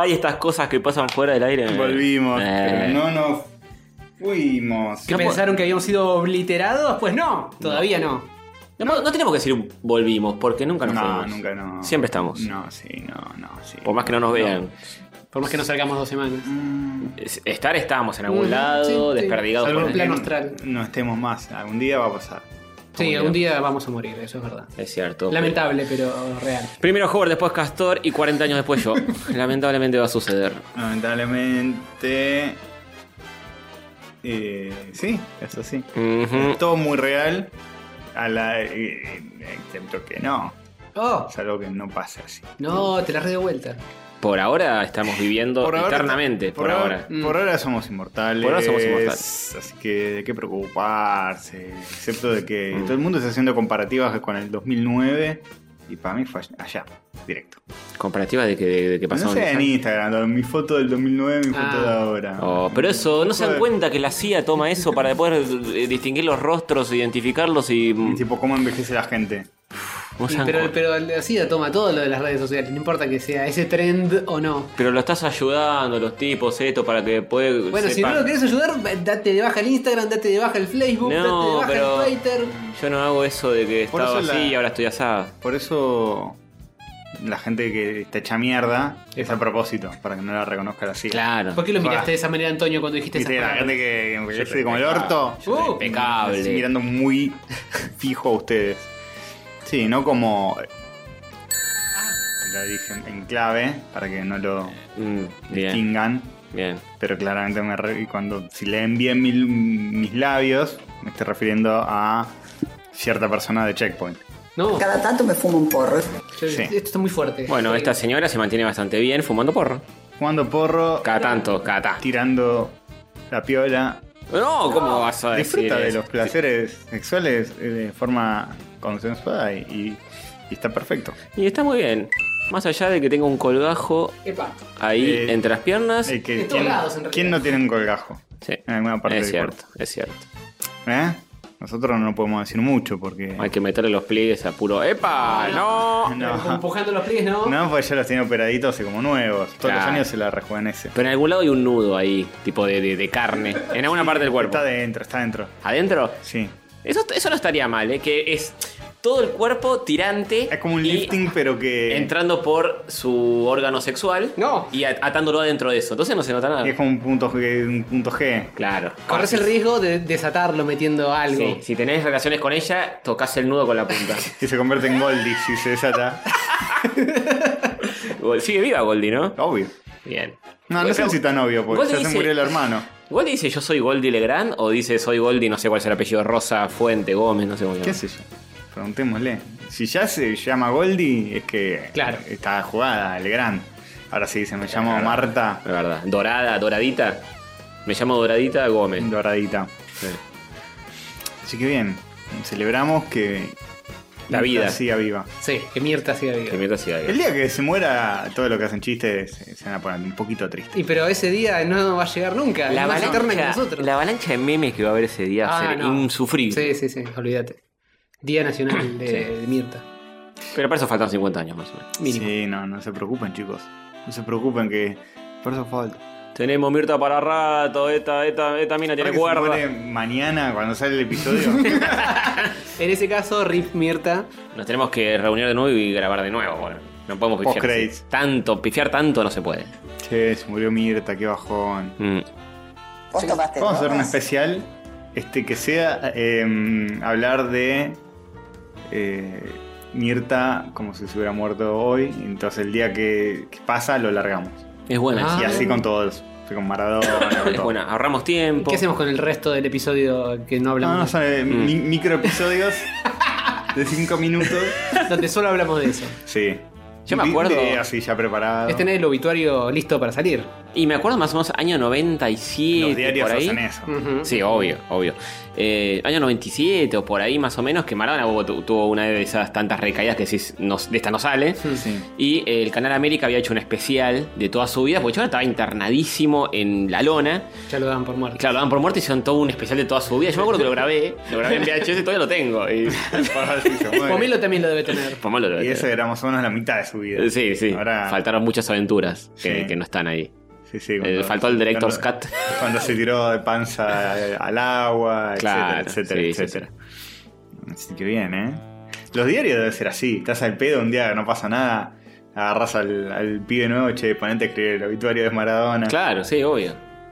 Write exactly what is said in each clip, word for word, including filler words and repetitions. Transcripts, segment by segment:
hay estas cosas que pasan fuera del aire. Volvimos, Eh. pero no nos fuimos. ¿Que No pensaron que habíamos sido obliterados? Pues no, todavía no. No, no tenemos que decir volvimos, porque nunca nos No, fuimos. nunca no. Siempre estamos. No, sí, no, no, sí. Por más que no nos vean. Por más que nos salgamos dos semanas. Es- Estar estamos en algún Mm, lado, sí, sí. desperdigados Salvo por en el- plano que astral. No estemos más. Algún día va a pasar. Sí, algún día vamos a morir, eso es verdad. Es cierto. Lamentable, pero real. Primero Howard, después Castor y cuarenta años después yo. Lamentablemente va a suceder. Lamentablemente. Eh, sí, es así. Ujú. Es todo muy real. A la, eh, excepto que no. Oh, Es algo que no pasa así. no, te la re de vuelta. Por ahora estamos viviendo eternamente. Por, ahora. Mm. Por ahora somos inmortales. Por ahora somos inmortales. Así que de qué preocuparse. Excepto de que Mm. todo el mundo está haciendo comparativas con el dos mil nueve. Y para mí fue allá, directo. Comparativa de que, de, de que pasó No sé en Instagram, mi foto del dos mil nueve, mi foto Ah. de ahora. Oh, pero eso, ¿no se dan Joder. cuenta que la C I A toma eso para poder eh, distinguir los rostros, identificarlos y... Y tipo, ¿cómo envejece la gente? ¿no se Sí, dan pero, cuenta? pero la C I A toma todo lo de las redes sociales, no importa que sea ese trend o no. Pero lo estás ayudando, los tipos, esto, para que pueda... Bueno, si no lo querés ayudar, date de baja el Instagram, date de baja el Facebook, No, date de baja pero- el Twitter. Yo no hago eso de que Por estaba eso así la- y ahora estoy asada. Por eso la gente que está hecha mierda es a propósito, para que no la reconozca la C I A. Claro. ¿Por qué lo miraste Ah. de esa manera, Antonio, cuando dijiste esa Viste, la gente que envejece como el orto. Uh, Impecable. Así mirando muy fijo a ustedes. Sí, no como. Lo dije en clave para que no lo Mm, bien, distingan. bien. Pero claramente me re- y cuando si leen bien mi- mis labios, me estoy refiriendo a cierta persona de Checkpoint. No, Cada tanto me fumo un porro. yo- sí. esto está muy fuerte. Bueno, Sí. esta señora se mantiene bastante bien fumando porro. Jugando porro, Cada tanto, cada tanto. tirando la piola. No, ¿cómo vas a decir Disfruta de eso? los placeres sexuales eh, de forma consensuada y, y- y está perfecto. Y está muy bien. Más allá de que tenga un colgajo Epa. ahí Eh, entre las piernas. Eh, que- de todos ¿quién, lados, en realidad. quién no tiene un colgajo? Sí, En alguna parte es del cierto, es cierto. cuerpo. ¿Eh? Nosotros no podemos decir mucho porque. Hay que meterle los pliegues a puro. ¡Epa! ¡No! No. Empujando los pliegues, ¿no? No, porque ya los tiene operaditos y como nuevos. Todos Claro. los años se la rejuvenece. Pero en algún lado hay un nudo ahí, tipo de, de- de carne. En alguna parte del cuerpo. Está dentro, está dentro. ¿Adentro? Sí. Eso, eso no estaría mal, ¿eh? Que es todo el cuerpo tirante. Es como un y lifting, pero que. entrando por su órgano sexual. No. Y at- atándolo adentro de eso. Entonces no se nota nada. y es como un punto G. Un punto G. Claro. Corres el riesgo de desatarlo metiendo algo. Sí, si tenés relaciones con ella, tocas el nudo con la punta. Y se convierte en Goldie si se desata. Gol- Sigue viva Goldie, ¿no? Obvio. Bien. No, no sé si tan obvio, porque Goldie ya se dice- murió el hermano. ¿Goldie dice yo soy Goldie Legrand? ¿O dice soy Goldie, no sé cuál es el apellido, Rosa, Fuente, Gómez, no sé cómo se ¿Qué llama? sé yo? Preguntémosle. Si ya se llama Goldie, es que Claro. está jugada, el gran. Ahora sí, se me llama Marta La verdad. Dorada, Doradita. Me llamo Doradita Gómez. Doradita. Sí. Así que bien, celebramos que La vida. siga viva. Sí, que Mirta siga Que viva. mientras siga viva. El día que se muera, todo lo que hacen chistes se se van a poner un poquito tristes. Y pero ese día no va a llegar nunca. La es más eterna que avalancha, nosotros. la avalancha de memes que va a haber ese día va a Ah, ser no. insufrible. Sí, sí, sí, olvídate. Día Nacional de, Sí. de Mirta. Pero para eso faltan cincuenta años más o menos. Mínimo. Sí, no, no se preocupen, chicos. No se preocupen que por eso falta. Tenemos Mirta para rato, esta, esta, esta mina tiene Ahora que se cuerda. muere mañana cuando sale el episodio. En ese caso, Rip Mirta. Nos tenemos que reunir de nuevo y grabar de nuevo. Bueno, no podemos pifiar. Post-credits. así. Tanto, pifiar tanto no se puede. Che, se murió Mirta, qué bajón. Mm. ¿Vos tomaste Vamos a hacer un drogas? especial este que sea eh, hablar de eh, Mirta como si se hubiera muerto hoy. Entonces el día que, que pasa lo largamos. Es buena. Ah. Y así con todos. Así con Maradona. con Es todo. buena. Ahorramos tiempo. ¿Qué hacemos con el resto del episodio que no No, hablamos? no, son eh, Mm. mi- micro episodios de cinco minutos. Donde solo hablamos de eso. Sí. Yo me De- acuerdo- de- así ya preparado. Es tener el obituario listo para salir. Y me acuerdo más o menos año noventa y siete. Los diarios por ahí. hacen eso. Ujú. Sí, obvio, obvio. Eh, año noventa y siete o por ahí más o menos, que Maradona hubo- tu- tuvo una de esas tantas recaídas que decís, no, de esta no sale. Sí. Y eh, el Canal América había hecho un especial de toda su vida, porque Chabón estaba internadísimo en la lona. Ya lo daban por muerto. Claro, lo daban por muerte y hicieron todo un especial de toda su vida. Yo me acuerdo que lo grabé, lo grabé en V H S y todavía lo tengo. Y Sí, se muere. Pomelo también lo debe tener. Pomelo lo Y eso era más o menos la mitad de su vida. Sí, sí. Ahora, Faltaron muchas aventuras que, Sí. que no están ahí. sí, sí, Eh, cuando- faltó el Director's cuando- Cut. Cuando se tiró de panza al agua, Claro, etcétera, sí, etcétera, etcétera. Así que bien, ¿eh? Los diarios deben ser así. Estás al pedo un día que no pasa nada. Agarras al, al pibe nuevo, che, ponete a escribir el obituario de Maradona. Claro, sí, obvio.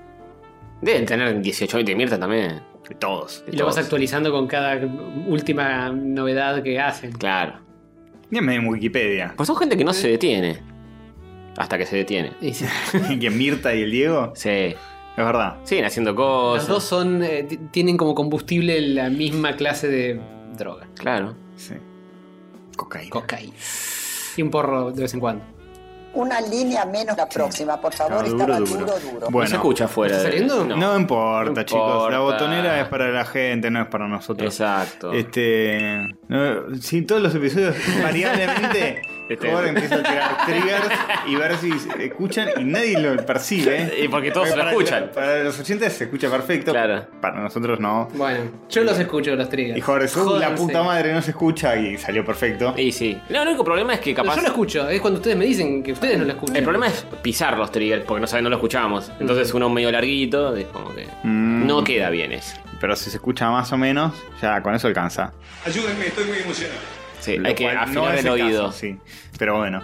Deben tener dieciocho años de Mirta también. De todos. De Y lo vas todos. actualizando con cada última novedad que hacen. Claro. Dígame en Wikipedia. Pues son gente que no se detiene. Hasta que se detiene. Y sí, ¿Quién, Mirta y el Diego? Sí. Es verdad. Siguen haciendo los cosas. dos son eh, t- tienen como combustible la misma clase de droga. Claro. Sí. Cocaína. Cocaína. Y un porro de vez en cuando. Una línea menos la próxima, por favor. No, Estaba duro, duro, duro. duro. Bueno. No se escucha afuera. ¿Está saliendo? No. No importa, No chicos. La importa. botonera es para la gente, no es para nosotros. Exacto. Este. No, si todos los episodios variablemente. Este- Ahora empiezo a tirar triggers y ver si escuchan y nadie lo percibe. Y porque todos lo para- escuchan. Para los oyentes se escucha perfecto. Claro. Para nosotros no. Bueno, yo los escucho, los triggers. Y Jorge, "Uy, la Jódanse. puta madre no se escucha y salió perfecto. Y sí. No, el único problema es que Pero capaz. yo lo escucho, es cuando ustedes me dicen que ustedes no lo escuchan. El problema es pisar los triggers, porque no saben, no lo escuchamos. Entonces uno medio larguito, es como que Mm. no queda bien eso. Pero si se escucha más o menos, ya con eso alcanza. Ayúdenme, estoy muy emocionado. Sí, Lo hay que cual afinar no es el el oído. caso, sí. Pero bueno.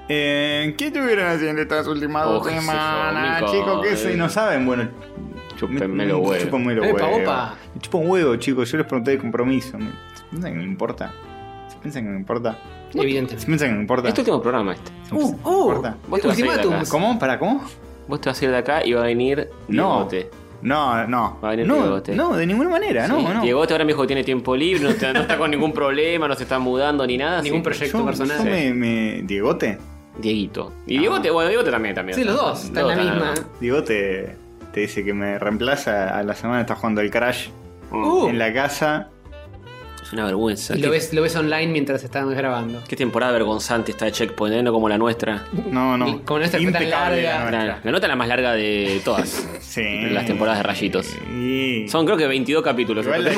Eh, ¿Qué estuvieron haciendo estas últimas Oh, dos qué sé yo, semanas, mico, chicos? ¿Qué eh. sé? ¿No saben? Bueno, Chúpenme los huevos. Chúpenme los Epa, huevos. opa. Me chupa un huevo, chicos. Yo les pregunté de compromiso. Me- ¿Se piensan que me importa? ¿Se piensan que me importa? ¿Se Evidentemente. piensan que me importa? Es tu último programa este. ¿Se Uh, me uh. importa? Vos te vas a ir de Ultimátum. acá. ¿Cómo? ¿Para cómo? Vos te vas a ir de acá y va a venir No. Diegote. No, no. Va a venir No, Diegote. no, de ninguna manera, no, Sí, no. Diegote ahora me dijo que tiene tiempo libre, no está, no está con ningún problema, no se está mudando ni nada. Ningún sí. proyecto Yo, personal. yo me, me- ¿Diegote? Dieguito. Y Diegote, bueno, Diegote también, también. Sí, los dos, están en la misma. Diegote te dice que me reemplaza. A la semana está jugando el Crash Uh. en la casa. Es una vergüenza. Y ¿Qué, lo ves, lo ves online mientras estábamos grabando. qué temporada vergonzante está de Checkpoint, ¿eh? No como la nuestra. No, no. Como nuestra fue tan Impecable larga. la nuestra. La, la nota es la más larga de todas. Sí. Las temporadas de rayitos. Y- Son creo que veintidós capítulos. Igual la,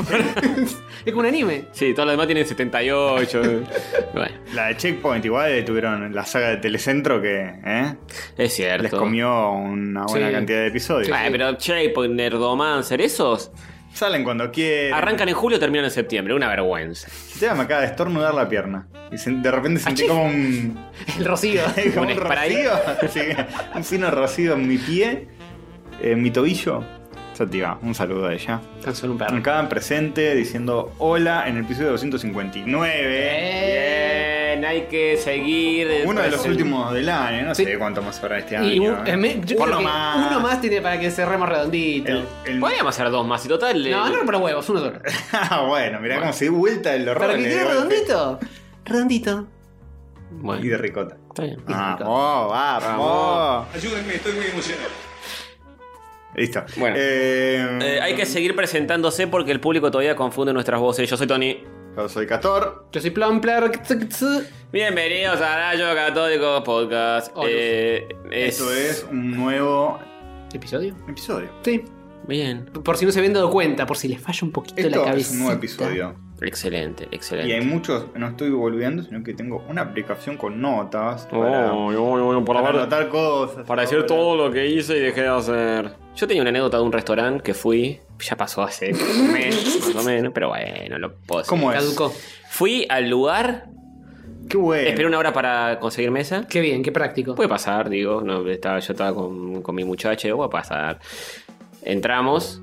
Es como un anime. Sí, todos los demás tienen setenta y ocho. Bueno, la de Checkpoint igual eh, tuvieron la saga de Telecentro que ¿eh? es cierto. les comió una buena Sí. cantidad de episodios. Ay, pero Checkpoint, Nerdomancer, esos Salen cuando quieren. arrancan en julio y terminan en septiembre. Una vergüenza. Te me acaba de estornudar la pierna. Y sen- de repente sentí Achí. como un. El rocío. como Un un spray. rocío. Sí, un fino rocío en mi pie. En mi tobillo. Sativa, un saludo a ella. Tan solo un perro. Acá presente diciendo hola en el episodio doscientos cincuenta y nueve. Bien, hay que seguir. Uno de los present- últimos del año, no Sí. sé cuánto más habrá este año. Y un- ¿eh? eh, me- yo Por creo lo que más. uno más tiene para que cerremos redondito. El- el- Podríamos hacer dos más y total. No, eh, no para huevos, uno solo. Ah, bueno, mirá cómo se dio vuelta el horror. Para que le quede dio golpe. redondito. Redondito. Bueno, Y de ricota. está bien. Vamos, vamos. Ayúdenme, estoy muy emocionado. Listo. Bueno. Eh, Eh, hay que seguir presentándose porque el público todavía confunde nuestras voces. Yo soy Tony. Yo soy Castor. Yo soy Plumpler. Bienvenidos a Rayo Católico Podcast. Hola. Eh, es- Esto es un nuevo ¿Episodio? episodio. Sí. Bien. Por si no se habían dado cuenta, por si les falla un poquito la Esto cabeza. es un nuevo episodio. Excelente, Y hay excelente. muchos, no estoy volviendo, sino que tengo una aplicación con notas para, Oh, oh, oh, para para ver- anotar cosas. Para decir ahora. todo lo que hice y dejé de hacer. Yo tenía una anécdota de un restaurante que fui. Ya pasó hace un mes, más o menos. Pero bueno, lo puedo decir. ¿Cómo es? Caducó. Fui al lugar. Qué bueno. Esperé una hora para conseguir mesa. Qué bien, qué práctico. Puede pasar, digo. No, estaba, yo estaba con, con mi muchacha. Digo, puede pasar. Entramos.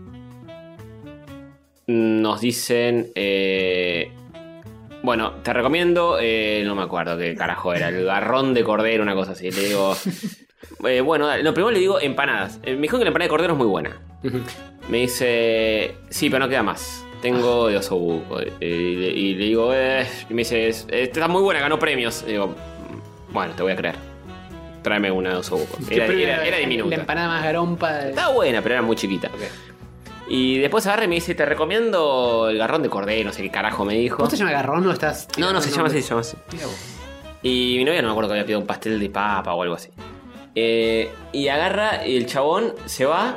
Nos dicen. eh, bueno, te recomiendo. eh, no me acuerdo qué carajo era. El garrón de cordero, una cosa así. Le digo. eh, bueno, dale. No, primero le digo empanadas. Eh, me dijo que la empanada de cordero es muy buena. Ujú. Me dice. Sí, pero no queda más. Tengo de osobuco. Eh, y, le- y le digo. Eh, y me dice. "Es- Esta está muy buena, ganó premios. Y digo. Bueno, te voy a creer. tráeme una osobuco. Que Era, primero era, era diminuta. La empanada más garompa. de- Estaba buena, pero era muy chiquita. Y después agarra y me dice, te recomiendo el garrón de cordero, no sé qué carajo me dijo. ¿Vos te llamas garrón o estás.? No, no, se llama así, se llama así. Mira vos. Y mi novia no me acuerdo que había pedido un pastel de papa o algo así. Eh, y agarra y el chabón se va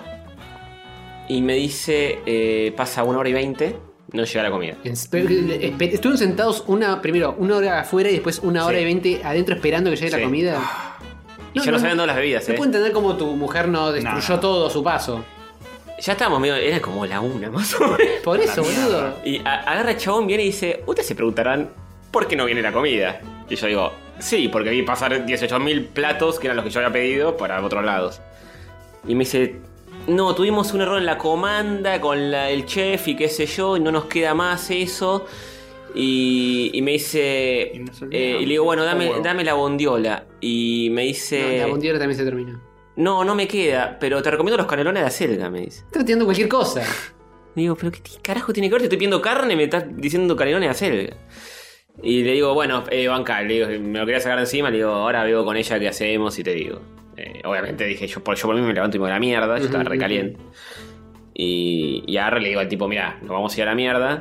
y me dice, eh, pasa una hora y veinte, no llega la comida. Espe- espe- Estuvieron sentados una, primero una hora afuera y después una hora Sí. y veinte adentro esperando que llegue Sí. la comida. Y ya nos habían dado las bebidas, No eh. puedo entender cómo tu mujer no destruyó No. todo a su paso. Ya estábamos medio, era como la una más o menos. Por eso, La mierda. boludo. Y a- agarra el chabón, viene y dice, ustedes se preguntarán, ¿por qué no viene la comida? Y yo digo, sí, porque vi pasar dieciocho mil platos, que eran los que yo había pedido, para otros lados. Y me dice, no, tuvimos un error en la comanda con la- el chef y qué sé yo, y no nos queda más eso. Y, y me dice, Y nos eh, olvidamos. y le digo, bueno, dame, Huevo. dame la bondiola. Y me No, dice, la bondiola también se terminó. no, no me queda, pero te recomiendo los canelones de acelga, me dice. Estás tirando cualquier cosa. Le digo, pero ¿qué t- carajo tiene que ver? Te estoy pidiendo carne y me estás diciendo canelones de acelga. Y le digo, bueno, eh, banca, le digo, me lo quería sacar de encima, le digo, ahora veo con ella qué hacemos y te digo. Eh, obviamente dije, yo por, yo por mí me levanto y me voy a la mierda, yo estaba Ujú, recaliente. Y, y agarro y le digo al tipo, mira, nos vamos a ir a la mierda.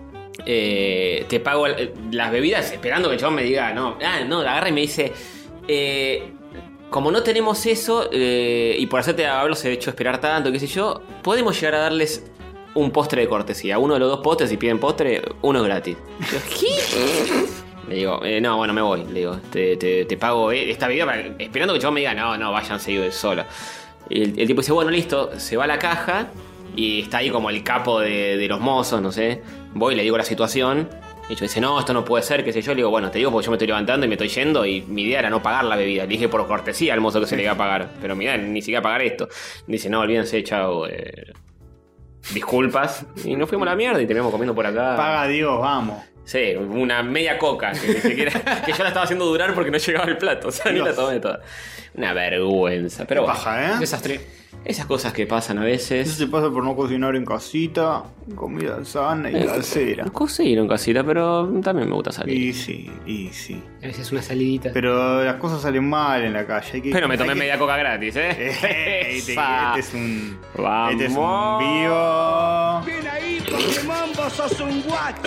Eh, te pago el- las bebidas esperando que el chabón me diga, no, ah, no, agarra y me dice, eh, como no tenemos eso, eh, y por hacerte haberlos hecho esperar tanto, qué sé yo, podemos llegar a darles un postre de cortesía. Uno de los dos postres, si piden postre, uno es gratis. Yo, ¿qué? Le digo, eh, no, bueno, me voy. Le digo, te, te, te pago eh, esta bebida para- esperando que el chabón me diga, no, no, váyanse yo solo. Y el, el tipo dice, bueno, listo, se va a la caja y está ahí como el capo de, de los mozos, no sé. Voy y le digo la situación. Y yo dice, no, esto no puede ser, qué sé yo. Le digo, bueno, te digo porque yo me estoy levantando y me estoy yendo y mi idea era no pagar la bebida. Le dije por cortesía al mozo que se le iba a pagar. Pero mi idea era ni siquiera pagar esto. Dice, no, olvídense, chao. Eh, disculpas. Y nos fuimos a la mierda y terminamos comiendo por acá. Paga Dios, vamos. Sí, una media coca que, ni siquiera- que yo la estaba haciendo durar porque no llegaba el plato. O sea, ni la Dios. tomé toda. Una vergüenza. Pero bueno, Paja, ¿eh? Desastre. esas cosas que pasan a Eso veces. se pasa por no cocinar en casita, comida sana y casera. Cocino en casita, pero también me gusta salir. Y sí, y sí. A veces una salidita. Pero las cosas salen mal en la calle. Hay que, Pero me tomé hay que- media coca gratis, ¿eh? Eh, este, Esa. este es un. Vamos. Este es un vivo. Bien ahí, Pokémon, vos sos un guacho.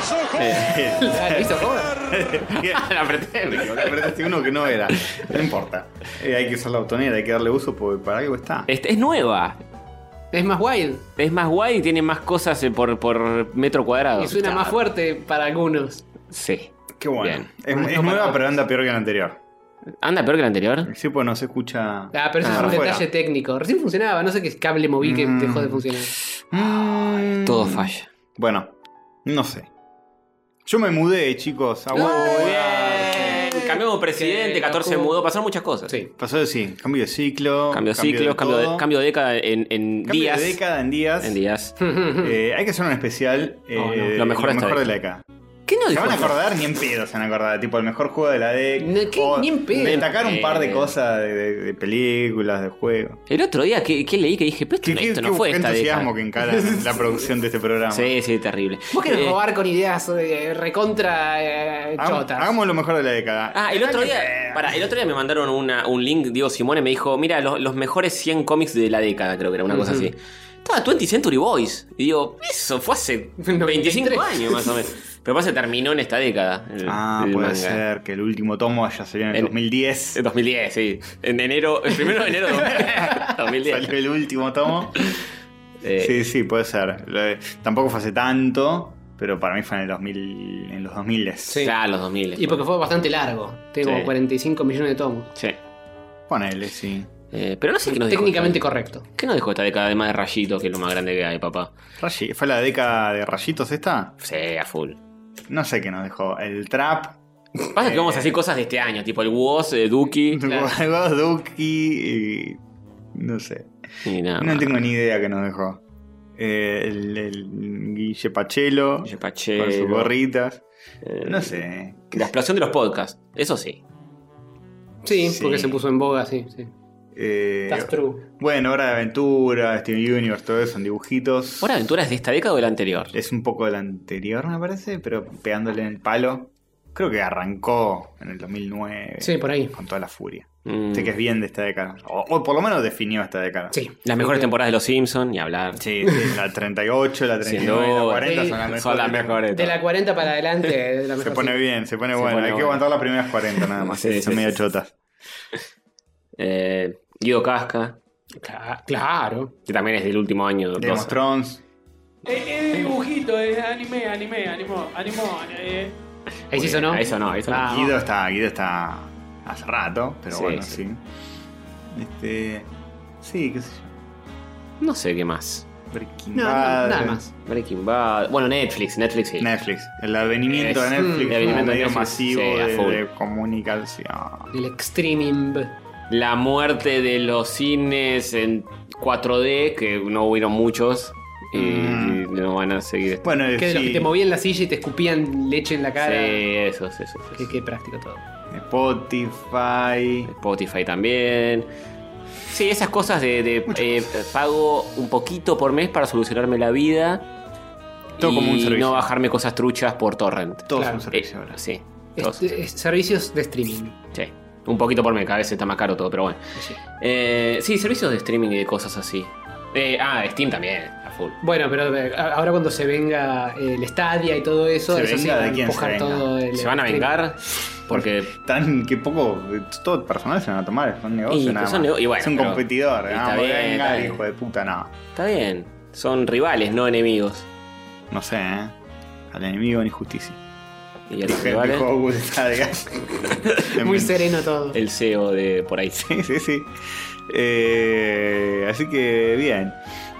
Eh, Ah, ¿lo hizo Robert? la apreté, me equivoqué. Apretaste uno que no era. No importa. Eh, hay que usar la botonera, hay que darle uso porque para algo está. Este, es nueva. Es más wild. Es más guay y tiene más cosas eh, por, por metro cuadrado. Y suena más fuerte para algunos. Sí. Qué bueno. Bien. Es, No, es no nueva, para- pero anda peor que la anterior. ¿Anda peor que la anterior? Sí, pues no se escucha. Ah, pero eso Ah, es un para afuera. detalle técnico. Recién funcionaba, no sé qué cable moví que Mm. dejó de funcionar. Mm. Todo falla. Bueno, no sé. Yo me mudé, chicos. A huevo. Muy bien. Cambiamos de presidente, Qué catorce loco. mudó, pasaron muchas cosas. Sí. Pasó de sí. Cambio de ciclo. Cambio de ciclos, cambio de, todo. cambio de década en, en Cambio días. de década en días. En días. Eh, hay que hacer un especial. eh, Oh, no. de Lo mejor de esta de la década. década. ¿Qué no ¿Se dijo? van a acordar? Ni en pedo se van a acordar. Tipo, el mejor juego de la década. No, ¿qué? Ni en pedo. Destacar un par de Eh. cosas de, de- de películas, de juegos. El otro día, ¿qué, qué leí? Que dije, pero esto, Qué, no, qué- esto qué no fue esta entusiasmo década. que encara la producción de este programa. Sí, sí, terrible. Vos querés Eh, robar con ideas eh, recontra eh, Hagamos, chotas. hagamos lo mejor de la década. Ah, el otro día, para, el otro día me mandaron una, un link, Diego Simone me dijo, mira, los, los mejores cien cómics de la década, creo que era una cosa Ujú. así. Estaba veinte Century Boys. Y digo, eso fue hace noventa y veinticinco tres. años más o menos. Pero pasa que terminó en esta década. El, Ah, el puede manga. ser que el último tomo haya salido en el En- dos mil diez. En dos mil diez, sí. En enero, el primero de enero de dos mil diez. Salió el último tomo. Eh, Sí, sí, puede ser. Lo de- tampoco fue hace tanto, pero para mí fue en el dos mil, en los dos mil. Sí. Claro, los dos mil. Y porque fue bastante largo. Tiene Sí. como cuarenta y cinco millones de tomos. Sí. Ponele, sí. Eh, pero no sé qué nos dijo. Técnicamente esta- correcto. ¿Qué nos dejó esta década además de Rayito, que es lo más grande que hay, papá? Rayi- ¿Fue la década de rayitos esta? Sí, a full. No sé qué nos dejó. El trap. Pasa que vamos a hacer cosas de este año, tipo el Woz, eh, Duki. Claro. Algo Duki y. No sé. Y nada. No más. tengo ni idea qué nos dejó. Eh, el, el Guille Pachelo. Guille Con Pachelo. sus gorritas. Eh, No sé. ¿Qué La explosión de los podcasts, eso sí. Sí, Sí. porque se puso en boga, sí. sí. Eh, That's true. bueno, Hora de Aventura, Steven Universe, todo eso son dibujitos. ¿Hora de Aventura es de esta década o de la anterior? Es un poco del anterior, me parece, pero pegándole en el palo. Creo que arrancó en el dos mil nueve. Sí, por ahí. Con toda la furia. Mm. Sé que es bien de esta década. O, o por lo menos definió esta década. Sí. Las mejores temporadas de Los Simpsons, ni hablar. Sí, sí, la treinta y ocho, la treinta y nueve, Sin la duda. cuarenta Sí. son las mejores. Son las mejores. De la cuarenta para adelante, es la Se mejor pone serie. bien, se pone Se bueno. pone Hay que bueno. aguantar las primeras cuarenta nada más. Sí, son sí, medio sí. chotas. Eh, Guido Casca, Cla- Claro. que también es del último año. Game of doce. Thrones. Es dibujito, es anime, anime, animó, animó. Eh. Ahí sí sonó. Ahí sonó, ahí sonó. Ah, Guido está, Guido está hace rato, pero Sí, bueno, sí. sí. Este. Sí, qué sé yo. No sé qué más. Breaking No, no, Bad. nada más. Breaking Bad. Bueno, Netflix, Netflix sí. Netflix. El advenimiento Es- de Netflix. mm, como el advenimiento de medio Netflix, masivo sí, a de, full. de comunicación. El streaming. La muerte de los cines en cuatro D, que no hubieron muchos. Y Mm. no van a seguir. Bueno, Que de los sí. que te movían la silla y te escupían leche en la Sí, cara. esos, esos. esos. Qué, qué práctico todo. Spotify. Spotify también. Sí, esas cosas de, de, eh, pago un poquito por mes para solucionarme la vida. Todo y como un servicio. no bajarme cosas truchas por torrent. Todo Claro. es un servicio Eh, ahora. sí, todos. Este, es- servicios de streaming. Sí. Un poquito por mes, cada vez está más caro todo, pero bueno. Sí. Eh, sí, servicios de streaming y de cosas así. Eh, ah, Steam también, a full. Bueno, pero eh, ahora cuando se venga el Stadia y todo eso, ¿Se eso sí venga? va a ¿De quién se empujar venga? todo el ¿Se van a streaming. vengar? Porque Tan que poco. Todo personal se van a tomar. Es un negocio Y, nada son más. nego- y bueno, es un pero- competidor. y Ah, está voy bien, a vengar, está bien. hijo de puta, no. está bien. Son rivales, no enemigos. No sé, ¿eh? Al enemigo ni justicia. Y a los Dije, rivales, dijo Google Stadia. Muy sereno todo. el C E O de por ahí. Sí, sí, sí. Eh, así que bien.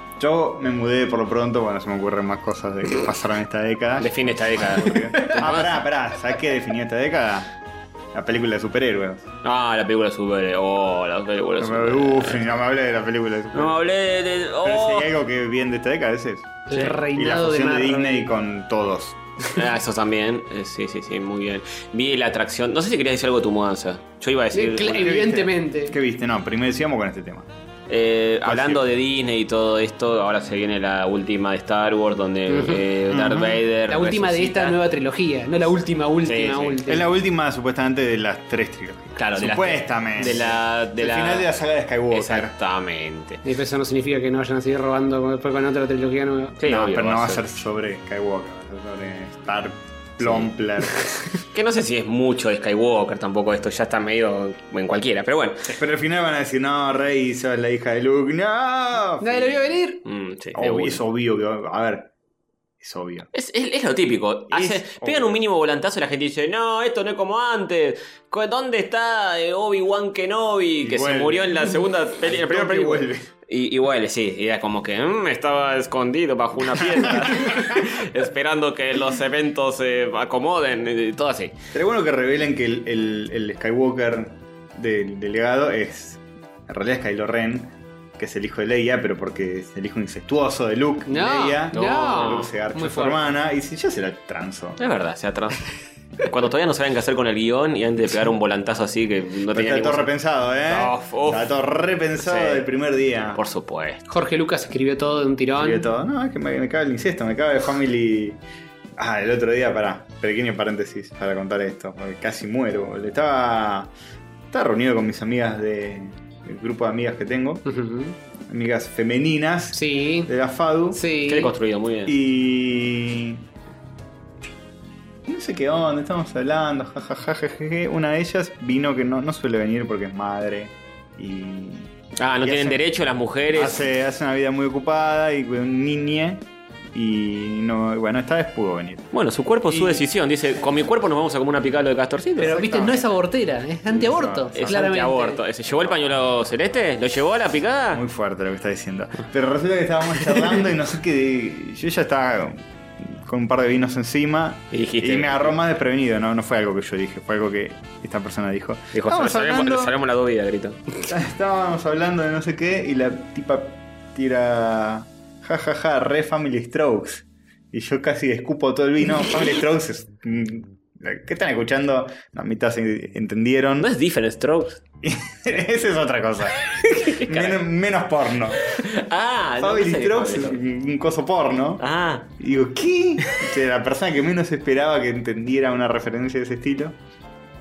Yo me mudé por lo pronto, bueno, se me ocurren más cosas de que pasaron esta década. Define esta década. Ah, pará, pará. ¿Sabes qué definió esta década? La película de superhéroes. Ah, la película de super. Oh, la película de No me, super. uf, no me hablé de la película de superhéroes. No hablé de. Pero Oh. si hay algo que bien de esta década es eso. El Y la reinado de fusión de, Marvel. Disney con todos. Ah, eso también. Eh, sí, sí, sí, muy bien. Vi la atracción. No sé si querías decir algo de tu mudanza. Yo iba a Sí, decir. cl- bueno, evidentemente. ¿Qué viste? No, primero sigamos con este tema. eh, ¿Cuál hablando sí? de Disney y todo esto, ahora se viene la última de Star Wars, donde Ujú. eh, Darth Ujú. Vader. La última de resucita. esta nueva trilogía, no la última, última, Sí, sí. última. Es la última, supuestamente, de las tres trilogías. Claro, de las- Supuestamente. de la- de El la- final de la saga de Skywalker. Exactamente. Y eso no significa que no vayan a seguir robando con- después con otra trilogía nueva. Sí, no, obvio, pero no va a ser sobre Skywalker, va a ser sobre Star Plompler. Que no sé si es mucho de Skywalker tampoco, esto ya está medio en cualquiera, pero bueno. Pero al final van a decir, no, Rey sos la hija de Luke. No. Nadie lo vio venir. Mm, sí, de Obvio, una. es obvio que va a ver. Es obvio. Es, es- es lo típico. Hace- Es pegan obvio. un mínimo volantazo y la gente dice, no, esto no es como antes. Co- ¿Dónde está eh, Obi-Wan Kenobi? Y Que se vuelve. murió en la segunda peli, en la primera Toque película. vuelve. Y, y vuelve, sí. Y era como que mm, estaba escondido bajo una piedra, esperando que los eventos se acomoden y todo así. Pero bueno que revelen que el, el- el Skywalker del, del legado es. En realidad es Kylo Ren, que es el hijo de Leia, pero porque es el hijo incestuoso de Luke. y No, Leia. no. Luke se garcha Muy a su fuerte. hermana. Y si ya se la transo. Es verdad, se atrás. Cuando todavía no saben qué hacer con el guión y antes de pegar un volantazo así que no Pero tenía está ningún todo sen- repensado, ¿eh? Uf, uf. Está todo repensado Sí. del primer día. Por supuesto. Jorge Lucas escribió todo de un tirón. Y de todo. No, es que me, me cabe el incesto, me cabe Family. Ah, el otro día, pará, pequeño paréntesis para contar esto, porque casi muero. boludo. Estaba, estaba reunido con mis amigas de. El grupo de amigas que tengo, Ujú. amigas femeninas Sí. de la FADU. Sí. Qué construido, muy bien. Y. No sé qué onda, estamos hablando, jajaja, jejeje. Una de ellas vino que no, no suele venir porque es madre. Y. Ah, no y tienen hace- derecho las mujeres. Hace, hace una vida muy ocupada y con un niñe. Y no, bueno, esta vez pudo venir. Bueno, su cuerpo, su Y- decisión. Dice, con mi cuerpo nos vamos a comer una picada de castorcito. Pero viste, no es abortera, es antiaborto. es claramente. antiaborto. ¿Se llevó el pañuelo celeste? ¿Lo llevó a la picada? Muy fuerte lo que está diciendo. Pero resulta que estábamos charlando y no sé qué. Yo ya estaba con un par de vinos encima. Y dijiste- Y me agarró más desprevenido. No, no fue algo que yo dije, fue algo que esta persona dijo. Dijo, Estábamos sabemos, hablando- sabemos la dubida, grito. Estábamos hablando de no sé qué y la tipa tira jajaja, ja, ja, re Family Strokes. Y yo casi escupo todo el vino. Family Strokes es... mm, ¿Qué están escuchando? La mitad se entendieron. ¿No es Different Strokes? Esa es otra cosa. menos, menos porno. Ah, no, Family no sé Strokes qué es fue eso. un coso porno. Ah, Y digo, ¿qué? O sea, la persona que menos esperaba que entendiera una referencia de ese estilo.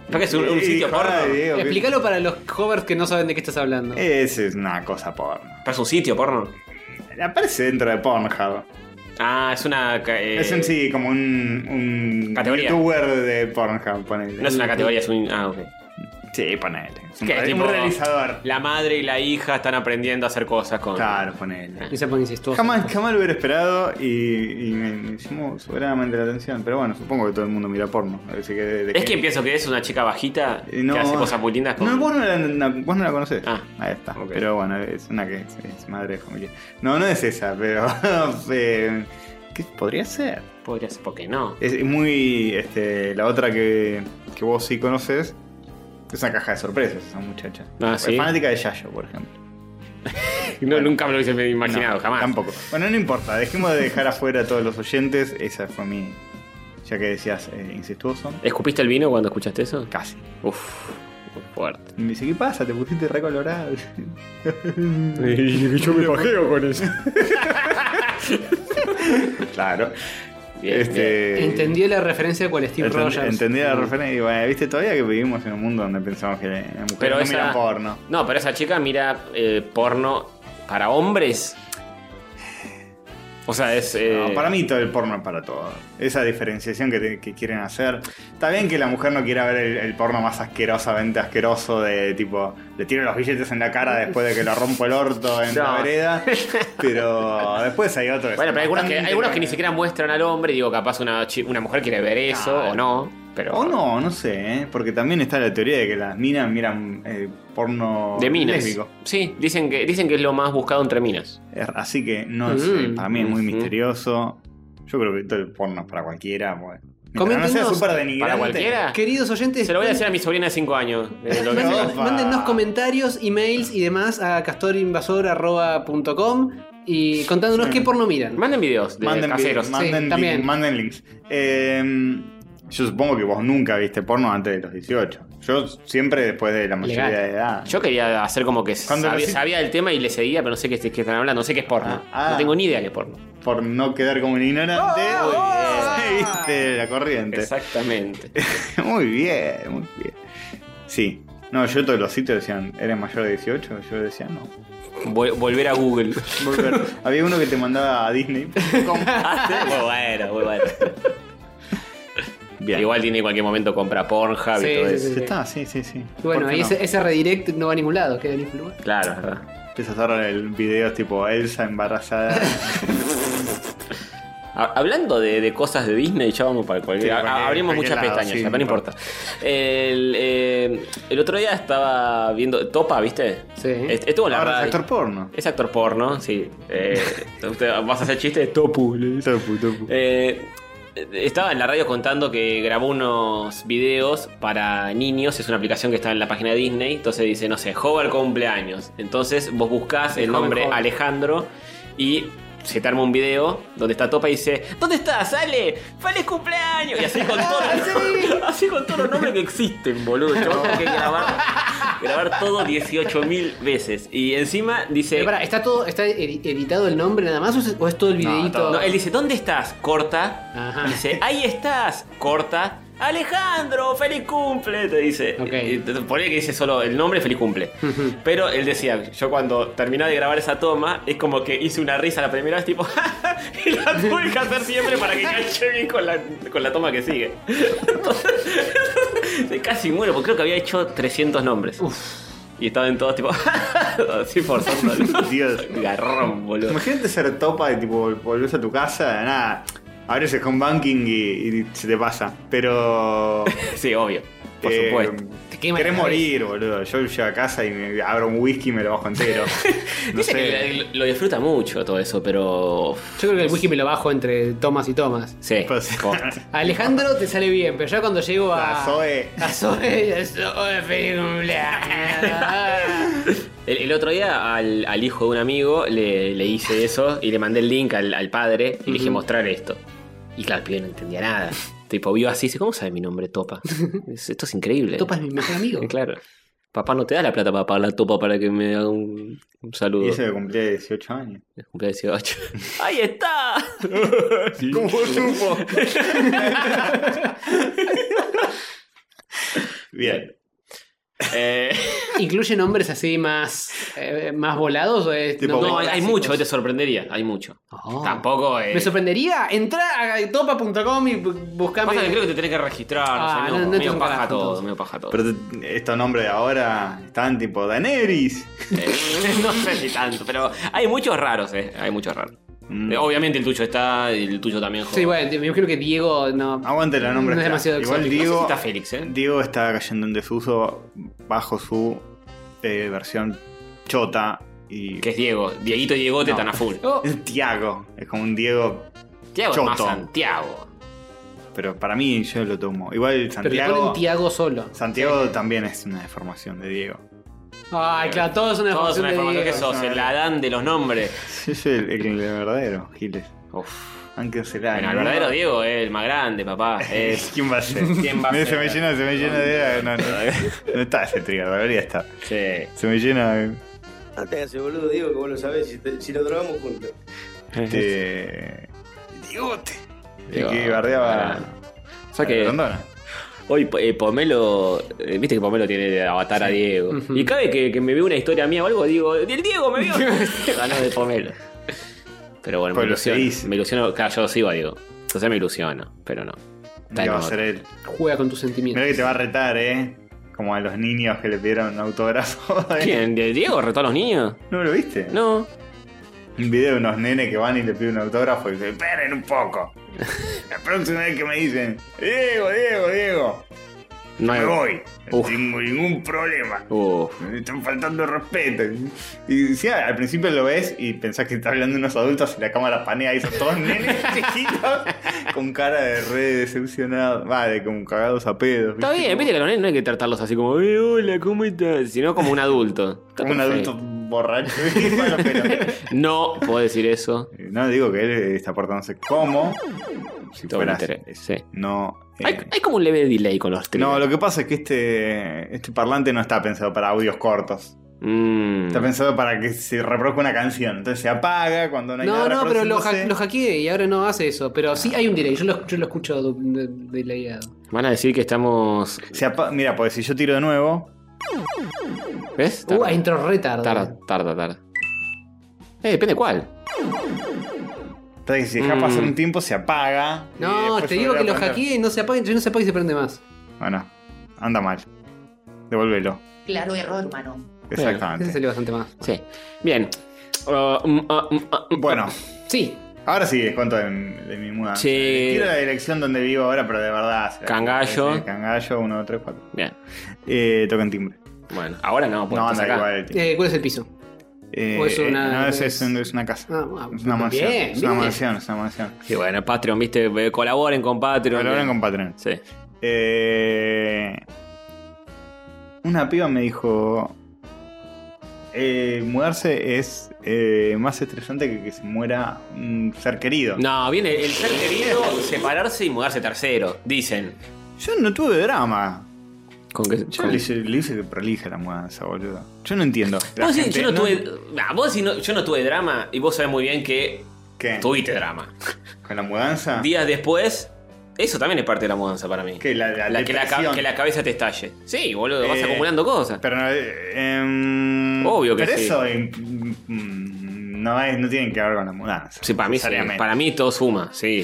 ¿Para qué es un, un sitio Hijo porno? de Diego, que- Explícalo para los covers que no saben de qué estás hablando. Esa es una cosa porno. ¿Para es un sitio porno? Aparece dentro de Pornhub. Ah, es una... eh, Es en sí como un, un Categoría. youtuber de Pornhub, ponele. No es una categoría, es un... Ah, ok. Sí, ponele. Es un, ¿Qué, re- tipo, un realizador. La madre y la hija están aprendiendo a hacer cosas con... Claro, ponele. Y se pone incestuoso. Jamás, jamás lo hubiera esperado y, y me, me llamó soberanamente la atención. Pero bueno, supongo que todo el mundo mira porno. Así que de, de Es que- que pienso que es una chica bajita Eh, no, que hace cosas muy lindas con... No, vos no la, no, vos no la conocés. Ah, Ahí está. ok. Pero bueno, es una que es, es madre de familia. No, no es esa, pero. eh, ¿Qué podría ser? Podría ser, ¿por qué no? Es muy. Este, la otra que, que vos sí conoces. Es una caja de sorpresas esa muchacha. Ah, Es ¿sí? fanática de Yayo, por ejemplo. No, nunca me lo hubiese imaginado, No, jamás. Tampoco. Bueno, no importa. Dejemos de dejar afuera a todos los oyentes. Esa fue mi. Ya que decías eh, incestuoso. ¿Escupiste el vino cuando escuchaste eso? Casi. Uf, muy fuerte. Y me dice, ¿qué pasa? Te pusiste recolorado. Yo me pajeo con eso. Claro. Bien, este, Entendió la referencia con Steve Enten- Rogers. Entendí la referencia y bueno, viste todavía que vivimos en un mundo donde pensamos que las mujeres Pero no esa- miran porno. No, pero esa chica mira eh, porno para hombres. O sea, es... eh, No, para mí todo el porno es para todo. Esa diferenciación que, te- que quieren hacer. Está bien que la mujer no quiera ver el, el porno más asquerosamente asqueroso de tipo, le tiro los billetes en la cara después de que lo rompo el orto en No. la vereda. Pero después hay otros. Bueno, pero hay algunos que, hay bastante- algunos que ni siquiera muestran al hombre. Digo, capaz una, chi- una mujer quiere ver eso Claro. o no. Pero O no, no sé, ¿eh? Porque también está la teoría de que las minas miran eh, porno de minas. lésbico. Sí, dicen que, dicen que es lo más buscado entre minas. Eh, Así que no Mm, sé, para mí es muy ujú. misterioso. Yo creo que todo el porno es para cualquiera. Pues. Mientras no Coméntenos, sea súper denigrante. ¿Para cualquiera? Queridos oyentes, Se lo voy a decir a mi sobrina de cinco años. eh, lo que manden- sea. Opa. mándennos comentarios, emails y demás a castorinvasor arroba punto com y contándonos Sí. qué porno miran. Manden videos de Manden, caseros. vi- manden, Sí, link- también. manden links. Eh, yo supongo que vos nunca viste porno antes de los dieciocho. Yo siempre después de la mayoría Legal. de edad. Yo quería hacer como que Cuando sabía, lo- sabía el tema y le seguía, pero no sé qué, qué están hablando, no sé qué es porno. Ah, ah. No tengo ni idea qué es porno. Por no quedar como un ignorante. Viste la corriente. Exactamente. Muy bien, muy bien. Sí. No, yo todos los sitios decían, ¿eres mayor de dieciocho? Yo decía, no. Vol- volver a Google. Volver. Había uno que te mandaba a Disney. punto com. Muy bueno, muy bueno. Bien. Igual tiene en cualquier momento compra Pornhub Sí, y todo sí, eso. sí. Ya está, sí, sí, sí. Y bueno, ¿Por qué ahí no? ese, ese redirect no va a ningún lado, queda en ningún lugar. Claro, es verdad. Empieza a hacer el video tipo Elsa embarazada. Ha- Hablando de, de cosas de Disney, ya vamos para cualquier. Sí, a- cualquier- abrimos cualquier muchas lado, pestañas, sí, ya, pero no no importa. El, eh, el otro día estaba viendo. Topa, ¿viste? Sí. Est- Estuvo en la Ahora es radio. actor porno. Es actor porno, sí. Eh, usted- vas a hacer chiste de Topu. le dice. Topu, topu. Eh, estaba en la radio contando que grabó unos videos para niños. Es una aplicación que está en la página de Disney. Entonces dice, no sé, Hover cumpleaños. Entonces vos buscás el Hover, nombre Hover. Alejandro y se te arma un video donde está Topa y dice, ¿dónde estás? ¡Sale! ¡Feliz cumpleaños! Y así con todos los, así con todos los nombres que existen, boludo. El chabón tuvo que grabar, grabar todo dieciocho mil veces. Y encima dice... Pero pará, ¿está todo, está edi- editado el nombre nada más o es, o es todo el No, videíto? todo. No, él dice, ¿dónde estás? Corta. Ajá. Dice, ahí estás. Corta. Alejandro, feliz cumple, te dice. Ok. Y te pone que dice solo el nombre, feliz cumple. Ujú. Pero él decía, yo cuando terminé de grabar esa toma, es como que hice una risa la primera vez, tipo, y la tuve que hacer siempre para que enganche bien con la, con la toma que sigue. Entonces, casi muero, porque creo que había hecho trescientos nombres. Y estaba en todos tipo, así forzando. Dios. Garrón, boludo. Imagínate ser topa y tipo volvés a tu casa, nada. Abres el home banking y, y se te pasa. Pero. Sí, obvio. Por eh, supuesto. Te quema Querés la cabeza. morir, boludo. Yo llego a casa y me abro un whisky y me lo bajo entero. No Dice sé. que lo disfruta mucho todo eso, pero. Yo creo que el whisky me lo bajo entre tomas y tomas. Sí. Pues- posta. A Alejandro te sale bien, pero ya cuando llego a. La Zoe. A Zoe, a Zoe, feliz cumpleaños. El, el otro día al, al hijo de un amigo le, le hice eso y le mandé el link al, al padre y le dije Ujú. mostrar esto. Y claro, el pibe no entendía nada. Tipo, vio así y dice, ¿cómo sabe mi nombre, Topa? Es- Esto es increíble. Topa es mi mejor amigo. Eh, Claro. Papá no te da la plata para pagar la Topa para que me haga un, un saludo. Y ese que cumplía dieciocho años. Cumple dieciocho. ¡Ahí está! ¿Cómo supo? Bien. Eh, ¿Incluye nombres así más, eh, más volados? O es, Tipo, no, nombres hay, hay clásicos? mucho, te sorprendería. Hay mucho. Oh. Tampoco. Eh, Me sorprendería. Entra a topa punto com y bu- buscame. Pasa que creo que te tenés que registrar. Ah, no sé, no- no, no te medio un paja carajo, todo. entonces. Medio paja todo. Pero te- estos nombres de ahora están tipo Daenerys. Eh, no sé si tanto, pero hay muchos raros, eh. Hay muchos raros. Mm. Eh, Obviamente el tuyo está, y el tuyo también. Sí, bueno, me imagino que Diego no. Aguante los nombres. No es claro. demasiado Igual exótico. Diego, No sé si está Félix, eh. Diego está cayendo en desuso bajo su eh, versión chota y Que es Diego. Dieguito y Diegote No. están a full. Oh, es Tiago. Es como un Diego, Tiago es más Choto. Santiago. pero para mí yo lo tomo. Igual pero le Santiago. ponen Tiago solo. Santiago también es una deformación de Diego. Ay, claro, todo es una Todos deformación una de información que Diego. sos, el Adán de los nombres. Yo soy el, el verdadero, Giles. Uf. Aunque será. Bueno, el ¿no? verdadero Diego es el más grande, papá. Es... ¿Quién va a ser? ¿Quién va a Me- ser? Se me llena, se me llena de. No, no, no está ese trigger, debería estar. Sí. Se me llena. No te hagas el boludo, digo que vos lo sabés si, te- si lo drogamos juntos. Este. Diegote. El Digo, que bardeaba. O sea que Rondona. hoy eh, Pomelo, eh, viste que Pomelo tiene de avatar a Diego. Ujú. Y cada vez que, que me veo una historia mía o algo, digo, el Diego me vio. Ganó de Pomelo. Pero bueno, me Pues lo ilusiono. seguís. Me ilusiono, claro, yo sigo a Diego. Entonces me ilusiono, pero no. Está ¿Qué en va a otro. ser él? Juega con tus sentimientos. Mira que te va a retar, eh. Como a los niños que le pidieron un autógrafo. ¿Quién? ¿De Diego retó a los niños? ¿No lo viste? No. Un video de unos nenes que van y le piden un autógrafo y dicen, esperen un poco. La próxima vez que me dicen, Diego, Diego, Diego, No hay. me voy. No Uf. tengo ningún problema. Uf. Me están faltando el respeto. Y sí, al principio lo ves y pensás que está hablando de unos adultos y la cámara panea y son todos nenes chiquitos con cara de re decepcionado. Vale, como cagados a pedos. Está ¿viste? bien, viste que a los nenes no hay que tratarlos así como, eh, hola, ¿cómo estás? Sino como un adulto. Está Como un perfecto. adulto borracho. Bueno, pero- No puedo decir eso. No digo que él está portándose como si Todo me fueras. interesa. Sí. No. eh, Hay, hay como un leve delay con los tres. No, lo que pasa es que este, este parlante no está pensado para audios cortos. Mm. Está pensado para que se reproduzca una canción. Entonces se apaga cuando no hay No, nada no, pero lo, ha- reproduciéndose. lo hackeé y ahora no hace eso. Pero sí hay un delay. Yo lo, yo lo escucho de- de- delayado. Van a decir que estamos. Se apa- Mira, pues si yo tiro de nuevo, ¿Ves? Uh, Tarda, intro re tarde. tarda, tarda, tarda. Eh, depende cuál. entonces si deja Mm. pasar un tiempo se apaga. y No, después te se digo vuelve que a lo prender. hackeé y no se apaga, no se apaga y se prende más. Bueno, anda mal. Devuélvelo. Claro error, hermano. Ese Exactamente. salió bastante más. Sí. Bien. Uh, mm, uh, mm, uh, mm. Bueno, Sí. ahora sí les cuento de, de mi mudanza. Sí. Quiero la dirección donde vivo ahora, pero de verdad. se la- Cangallo. sí, Cangallo, uno, dos, tres, cuatro. Bien. Eh, tocan timbre. Bueno, ahora no, pues No, estás anda acá. igual el timbre. Eh, ¿Cuál es el piso? Eh, o es una- no, es, es- es, es una casa. Ah, ah, es una mansión. bien, es una bien. mansión, es una mansión. Y bueno, Patreon, viste, Eh, colaboren con Patreon. Colaboren con Patreon. Sí. Eh, una piba me dijo: eh, mudarse es eh, más estresante que que se muera un ser querido. No, viene el ser querido, separarse y mudarse tercero, dicen. Yo no tuve drama. ¿Con qué? Yo con- le hice, le hice que prolija la mudanza, boludo. Yo no entiendo. La Vos decís, gente- yo no tuve. Nah, vos decís, no- yo no tuve drama y vos sabés muy bien que ¿Qué? tuviste drama. ¿Con la mudanza? Días después, eso también es parte de la mudanza para mí. ¿Qué? La, la, La que, la, ca- depresión. que la cabeza te estalle. Sí, boludo, vas Eh, acumulando cosas. Pero eh, em, Obvio que pero sí. eso em, mm, no, es, no tiene que ver con la mudanza. Sí, para mí, sí. necesariamente. Para mí todo suma, sí.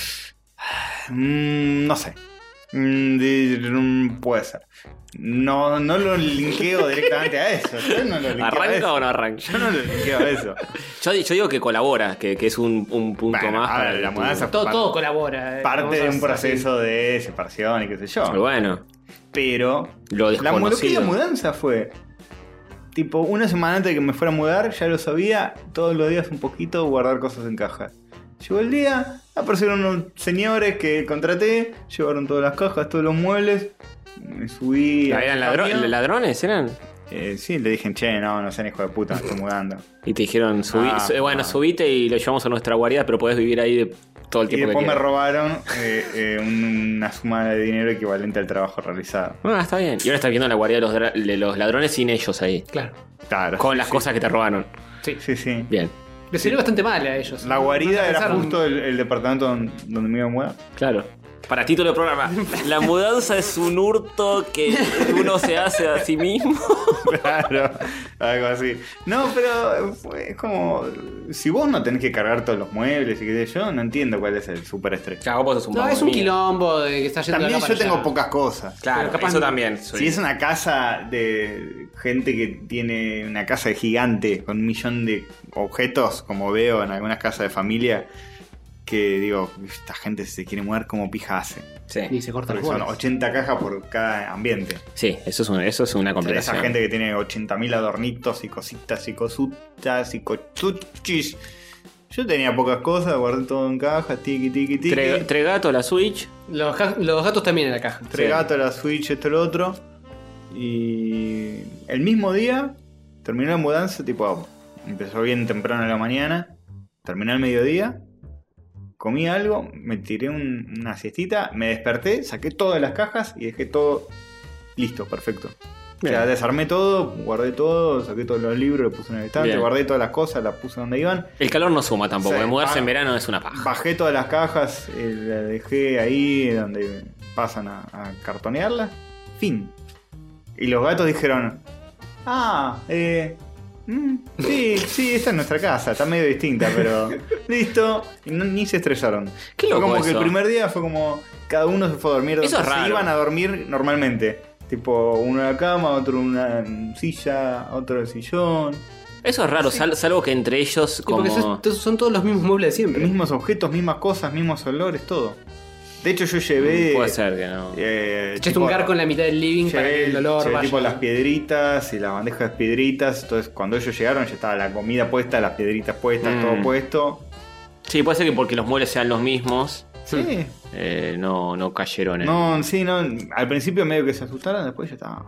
Mm, no sé. Mm, de- mm, puede ser. No, no lo linkeo directamente a eso. Yo no lo linkeo a ¿Arranca eso. o no arranca? Yo no lo linkeo a eso. Yo, yo digo que colabora, que, que es un, un punto Bueno, más a ver, para la tu- mudanza Todo, Par- todo colabora. eh, Parte vamos de a un hacer proceso de separación y qué sé yo. Pero bueno, Pero lo la, mu- lo que es desconocido. la mudanza fue tipo una semana antes de que me fuera a mudar, ya lo sabía, todos los días un poquito guardar cosas en cajas. Llegó el día, aparecieron unos señores que contraté, llevaron todas las cajas, todos los muebles, me subí. al ¿Eran ladro- camión. ladrones? ¿Eran? Eh, sí, le dije, che, no, no sean hijo de puta, me estoy mudando. Y te dijeron, subí, Ah, su- eh, bueno, ah. subite y lo llevamos a nuestra guarida, pero podés vivir ahí de- todo el Y tiempo después que me quieras. robaron eh, eh, un- una suma de dinero equivalente al trabajo realizado. Ah, está bien. Y ahora estás viendo la guardia de los, dra- de los ladrones sin ellos ahí. Claro. Claro. Con las cosas que te robaron. Sí. Sí, sí. Bien, Le salió bastante mal a ellos. La No- guarida no era pensaron- justo el, el departamento don- donde me iba a mudar. claro. Para título del programa, la mudanza es un hurto que uno se hace a sí mismo. Claro, algo así. No, pero es como. Si vos no tenés que cargar todos los muebles y qué sé yo, no entiendo cuál es el super estrés. Claro, vos sos un No, es un mamón. quilombo de que está yendo También de acá yo para tengo allá. pocas cosas. Claro, Pero capaz eso no- también. soy- Si es una casa de gente que tiene una casa de gigante con un millón de objetos, como veo en algunas casas de familia, que digo, esta gente se quiere mudar como pija hace. Sí. Y se corta Porque los son bolas. ochenta cajas por cada ambiente. Sí, eso es, un- eso es una O sea, esa complicación. gente que tiene ochenta mil adornitos y cositas y cosutas y cochuchis. Yo tenía pocas cosas, guardé todo en caja, tiki tiki tiki. Tres tres gatos, la Switch. Los, ga- los gatos también en la caja. Tres Sí. gatos, la Switch, esto, lo otro. Y el mismo día terminó la mudanza, tipo, empezó bien temprano en la mañana, terminó el mediodía, comí algo, me tiré un- una siestita, me desperté, saqué todas las cajas y dejé todo listo, perfecto. O sea, Bien. desarmé todo, guardé todo, saqué todos los libros, los puse en el estante, Bien. guardé todas las cosas, las puse donde iban. El calor no suma tampoco. Sí. de mudarse Ah. en verano es una paja. Bajé todas las cajas, eh, las dejé ahí donde pasan a, a cartonearlas. Fin. Y los gatos dijeron: Ah, eh. mm, sí, sí, esta es nuestra casa, está medio distinta, pero. Listo. Y no- ni se estresaron. Qué Fue loco como que eso. el primer día fue como. Cada uno se fue a dormir donde Eso es se raro. iban a dormir normalmente. Tipo, uno en la cama, otro en una silla, otro en el sillón. Eso es raro, sal- salvo que entre ellos Sí, como... porque son, son todos los mismos muebles de siempre. Mismos objetos, mismas cosas, mismos olores, todo. De hecho, yo llevé. Puede ser que no. Eh, Echaste tipo- un garco en la mitad del living para que Llevé, el olor llevé vaya. tipo las piedritas y las bandejas de piedritas. Entonces, cuando ellos llegaron, ya estaba la comida puesta, las piedritas puestas, Mm. todo puesto. Sí, puede ser que porque los muebles sean los mismos, Sí. eh, no, no cayeron en... No, sí, no. Al principio medio que se asustaron, después ya estaba.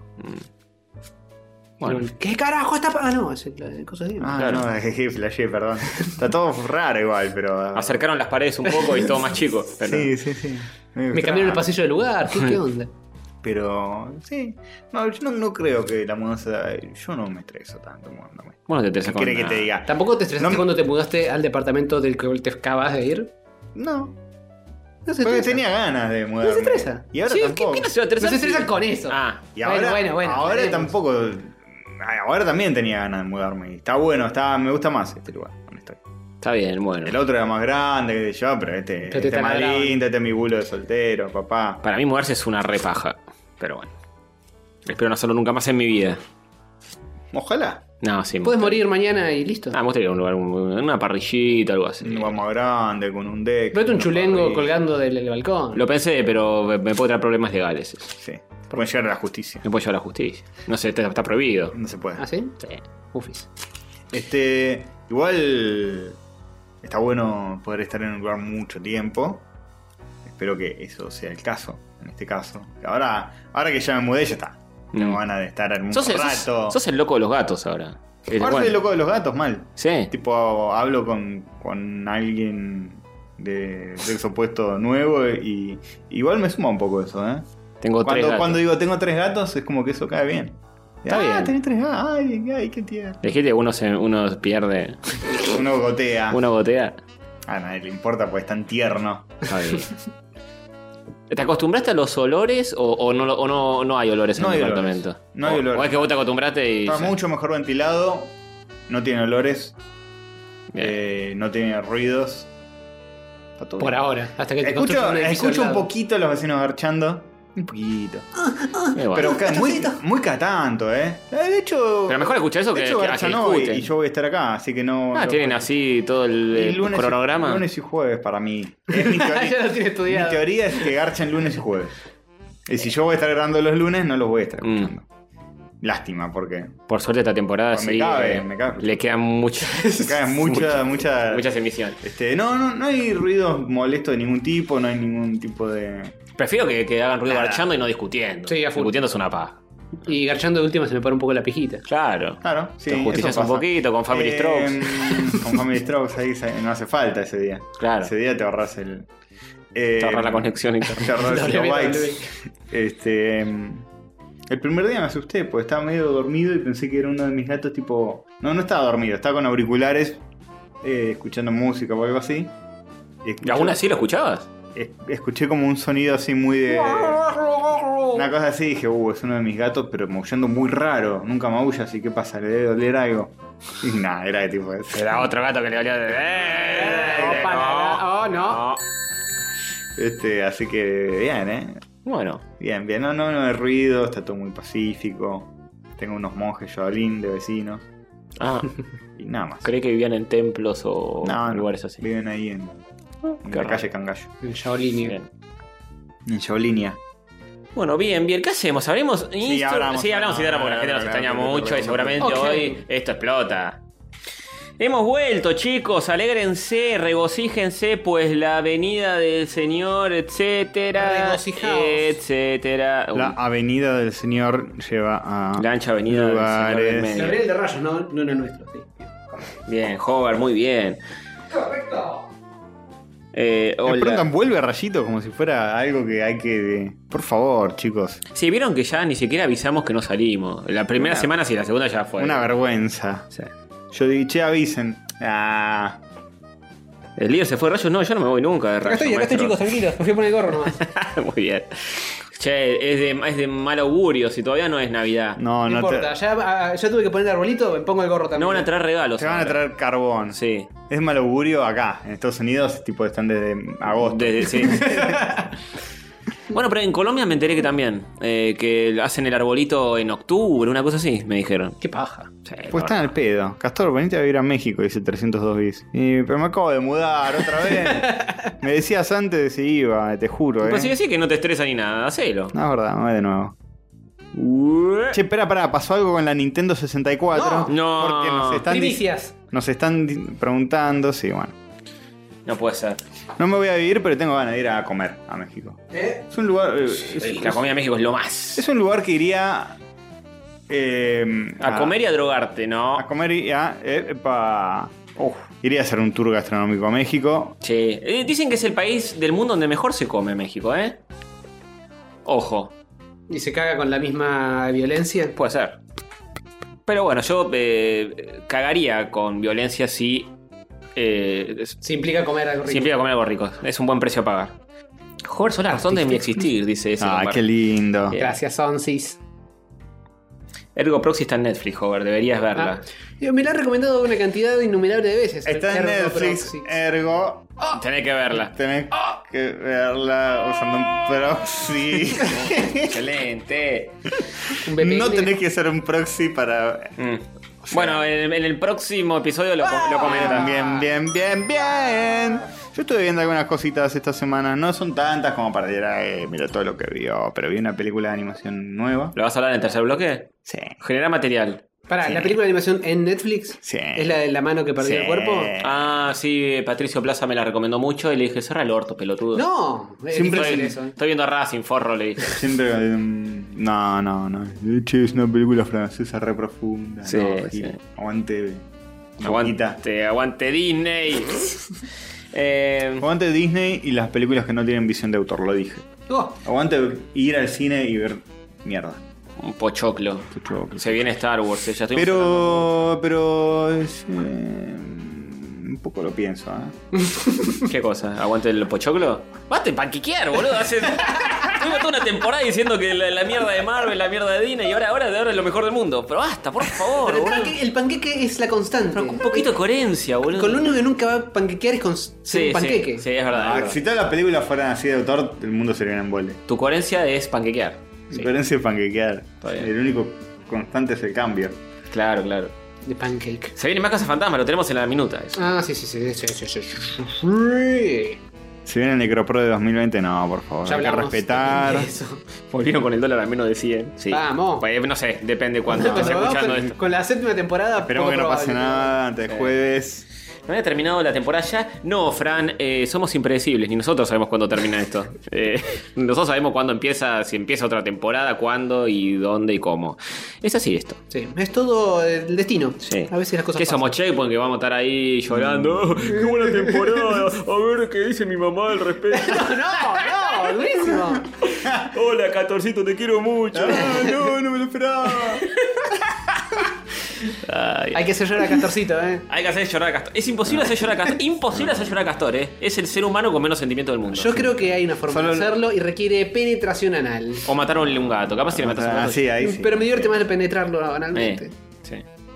Bueno, ¿Qué carajo está pa-? Ah, no, es la de cosas de Ah, Claro. no, jeje, flashé, perdón. Está todo raro igual, pero. acercaron las paredes un poco y todo más chico. Pero... Sí, sí, sí. Medio Me cambiaron el extraño. pasillo de lugar. ¿Qué, qué onda? Pero, sí. No, yo no, no creo que la mudanza. Yo no me estreso tanto mudándome. Bueno, te ¿Qué interesa con quiere que nada. te diga? ¿Tampoco te estresaste No me- cuando te mudaste al departamento del que te acabas de ir? No. No se Porque estresa. tenía ganas de mudarme. No se estresa. Y ahora Sí, ¿qué tampoco. pena se va a No estresar se estresan si- con eso. Ah, Y ahora, Bueno, bueno, bueno, ahora veremos. tampoco. Ahora también tenía ganas de mudarme. Y está bueno, está, me gusta más este lugar donde estoy. está bien, bueno. El otro era más grande, qué sé yo, pero este, te este es más taladraban. lindo, este es mi bulo de soltero, papá. Para mí mudarse es una repaja. Pero bueno. Espero no hacerlo nunca más en mi vida. Ojalá. No, sí. me Puedes gustaría. morir mañana y listo. Ah, me gustaría ir a un lugar, un- una parrillita, algo así. Un lugar más grande, con un deck. Vete un una chulengo parrilla. colgando del, del balcón. Lo pensé, pero me me puede traer problemas legales. eso. Sí. Pueden llegar a la justicia. Me puede llevar a la justicia. No sé, está, está prohibido. No se puede. ¿Ah, sí? Sí. Ufis. Este. Igual. Está bueno poder estar en un lugar mucho tiempo. Espero que eso sea el caso. En este caso. Ahora, ahora que ya me mudé, ya está. No Mm. van a estar en un Sos, el- rato. sos- sos el loco de los gatos ahora. El- Ahora bueno, soy el loco de los gatos, mal. Sí. Tipo, hablo con, con alguien de sexo opuesto nuevo y igual me suma un poco eso, ¿eh? Tengo tres Cuando, gatos. cuando digo tengo tres gatos, es como que eso cae bien. Está ah, bien. tenés tres gatos, ay, ay, qué tierno. Dijiste que uno, se, uno pierde, Uno gotea. uno gotea. A nadie le importa porque es tan tierno. Está bien. ¿Te acostumbraste a los olores o, o no, o no, no hay olores No en hay el olores. departamento? No hay O- olores. O es que vos te acostumbraste y... Está ya. mucho mejor ventilado, no tiene olores, Bien. eh, no tiene ruidos. Está todo Por bien. ahora. Hasta que te Escucho, construyas un edificio escucho al un lado. poquito a los vecinos garchando. Un poquito. Eh, bueno. Pero ca- muy, muy cada tanto, ¿eh? Eh, De hecho. Pero mejor escuchar eso de que- hecho, que- a garchan que hoy discuten. y yo voy a estar acá, así que no. Ah, no- tienen así todo el, y el lunes y- cronograma. lunes y jueves para mí. Es mi, teoría, Ya lo tiene estudiado. mi teoría es que garchan lunes y jueves. Y si yo voy a estar grabando los lunes, no los voy a estar Mm. escuchando. Lástima, porque Por suerte esta temporada Pues me sí. cabe, eh, me cabe. Le quedan muchas. me caen mucha, mucha, muchas emisiones. Este, no, no, no hay ruidos molestos de ningún tipo, no hay ningún tipo de. Prefiero que, que hagan ruido Nada. garchando y no discutiendo. Sí, a full. Discutiendo es una paja. Y garchando de última se me para un poco la pijita. Claro. Claro, sí. Te justicias eso un pasa. poquito con Family Eh, Strokes. Con Family Strokes ahí se- no hace falta ese día. Claro. Ese día te ahorras el. eh, Te ahorras la conexión a internet. Te ahorras W los W. bytes. Este. em, El primer día me asusté, porque estaba medio dormido y pensé que era uno de mis gatos, tipo. No, no estaba dormido, estaba con auriculares, eh, escuchando música o algo así. Y ¿Y escuché- aún así lo escuchabas? es- escuché como un sonido así muy de... Una cosa así, dije, uh, es uno de mis gatos, pero maullando muy raro. Nunca maulla, así que pasa, le debe doler algo. Y nada, era de tipo... Era otro gato que le valía de... ¡Eh! Opa, no, oh, no. Este, así que bien, ¿eh? Bueno, Bien, bien. No, no, no hay ruido, está todo muy pacífico. Tengo unos monjes Shaolin de vecinos. ah, Y nada más. creí que vivían en templos o No, no, lugares así. viven ahí en, en qué la raro. calle Cangallo. En Shaolin. Bien. En Shaolinia. Bueno, bien, bien. ¿Qué hacemos? ¿Abrimos? Sí, abramos. Sí, hablamos y ahora porque la gente nos Claro, extraña claro, mucho claro, y seguramente claro. hoy esto explota. Hemos vuelto, chicos, alégrense, regocíjense, pues la venida del Señor, etcétera, Regocijaos. etcétera. La avenida del Señor lleva a La ancha avenida del lugares. Señor del medio. Gabriel de Rayos, no, no era nuestro, sí. Bien, Hover, muy bien. Eh, Me hola. preguntan, ¿vuelve Rayito? Como si fuera algo que hay que... Por favor, chicos. Sí, vieron que ya ni siquiera avisamos que no salimos. La primera Una- semana sí, la segunda ya fue. Una vergüenza. Sí. Yo dije, che, avisen. Ah, El líder se fue de rayos, no, yo no me voy nunca de Acá rayos. estoy, acá estoy, maestro. chicos, tranquilos. Me fui a poner el gorro nomás. Muy bien. Che, es de, es de mal augurio si todavía no es Navidad. no, No, no, importa, te, ya, ah, ya tuve que poner el arbolito, me pongo el gorro también. No van a traer regalos. te van a ahora. traer carbón. Sí. Es mal augurio acá, en Estados Unidos, tipo están desde agosto. Desde- sí. Bueno, pero en Colombia me enteré que también. eh, que hacen el arbolito en octubre, una cosa así, me dijeron. Qué paja. Sí, Pues están al pedo. Castor, venite a vivir a México, dice trescientos dos bis. Y, pero me acabo de mudar otra vez. Me decías antes de si iba, te juro, Pero eh. si decís que no te estresa ni nada, hacelo. No, es verdad, me voy de nuevo. Che, espera, pará, pasó algo con la Nintendo sesenta y cuatro. No. Porque nos están, di- Primicias. nos están di- preguntando, sí, bueno. No puede ser. No me voy a vivir, pero tengo ganas de ir a comer a México. ¿Eh? Es un lugar. eh, es, La comida en México es lo más. es un lugar que iría. eh, A comer y a drogarte, ¿no? A comer y a. eh, epa. Uf, iría a hacer un tour gastronómico a México. Sí. Eh, dicen que es el país del mundo donde mejor se come México, ¿eh? Ojo, ¿Y se caga con la misma violencia? puede ser. Pero bueno, yo eh, cagaría con violencia si. Eh, es- Se implica comer algo rico. si implica comer algo rico. Es un buen precio a pagar. Joder, son la razón de mi existir, dice ese. Ah, Omar. qué lindo. Bien. Gracias, Onsis. Ergo Proxy está en Netflix, Hover, deberías verla. Ah, Digo, me la han recomendado una cantidad innumerable de veces. Está en Ergo Netflix, Proxy. ergo. Tenés que verla. Tenés que verla usando un proxy. Excelente. Un B P N. No tenés que ser un proxy para. Mm. Bueno, en, en el próximo episodio lo, co- lo comentan. Bien, bien, bien, bien. Yo estuve viendo algunas cositas esta semana. No son tantas como para decir, "Ay, mira todo lo que vio". Pero vi una película de animación nueva. ¿Lo vas a hablar en el tercer bloque? Sí. Genera material. Pará, Sí. ¿la película de animación en Netflix? Sí. ¿Es la de la mano que perdió Sí. el cuerpo? Ah, sí, Patricio Plaza me la recomendó mucho y le dije, cerra el orto, pelotudo. No, es Siempre difícil Estoy, eso. ¿eh? estoy viendo a Racing, forro, le dije. Siempre. um, no, no, no. Che, es una película francesa re profunda. Sí, no, sí. Gil. Aguante. Aguanta. Aguante, aguante Disney. eh, Aguante Disney y las películas que no tienen visión de autor, lo dije. Oh, Aguante ir al cine y ver mierda. un pochoclo. Mucho- Se viene Star Wars, eh, ya estoy Pero. Pero. es, eh, un poco lo pienso, ¿eh? ¿Qué cosa? ¿Aguante el pochoclo? Basta de panquiquear, boludo. Hace... Tuvimos toda una temporada diciendo que la, la mierda de Marvel, la mierda de Disney y ahora, ahora, ahora es lo mejor del mundo. Pero basta, por favor, pero el, boludo. panque- el panqueque es la constante. Pero un poquito de coherencia, boludo. Con lo único que nunca va a panquequear es con ser Sí, un panqueque. sí, sí, es verdad. es Ah, verdad. si todas las películas fueran así de autor, el mundo sería un embole. Tu coherencia es panquequear. Sí. Diferencia de panquequear. Está bien. El único constante es el cambio. Claro, claro. De pancake. Se viene más Casa Fantasma, lo tenemos en la minuta. Eso. Ah, sí, sí, sí, sí, sí, sí, sí, sí. Si viene el Necropro de dos mil veinte, no, por favor. Ya hay que hablamos respetar. de eso. Volvieron con el dólar a menos de cien. Sí. Vamos. Pues, no sé, depende cuándo estés Pero vamos escuchando con, esto. con la séptima temporada. Esperemos poco que no pase probable. nada antes de Sí. jueves. ¿No había terminado la temporada ya? No, Fran, eh, somos impredecibles, ni nosotros sabemos cuándo termina esto. Eh, nosotros sabemos cuándo empieza, si empieza otra temporada, cuándo y dónde y cómo. Es así esto. Sí, es todo el destino. Sí. A veces las cosas ¿Qué pasan. somos Checkpoint que vamos a estar ahí llorando? "Oh, ¡Qué buena temporada! A ver qué dice mi mamá al respecto. No, no, durísimo. Hola, Catorcito, te quiero mucho. Ah, no, no me lo esperaba. Ay, Hay que hacer llorar a Castorcito, ¿eh? hay que hacer llorar a Castor. Es imposible hacer llorar a Castor. Imposible hacer llorar a Castor, ¿eh? Es el ser humano con menos sentimiento del mundo. Yo creo que hay una forma Solo- de hacerlo y requiere penetración anal. O mataron un gato. Capaz si le matas a un gato. Ah, sí, ahí sí. Pero me divierte más penetrarlo analmente. Eh, sí.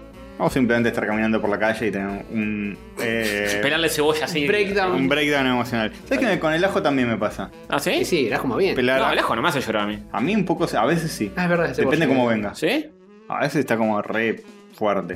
O simplemente estar caminando por la calle y tener un. Eh, Pelarle cebolla así. Breakdown. un breakdown emocional. ¿Sabes que con el ajo también me pasa? ¿Ah, sí? Sí, sí, era como bien. Pelar- No, el ajo no me hace llorar a mí. A mí un poco, a veces sí. Ah, es verdad. ese Depende bollo. cómo venga. ¿Sí? A veces está como re fuerte.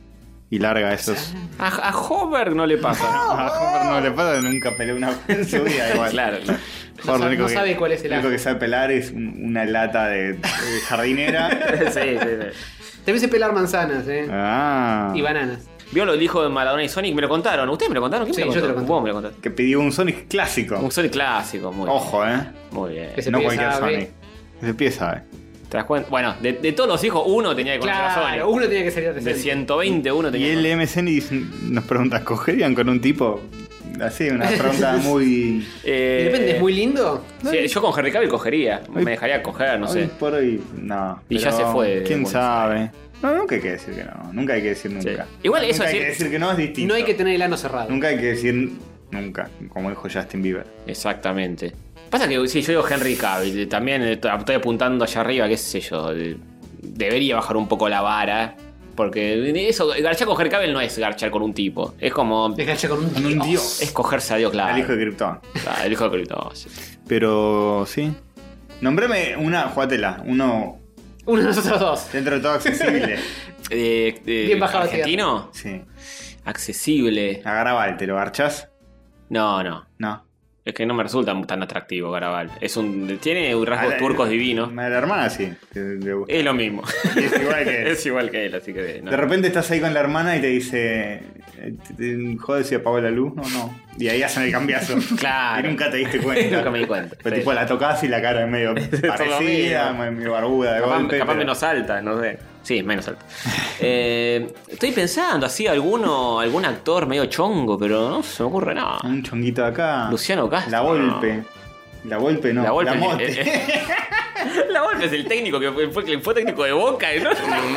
Y larga esos. A, a Hover no le pasa. A Homer no le pasa, nunca peleó una vez en su vida igual. Claro, claro. No Homer lo sabe- único no que- sabe cuál es el Lo único ajo. que sabe pelar es un- una lata de, de jardinera. sí, sí, sí. También sé pelar manzanas, ¿eh? Ah. Y bananas. Vio lo dijo de Maradona y Sonic, me lo contaron. ¿Ustedes me lo contaron? ¿Quién Sí, me lo yo te contó? lo conté. Vos me lo contaste. Que pidió un Sonic clásico. Un Sonic clásico, muy bien. Ojo, eh. Muy bien. Ese no pibe cualquier sabe. Sonic. Ese pie sabe. ¿Te das cuenta? Bueno, de, de todos los hijos, uno tenía que conocer a Claro, Sonic. uno tenía que salir De decente. ciento veinte, uno Y tenía que el M C N nos pregunta, ¿cogerían con un tipo? Así, una pregunta muy... Eh, Y depende, ¿es muy lindo? sí, yo con Henry Cavill cogería. Me dejaría coger, no Hoy sé. por hoy, no. Y ya pero se fue de ¿Quién Buenos sabe? No, nunca hay que decir que no. Nunca hay que decir nunca. Sí. Igual eso nunca hay decir- que decir que no es distinto. No hay que tener el ano cerrado. Nunca hay que decir nunca, como dijo Justin Bieber. Exactamente. Pasa que si yo digo Henry Cavill, eh, también eh, estoy apuntando allá arriba, qué sé yo. eh, Debería bajar un poco la vara. Porque eso, garchar con Henry Cavill no es garchar con un tipo. Es como. Es garcha con un Con un dios. dios. Es cogerse a Dios, claro. El hijo de Krypton. Claro, el hijo de Krypton, sí. Pero sí. Nombrame una, jugátela, uno Uno de nosotros dos. dentro de todo accesible. Eh, eh, Bien bajado a ¿Argentino? Sí. Accesible. A Garabal, ¿te lo garchás? No, no. No. Es que no me resulta tan atractivo Garabal. Es un. Tiene rasgos A la- turcos divinos. A la hermana sí. te- te gusta. Es lo mismo. Y es igual que él. Es igual que él, así que. no. De repente estás ahí con la hermana y te dice, eh, te- te- joder, si apagó la luz. No, no. Y ahí hacen el cambiazo. Claro. Y nunca te diste cuenta. Nunca me di cuenta. Pero Sí. tipo la tocás y la cara es medio parecida, mismo. medio barbuda de Capaz, golpe. capaz pero- menos alta, no sé. Sí, menos alta. Eh, estoy pensando así, alguno, algún actor medio chongo, pero no se me ocurre nada. Un chonguito de acá. Luciano Castro. La Volpe. La Volpe no. La Volpe. La Mote. eh, eh, La Volpe es el técnico que fue, fue, fue técnico de Boca. ¿No?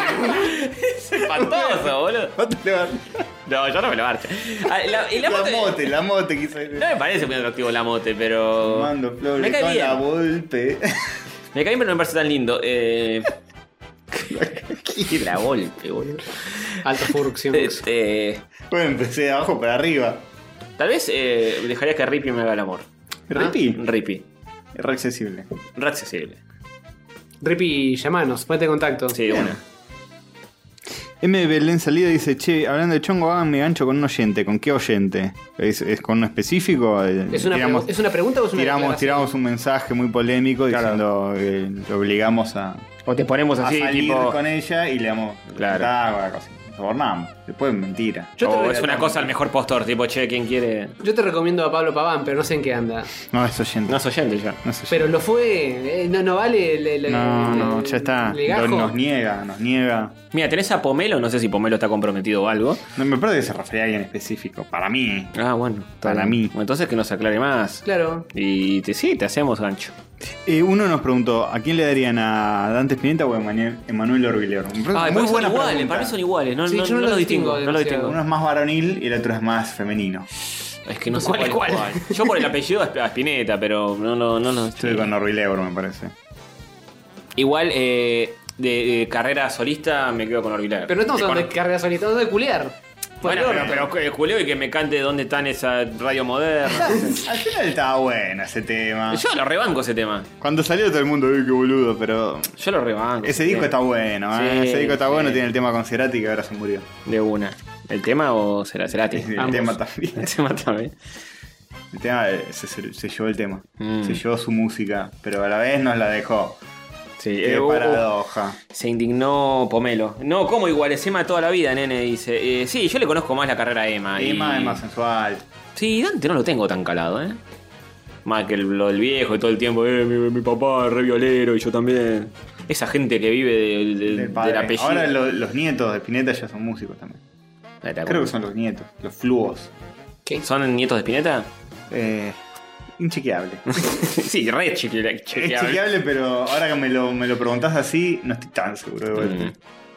Es espantoso, boludo. No te le vas- No, yo no me lo marcho. Ah, La, y la La mote- Mote, la Mote quiso decir. No me parece muy atractivo la mote, pero. Mando me flores cae con bien. la Volpe. Me cae bien, pero no me parece tan lindo. Eh. La Volpe, boludo. Alta furcción. Este. Bueno, empecé de abajo para arriba. Tal vez eh, dejaría que Rippy me haga el amor. Rippy. Ah, Rippy. Es re accesible. Re accesible. Rippy, llamanos, ponete en contacto. Sí, de Bien. una. M. Belén Salida dice, che, hablando de chongo, háganme gancho con un oyente. ¿Con qué oyente? ¿Es, es con uno específico? Eh, ¿Es una, tiramos, pregu- ¿Es una pregunta o es una tiramos, declaración? tiramos un mensaje muy polémico Claro. diciendo que lo obligamos a, O te ponemos a así, salir tipo. con ella y le damos Claro. agua, cosa. Sobornamos. Después mentira. Yo te O re- es una cosa al mejor postor, tipo, che, ¿quién quiere? Yo te recomiendo a Pablo Paván, pero no sé en qué anda. No, es oyente. No es oyente ya. No es oyente. Pero lo fue. eh, no, no vale el. el- no, el- no, el- ya está. legajo. Lo- nos niega, nos niega. Mira, tenés a Pomelo, no sé si Pomelo está comprometido o algo. No me parece que se refería a alguien específico. Para mí. Ah, bueno. está Para bien. mí. Bueno, entonces que nos aclare más. Claro. Y te, sí, te hacemos gancho. Eh, uno nos preguntó, ¿a quién le darían? ¿A Dante Spinetta o a Emanuel, Emanuel Orbilero? Me parece Ay, muy para mí son buena iguales, pregunta. para mí son iguales. No, Sí, no, yo no no lo lo distingo. distingo No lo demasiado. distingo. Uno es más varonil y el otro es más femenino. Es que no sé ¿Cuál cuál, es cuál? cuál. Yo por el apellido a Spinetta, pero no, no, no, no. Estoy con Orbilero, me parece. Igual, eh, de, de carrera solista me quedo con Orbiler. Pero no estamos Que hablando de con- carrera solita, estamos hablando de culear. Bueno, Por pero, el orto. pero el culeo y que me cante dónde están esa radio moderna. Al final estaba bueno ese tema. Yo lo rebanco ese tema. Cuando salió todo el mundo, uy, qué boludo, pero... Yo lo rebanco. Ese disco está bueno, ¿eh? Sí, Ese disco está sí. bueno, tiene el tema con Cerati que ahora se murió. De una. ¿El tema o será Cerati? El Ambos. tema también. El tema también. El tema eh, se, se, se llevó el tema. Mm. Se llevó su música, pero a la vez nos la dejó. Sí, Qué eh, uh, uh, paradoja. se indignó Pomelo. No, ¿cómo igual? Es Emma toda la vida, nene. Dice. Eh, sí, yo le conozco más la carrera a Emma. y- Emma es más sensual. Sí, Dante no lo tengo tan calado, ¿eh? Más que el- lo del viejo y todo el tiempo. Eh, mi, mi papá es re violero y yo también. Esa gente que vive del, del- Del padre. del apellido. Ahora lo- los nietos de Spinetta ya son músicos también. Ahí está, Creo que son los nietos, los fluos. ¿Qué? ¿Son nietos de Spinetta? Eh, inchequeable. Sí, re chequeable. Es chequeable, pero ahora que me lo, me lo preguntás así, no estoy tan seguro de vuelta. Mm.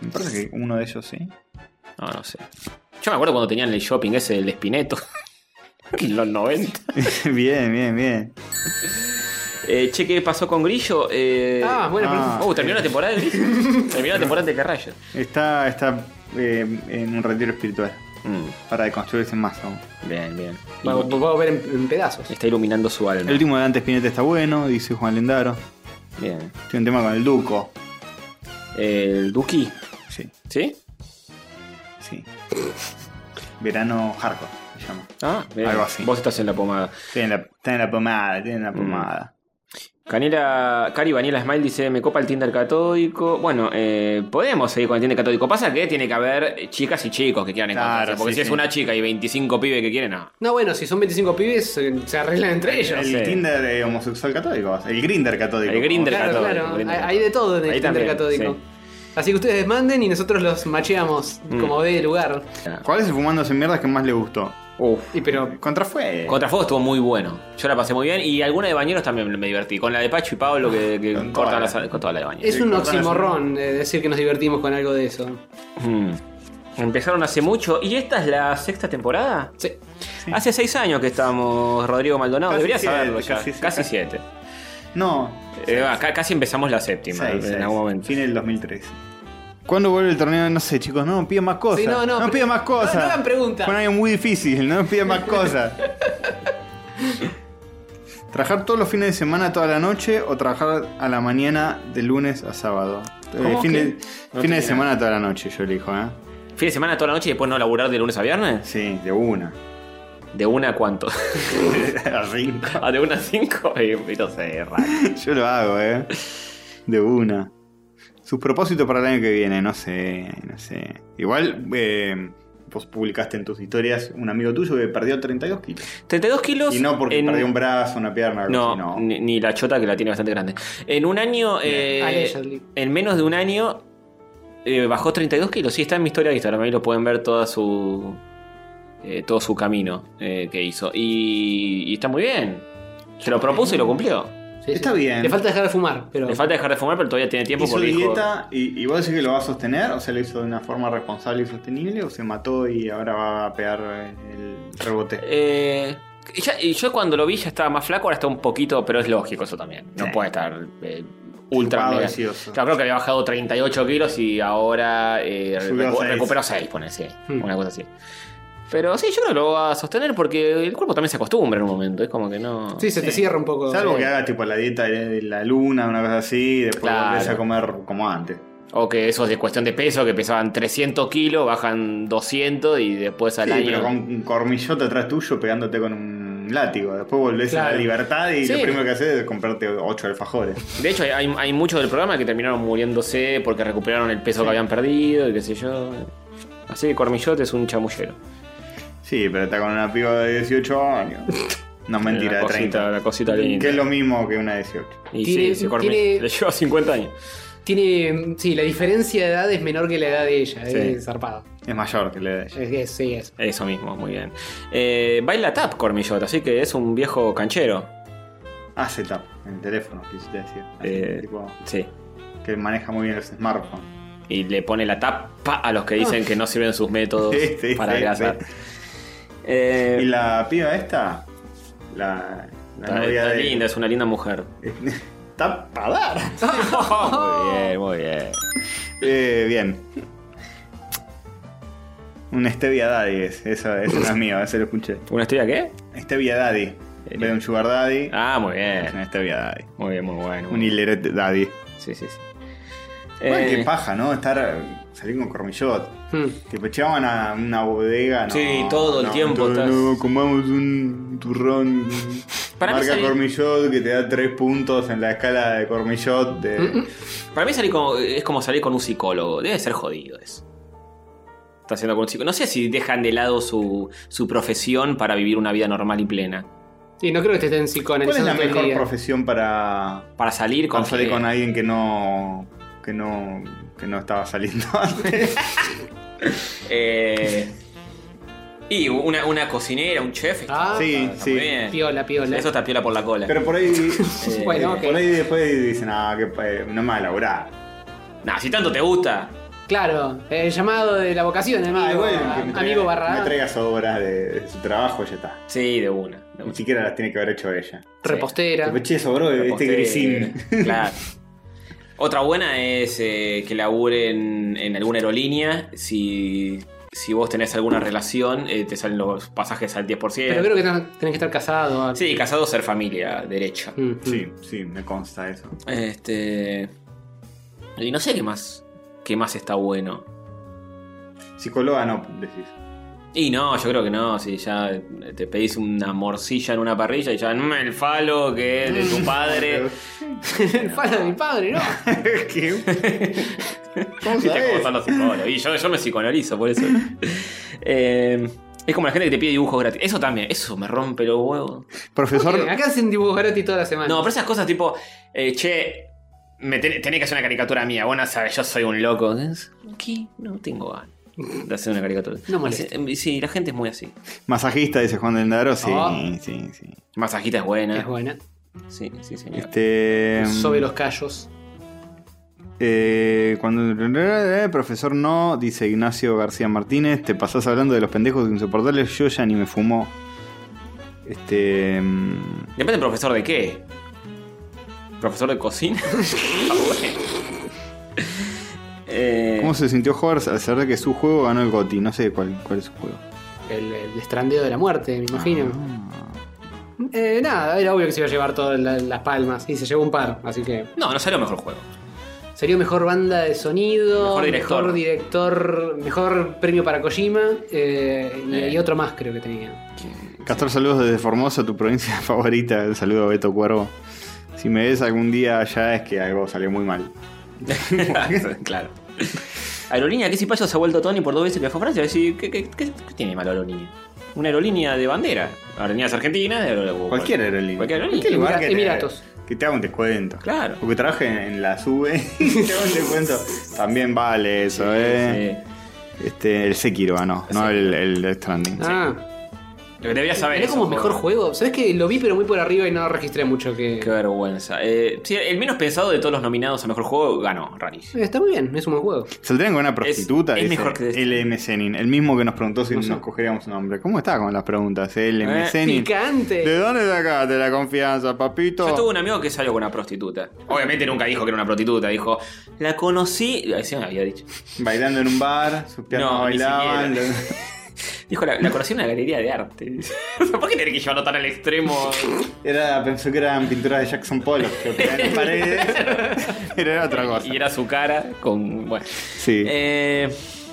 Me parece que uno de ellos sí. No, no sé. Yo me acuerdo cuando tenían el shopping ese del Espineto. En los noventa. Bien, bien, bien. Eh, che, ¿qué pasó con Grillo? Eh... Ah, bueno, Ah. Oh, terminó la temporada de Grillo. Terminó la temporada de Carrayos. Está, está eh, en un retiro espiritual. Mm, Para deconstruirse más aún. bien, bien. Vamos, vamos a ver en, en pedazos. Está iluminando su alma. El último de Dante Spinetta está bueno, dice Juan Lendaro. Bien. Tiene un tema con el Duco. El Duki. Sí, ¿Sí? sí. Verano hardcore se llama. Ah, bien. Algo así. Vos estás en la pomada. Tiene la, está en la pomada, tiene la pomada. Canela, Cari Vanilla Smile dice: me copa el Tinder catódico. Bueno, eh, podemos seguir con el Tinder catódico. Pasa que tiene que haber chicas y chicos que quieran encontrarse. Claro, porque sí, si es sí. una chica y veinticinco pibes que quieren, no. No, bueno, si son veinticinco pibes, eh, se arreglan entre ellos. El sí. Tinder eh, homosexual católico. El Grinder catódico. El Grindr Claro, catódico. claro. Grindr. Hay, hay de todo en el Ahí Tinder también, catódico. sí. Así que ustedes manden y nosotros los macheamos Mm. como de lugar. ¿Cuál es el fumándose mierdas que más le gustó? Uf. Y pero Contra fue. Contrafuego estuvo muy bueno. Yo la pasé muy bien. Y alguna de Bañeros también me divertí. Con la de Pacho y Pablo que, que Con cortan toda las, con toda la de Bañeros. es un cortan oximorrón eh, decir que nos divertimos con algo de eso. Mm. Empezaron hace mucho. ¿Y esta es la sexta temporada? Sí. Hace seis años que estamos, Rodrigo Maldonado. Casi Deberías siete, saberlo ya. casi- Casi, casi- siete. No. Eh, acá casi empezamos la séptima Seis, en seis. algún momento. Fin del dos mil trece. ¿Cuándo vuelve el torneo? No sé, chicos, no pidan más cosas. Sí, no, no, pidan más cosas. no, no hagan preguntas. Fue un año muy difícil, no pidan más cosas. ¿Trabajar todos los fines de semana toda la noche o trabajar a la mañana de lunes a sábado? Eh, ¿Cómo fin que? de, No fines de tenía. semana toda la noche, yo elijo, ¿eh? ¿Fin de semana toda la noche y después no laburar de lunes a viernes? Sí, de una. ¿De una a cuánto? A cinco. ¿A de una a cinco? Eh, no sé, raro. Yo lo hago, ¿eh? De una. Sus propósitos para el año que viene, no sé, no sé. Igual, eh, vos publicaste en tus historias un amigo tuyo que perdió treinta y dos kilos. treinta y dos kilos. Y no porque en- perdió un brazo, una pierna, algo No, así, no. Ni, ni la chota que la tiene bastante grande. En un año, eh, Allegedly. en menos de un año, eh, bajó treinta y dos kilos. Sí, está en mi historia de Instagram. Ahí lo pueden ver toda su, eh, todo su camino eh, que hizo. Y, y está muy bien. Se lo propuso y lo cumplió. Sí, sí. Está bien. Le falta dejar de fumar, pero. Le falta dejar de fumar, pero todavía tiene tiempo ¿Hizo porque dijo- dieta y, y vos decís que lo va a sostener? ¿O sea, lo hizo de una forma responsable y sostenible? ¿O se mató y ahora va a pegar el rebote? Eh, ya- y yo cuando lo vi ya estaba más flaco, ahora está un poquito, pero es lógico eso también. No Sí. puede estar eh, ultra Chupado, mega. deseoso. Claro, creo que había bajado treinta y ocho kilos y ahora eh, Subió recu- seis. recuperó seis, pone, sí, Hmm. una cosa así. Pero sí, yo creo que lo va a sostener porque el cuerpo también se acostumbra en un momento. Es como que no. Sí, se te Sí. cierra un poco. Salvo Sí. que haga tipo la dieta de la luna, una cosa así, y después Claro. volvés a comer como antes. O que eso es de cuestión de peso, que pesaban trescientos kilos, bajan doscientos y después al Sí, año. pero con un cormillote atrás tuyo pegándote con un látigo. Después volvés a Claro. la libertad y Sí. lo primero que haces es comprarte ocho alfajores. De hecho, hay, hay muchos del programa que terminaron muriéndose porque recuperaron el peso que habían perdido y qué sé yo. Así que Cormillote es un chamullero. Sí, pero está con una piba de dieciocho años. No, mentira, la de cosita, treinta. la cosita linda. Que es lo mismo que una de dieciocho. Y Tiene- sí, sí, Cormi- tiene- le lleva cincuenta años. Tiene. Sí, la diferencia de edad es menor que la edad de ella. Sí. Es zarpado. Es mayor que la de ella. Es, es- sí, es. Eso mismo, muy bien. Eh, baila tap Cormillot, así que es un viejo canchero. Hace tap en el teléfono, quisiste decir. Así, Eh, tipo, Sí. que maneja muy bien los smartphones. Y le pone la tapa a los que dicen que no sirven sus métodos Sí, sí, para sí, adelgazar. sí. Eh, Y la piba esta, la, la está, novia está de... linda, es una linda mujer. Está para dar. Muy bien, muy bien. Eh, bien. Un Stevia Daddy es, eso, eso no es mío, ese lo escuché. ¿Una estrella qué? Stevia Daddy. En vez de un Sugar Daddy, Ah, muy es bien. un Stevia Daddy. Muy bien, muy bueno. Un Hileret Daddy. Sí, sí, sí. Bueno, Eh, qué paja, ¿no? Estar, salir con Cormillot. Hmm. Que pechaban a una bodega, ¿no? Sí, todo el no, tiempo todo- estás- No, comamos un turrón. Para mí marca salir- Cormillot que te da tres puntos en la escala de Cormillot. De... Para mí salir como, es como salir con un psicólogo. Debe ser jodido eso. Está haciendo con un psicólogo. No sé si dejan de lado su, su profesión para vivir una vida normal y plena. Sí, no creo que te estén ¿Cuál es psicoanalizando la todo el mejor día. profesión para, Para salir con... para salir con alguien que no, que no, que no estaba saliendo antes? Eh, y una, una cocinera, un chef. Ah, Sí, está sí. muy bien. Piola, piola. Eso está piola por la cola. Pero por ahí, eh, Bueno, ok. por ahí después dicen, ah, que eh, no me va a laburar. Nah, si tanto te gusta. Claro, el llamado de la vocación, amigo. Ah, igual que me traiga, amigo barra me A. traiga obras de, de su trabajo, ya está. Sí, de una. De Ni una. siquiera las tiene que haber hecho ella. Repostera. Tipo, che, sobró este Repostera. grisín. Claro. Otra buena es eh, que laburen en alguna aerolínea. Si, si vos tenés alguna relación, eh, te salen los pasajes al diez por ciento. Pero creo que tenés tenés que estar casado. Sí, casado, ser familia, derecho. Mm, Sí, sí, me consta eso. Este. Y no sé qué más. ¿Qué más está bueno? Psicóloga no, decís. Y no, yo creo que no. Si ya te pedís una morcilla en una parrilla y ya, "Mm, el falo que es de tu padre. El falo de mi padre, ¿no? ¿Qué? ¿Cómo ¿Viste sabés? cómo son los psicólogos? Y yo, yo me psicoanalizo por eso. Eh, es como la gente que te pide dibujos gratis. Eso también, eso me rompe los huevos. Profesor, Porque acá hacen dibujos gratis toda la semana. No, pero esas cosas tipo, eh, che, me ten- tenés que hacer una caricatura mía. Vos no sabés, yo soy un loco. ¿Qué? No tengo ganas de hacer una caricatura. No molesta. Así- Sí, la gente es muy así. masajista, dice Juan del Daro. Sí, Oh. sí, sí. Masajita es buena. Es buena. Sí, sí, señor. Este. Sobre los callos. Eh, cuando. Eh, profesor no, dice Ignacio García Martínez. Te pasás hablando de los pendejos insoportables. Yo ya ni me fumó. Este. mm, Depende del profesor de qué. ¿Profesor de cocina? Ah, bueno. Eh, ¿Cómo se sintió Hogwarts al saber que su juego ganó el GOTY? No sé cuál, cuál es su juego. El, el estrandeo de la muerte, me imagino. Eh, nada, era obvio que se iba a llevar todas la- las palmas. Y se llevó un par, así que. No, no salió mejor juego. Sería mejor banda de sonido, Mejor director. mejor, director, mejor premio para Kojima eh, y, Eh. y otro más creo que tenía. Castor, saludos desde Formosa, tu provincia favorita. El saludo a Beto Cuervo. Si me ves algún día allá es que algo salió muy mal. Claro. Aerolínea, que si payo se ha vuelto Tony por dos veces que fue a Francia. Decir, ¿qué, qué, qué, qué tiene malo aerolínea? Una aerolínea de bandera. Aerolíneas argentinas. aerolínea- Cualquier aerolínea. Cualquier aerolínea. Cualquier lugar Emira- que te- Emiratos. Que te haga un descuento. Claro. O que trabaje en, en la SUBE y te haga un descuento. También vale eso, ¿eh? Sí. Este, el Sekiro ganó, no el, el Death Stranding. Ah, Lo que deberías saber. era como eso, mejor juego. ¿Sabes que lo vi pero muy por arriba y no registré mucho que. Qué vergüenza. Eh, sí, el menos pensado de todos los nominados a mejor juego ganó, rarísimo. Eh, Está muy bien, es un buen juego. Saldrían con una prostituta, es dice mejor que Destiny. L M Zenin, el mismo que nos preguntó si No sé. nos cogeríamos un nombre. ¿Cómo está con las preguntas? L M Eh, Zenin. Picante. ¿De dónde sacaste la confianza, papito? Yo tuve un amigo que salió con una prostituta. Obviamente nunca dijo que era una prostituta. Dijo, la conocí. Así me había dicho. Bailando en un bar, sus piernas No, ni bailaban. siquiera. Dijo, la, la conocí en una galería de arte. O sea, ¿por qué tener que llevarlo tan al extremo? Era, pensó que eran pinturas de Jackson Pollock que pegaban en las paredes. Pero era otra cosa. Y era su cara con. Bueno. Sí. Eh,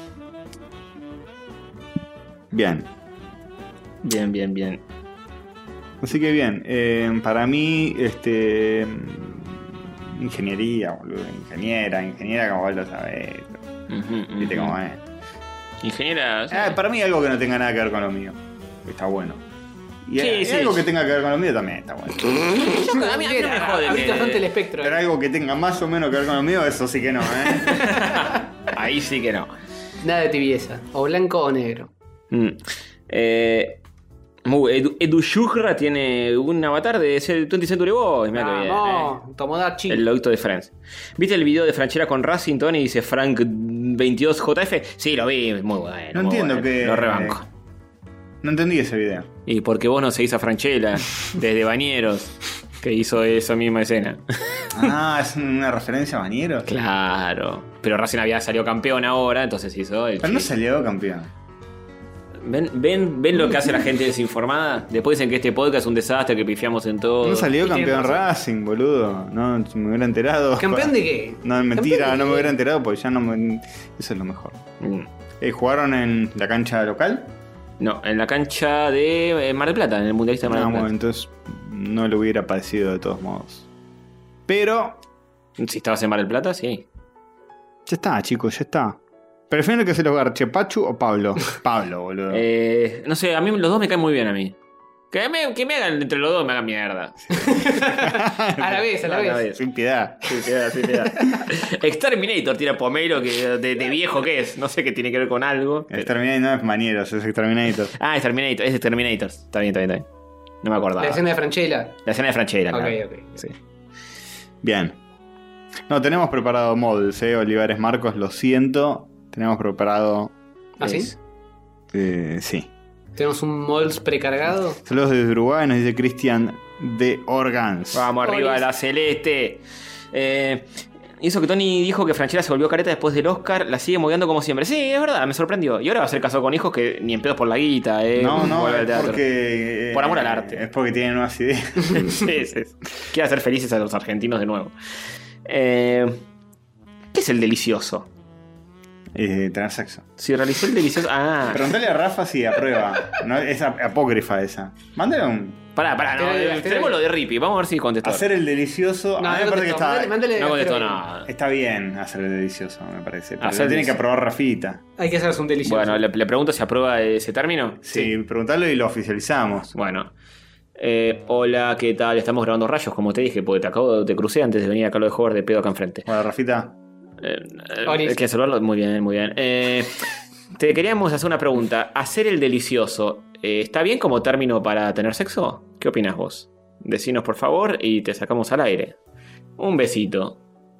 Bien. bien, bien, bien. Así que bien. eh, para mí, este. Ingeniería, boludo. Ingeniera, ingeniera, como vos lo sabés. Ujú, Viste ujú. cómo es. Ingeniera. sí. Ah, para mí algo que no tenga nada que ver con lo mío. Está bueno. Y, Sí, y sí. algo que tenga que ver con lo mío también está bueno. Yo- a mí, a mí no me jode. Abriste que- bastante el espectro. Pero algo que tenga más o menos que ver con lo mío, eso sí que no, ¿eh? Ahí sí que no. Nada de tibieza. O blanco o negro. Mm. Eh, muy- Edu, Edu Shuhra tiene un avatar de veinte Century Boys. Mirá que bien, eh. Vamos, Tomodachi. El loguito de Friends. ¿Viste el video de Franchera con Racing, Tony? Dice Frank veintidós J F. Sí, lo vi, muy bueno. No muy entiendo bueno. que- Lo rebanco. No entendí ese video. Y porque vos no seguís a Franchella desde Bañeros, que hizo esa misma escena. Ah, es una referencia a Bañeros. Claro. Pero Racing había salido campeón ahora, entonces hizo el Pero no chiste. salió campeón. ¿Ven, ven, ¿Ven lo que hace la gente desinformada? Después dicen que este podcast es un desastre, que pifiamos en todo. No salió Y tiene campeón razón. Racing, boludo. No, si me hubiera enterado. ¿Campeón de qué? No, mentira, ¿Campeón de no me qué? hubiera enterado porque ya no me. Eso es lo mejor. Mm. Eh, ¿Jugaron en la cancha local? No, en la cancha de eh, Mar del Plata, en el Mundialista de Mar del No, Plata. bueno, entonces no le hubiera parecido de todos modos. Pero Si estabas en Mar del Plata, sí. ya está, chicos, ya está. ¿Prefieren que se los garche Pachu o Pablo? Pablo, boludo. Eh, no sé, a mí los dos me caen muy bien a mí. Que me, que me hagan entre los dos, me hagan mierda. A la vez, a la vez. Sin piedad. Sí, piedad, sí, piedad. Exterminator tira Pomelo, que de, de viejo que es. No sé qué tiene que ver con algo. pero- Exterminator no es Manieros, es Exterminator. Ah, Exterminator, es Exterminator. Está bien, está bien, está bien. No me acordaba. La escena de Franchella. La escena de Franchella, Ok, claro. ok. Sí. Bien. No, tenemos preparado models, eh, Olivares Marcos, lo siento. tenemos preparado. ¿Ah, sí? Es- Eh, sí. Tenemos un Mols precargado. Saludos desde Uruguay, nos dice Cristian de Organs. Vamos arriba, Olis. la celeste. Eh, hizo que Tony dijo que Franchella se volvió careta después del Oscar. La sigue moviendo como siempre. Sí, es verdad, me sorprendió. Y ahora va a ser casado con hijos que ni en pedos por la guita, eh. No, no, Vuelve al es teatro. porque. eh, Por amor al arte. Es porque tienen nuevas ideas. sí, sí. Quiere hacer felices a los argentinos de nuevo. Eh, ¿Qué es el delicioso? eh, tener sexo. Si realizó el delicioso. Ah, Preguntale a Rafa si aprueba. No, es ap- apócrifa esa. Mándale un. pará, pará, no. Pero- eh, pero- Tenemos lo de Rippy. Vamos a ver si contestó. Hacer el delicioso. No, a mí no me parece que contestó. está. Mándale- mándale- No contestó pero- nada. Está bien hacer el delicioso, me parece. Pero Hacer lo tiene que delicioso. aprobar Rafita. Hay que hacerse un delicioso. Bueno, le, le pregunto si aprueba ese término. Sí, preguntarlo y lo oficializamos. Bueno. Eh, hola, ¿qué tal? Estamos grabando rayos, como te dije, porque te acabo te crucé antes de venir acá lo de Hover de pedo acá enfrente. Bueno, Rafita. Eh, eh, Olis. hay que saludarlo. Muy bien, muy bien. Eh, te queríamos hacer una pregunta. ¿Hacer el delicioso eh, está bien como término para tener sexo? ¿Qué opinas vos? Decinos por favor y te sacamos al aire. Un besito.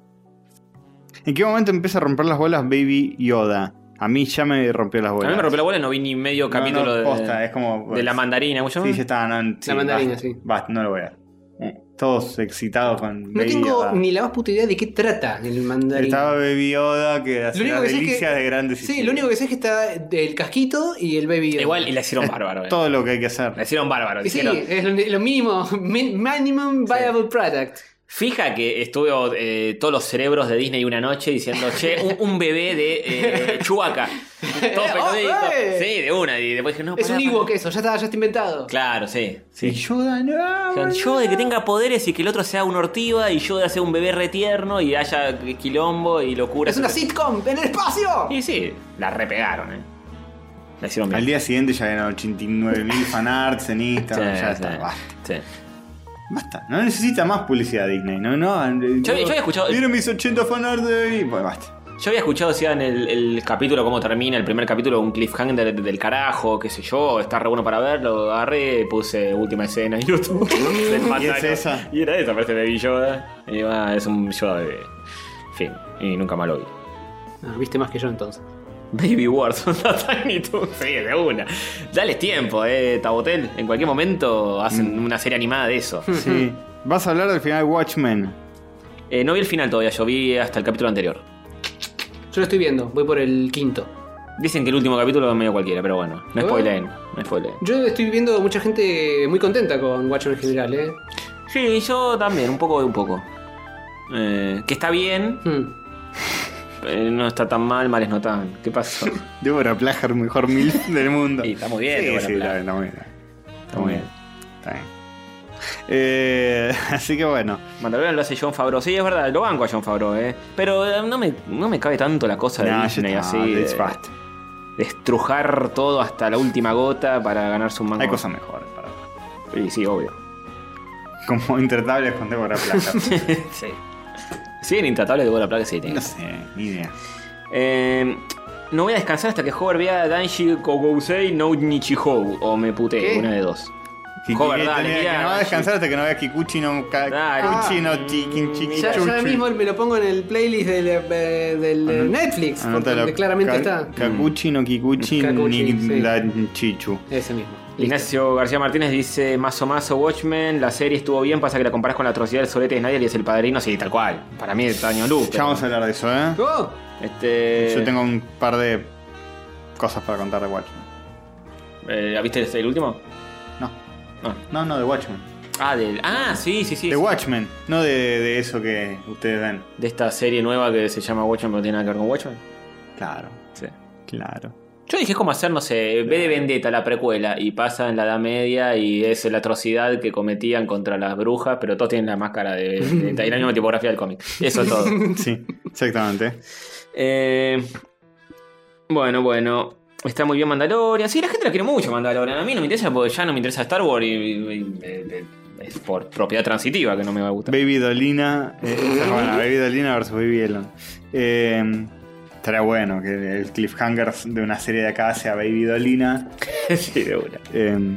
¿En qué momento empieza a romper las bolas Baby Yoda? A mí ya me rompió las A bolas. mí me rompió la bola y no vi ni medio No, capítulo no, de, posta, es como, de la mandarina. ¿cómo se Sí, llama? ya está. No, sí, La mandarina, basta, sí. Basta, no lo voy a ver. Todos excitados con No Baby tengo Yoda. ni la más puta idea de qué trata el mandarín. Estaba Baby Yoda que Lo hacía único las que sé es delicias que- de grandes y Sí, chicos. lo único que sé es que está el casquito y el baby. Yoda. Igual y la hicieron bárbaro. eh. Todo lo que hay que hacer. La hicieron bárbaro. Y sí, Dijeron, es lo, lo mínimo. min- Minimum viable product. fija que estuvo eh, todos los cerebros de Disney una noche diciendo, che, un, un bebé de eh, Chewbacca. Todo Oh, peludito. eh. Sí, de una. Y después dije, no, Es pará, un pará. Ewok eso, ya está, ya está inventado. Claro, sí. Y sí. Yoda, no. Dijeron, yo de que tenga poderes y que el otro sea un ortiva y yo de hacer un bebé retierno y haya quilombo y locura. Es una sitcom en el espacio. Y sí, la repegaron, eh. La hicieron bien. Al día siguiente ya eran ochenta y nueve mil fanarts en Instagram. Sí, ya sí, está, basta. sí. Basta. No necesita más publicidad Disney. No, no. Yo- yo había escuchado- Miren mis ochenta fanarts de ahí. Pues basta. Yo había escuchado, decían, el, el capítulo, cómo termina, el primer capítulo, un cliffhanger del, del carajo, qué sé yo, está re bueno para verlo, agarré, puse última escena en YouTube. Del ¿Y es pantano. esa? Y era esa, parece Baby Yoda. Y digo, ah, es un Yoda bebé. Fin, y nunca más lo vi. Ah, viste más que yo entonces. Baby Wars, una Tiny Toons, sí, de una. Dales tiempo, eh, Tabotel. En cualquier momento hacen una serie animada de eso. Sí. Vas a hablar del final de Watchmen. Eh, no vi el final todavía, yo vi hasta el capítulo anterior. Yo lo estoy viendo, voy por el quinto. Dicen que el último capítulo es medio cualquiera, pero bueno, no ¿Oh? spoileen, no spoileen. Yo estoy viendo mucha gente muy contenta con Watchmen en general, ¿eh? Sí, yo también, un poco de un poco. Eh, que está bien, Hmm. eh, no está tan mal, mal es no tan. ¿Qué pasó? Deborah Plager, mejor mil del mundo. Y está muy bien, Sí, Deborah sí, Plager. está, está muy bien. Está muy bien. Está bien. Eh, así que bueno. Mandalorian lo hace Jon Favreau. Sí, es verdad, lo banco a Jon Favreau, eh. Pero eh, no me, no me cabe tanto la cosa de No, ya Disney está, así. it's De, fast. de estrujar todo hasta la última gota para ganarse un mango. Hay cosas mejores para ver. Sí, sí, obvio. Como Intratables con Deborah Plager. sí. Siguen intratables de bola placa, sí. tiene. No sé, ni idea. Eh, no voy a descansar hasta que Hover vea Danshi Kogousei no Nichihou. O me puté, ¿Qué? una de dos. Que- Hover, que- dale, que- mirá, que no va a sí. descansar hasta que no vea Kikuchi no Ka- Dale. Kikuchi no Ah. Chikin Chikin Ya, ya Chuchu. mismo me lo pongo en el playlist del, eh, del eh, Netflix, Anótalo. porque claramente Ka- está. Kakuchi no Kikuchi Kakuchi, ni sí. la Chichu. Ese mismo. Listo. Ignacio García Martínez dice: Mazo Mazo Watchmen, la serie estuvo bien, pasa que la comparás con la atrocidad del solete de Snyder y es el padrino, sí, tal cual. Para mí es Taño Luz. Ya vamos a hablar de eso, ¿eh? ¡Oh! Este, Yo tengo un par de cosas para contar de Watchmen. eh, ¿Viste el último? No, No. no, no, de Watchmen. Ah, del. Ah, sí, sí, sí. De sí. Watchmen, no de, de eso que ustedes ven. De esta serie nueva que se llama Watchmen, pero no tiene nada que ver con Watchmen. Claro, Sí. claro. Yo dije, es como hacer, no sé, V de Vendetta, la precuela, y pasa en la Edad Media y es la atrocidad que cometían contra las brujas, pero todos tienen la máscara de, de, de la misma tipografía del cómic. Eso es todo. Sí, exactamente. Eh, bueno, bueno. Está muy bien Mandalorian. Sí, la gente la quiere mucho Mandalorian. A mí no me interesa porque ya no me interesa Star Wars y, y- y- eh, es por propiedad transitiva que no me va a gustar. Baby Dolina. Eh, esa es buena, Baby Dolina versus Baby Elon. Eh, estaría bueno que el cliffhanger de una serie de acá sea Baby Dolina. sí, de una. Eh,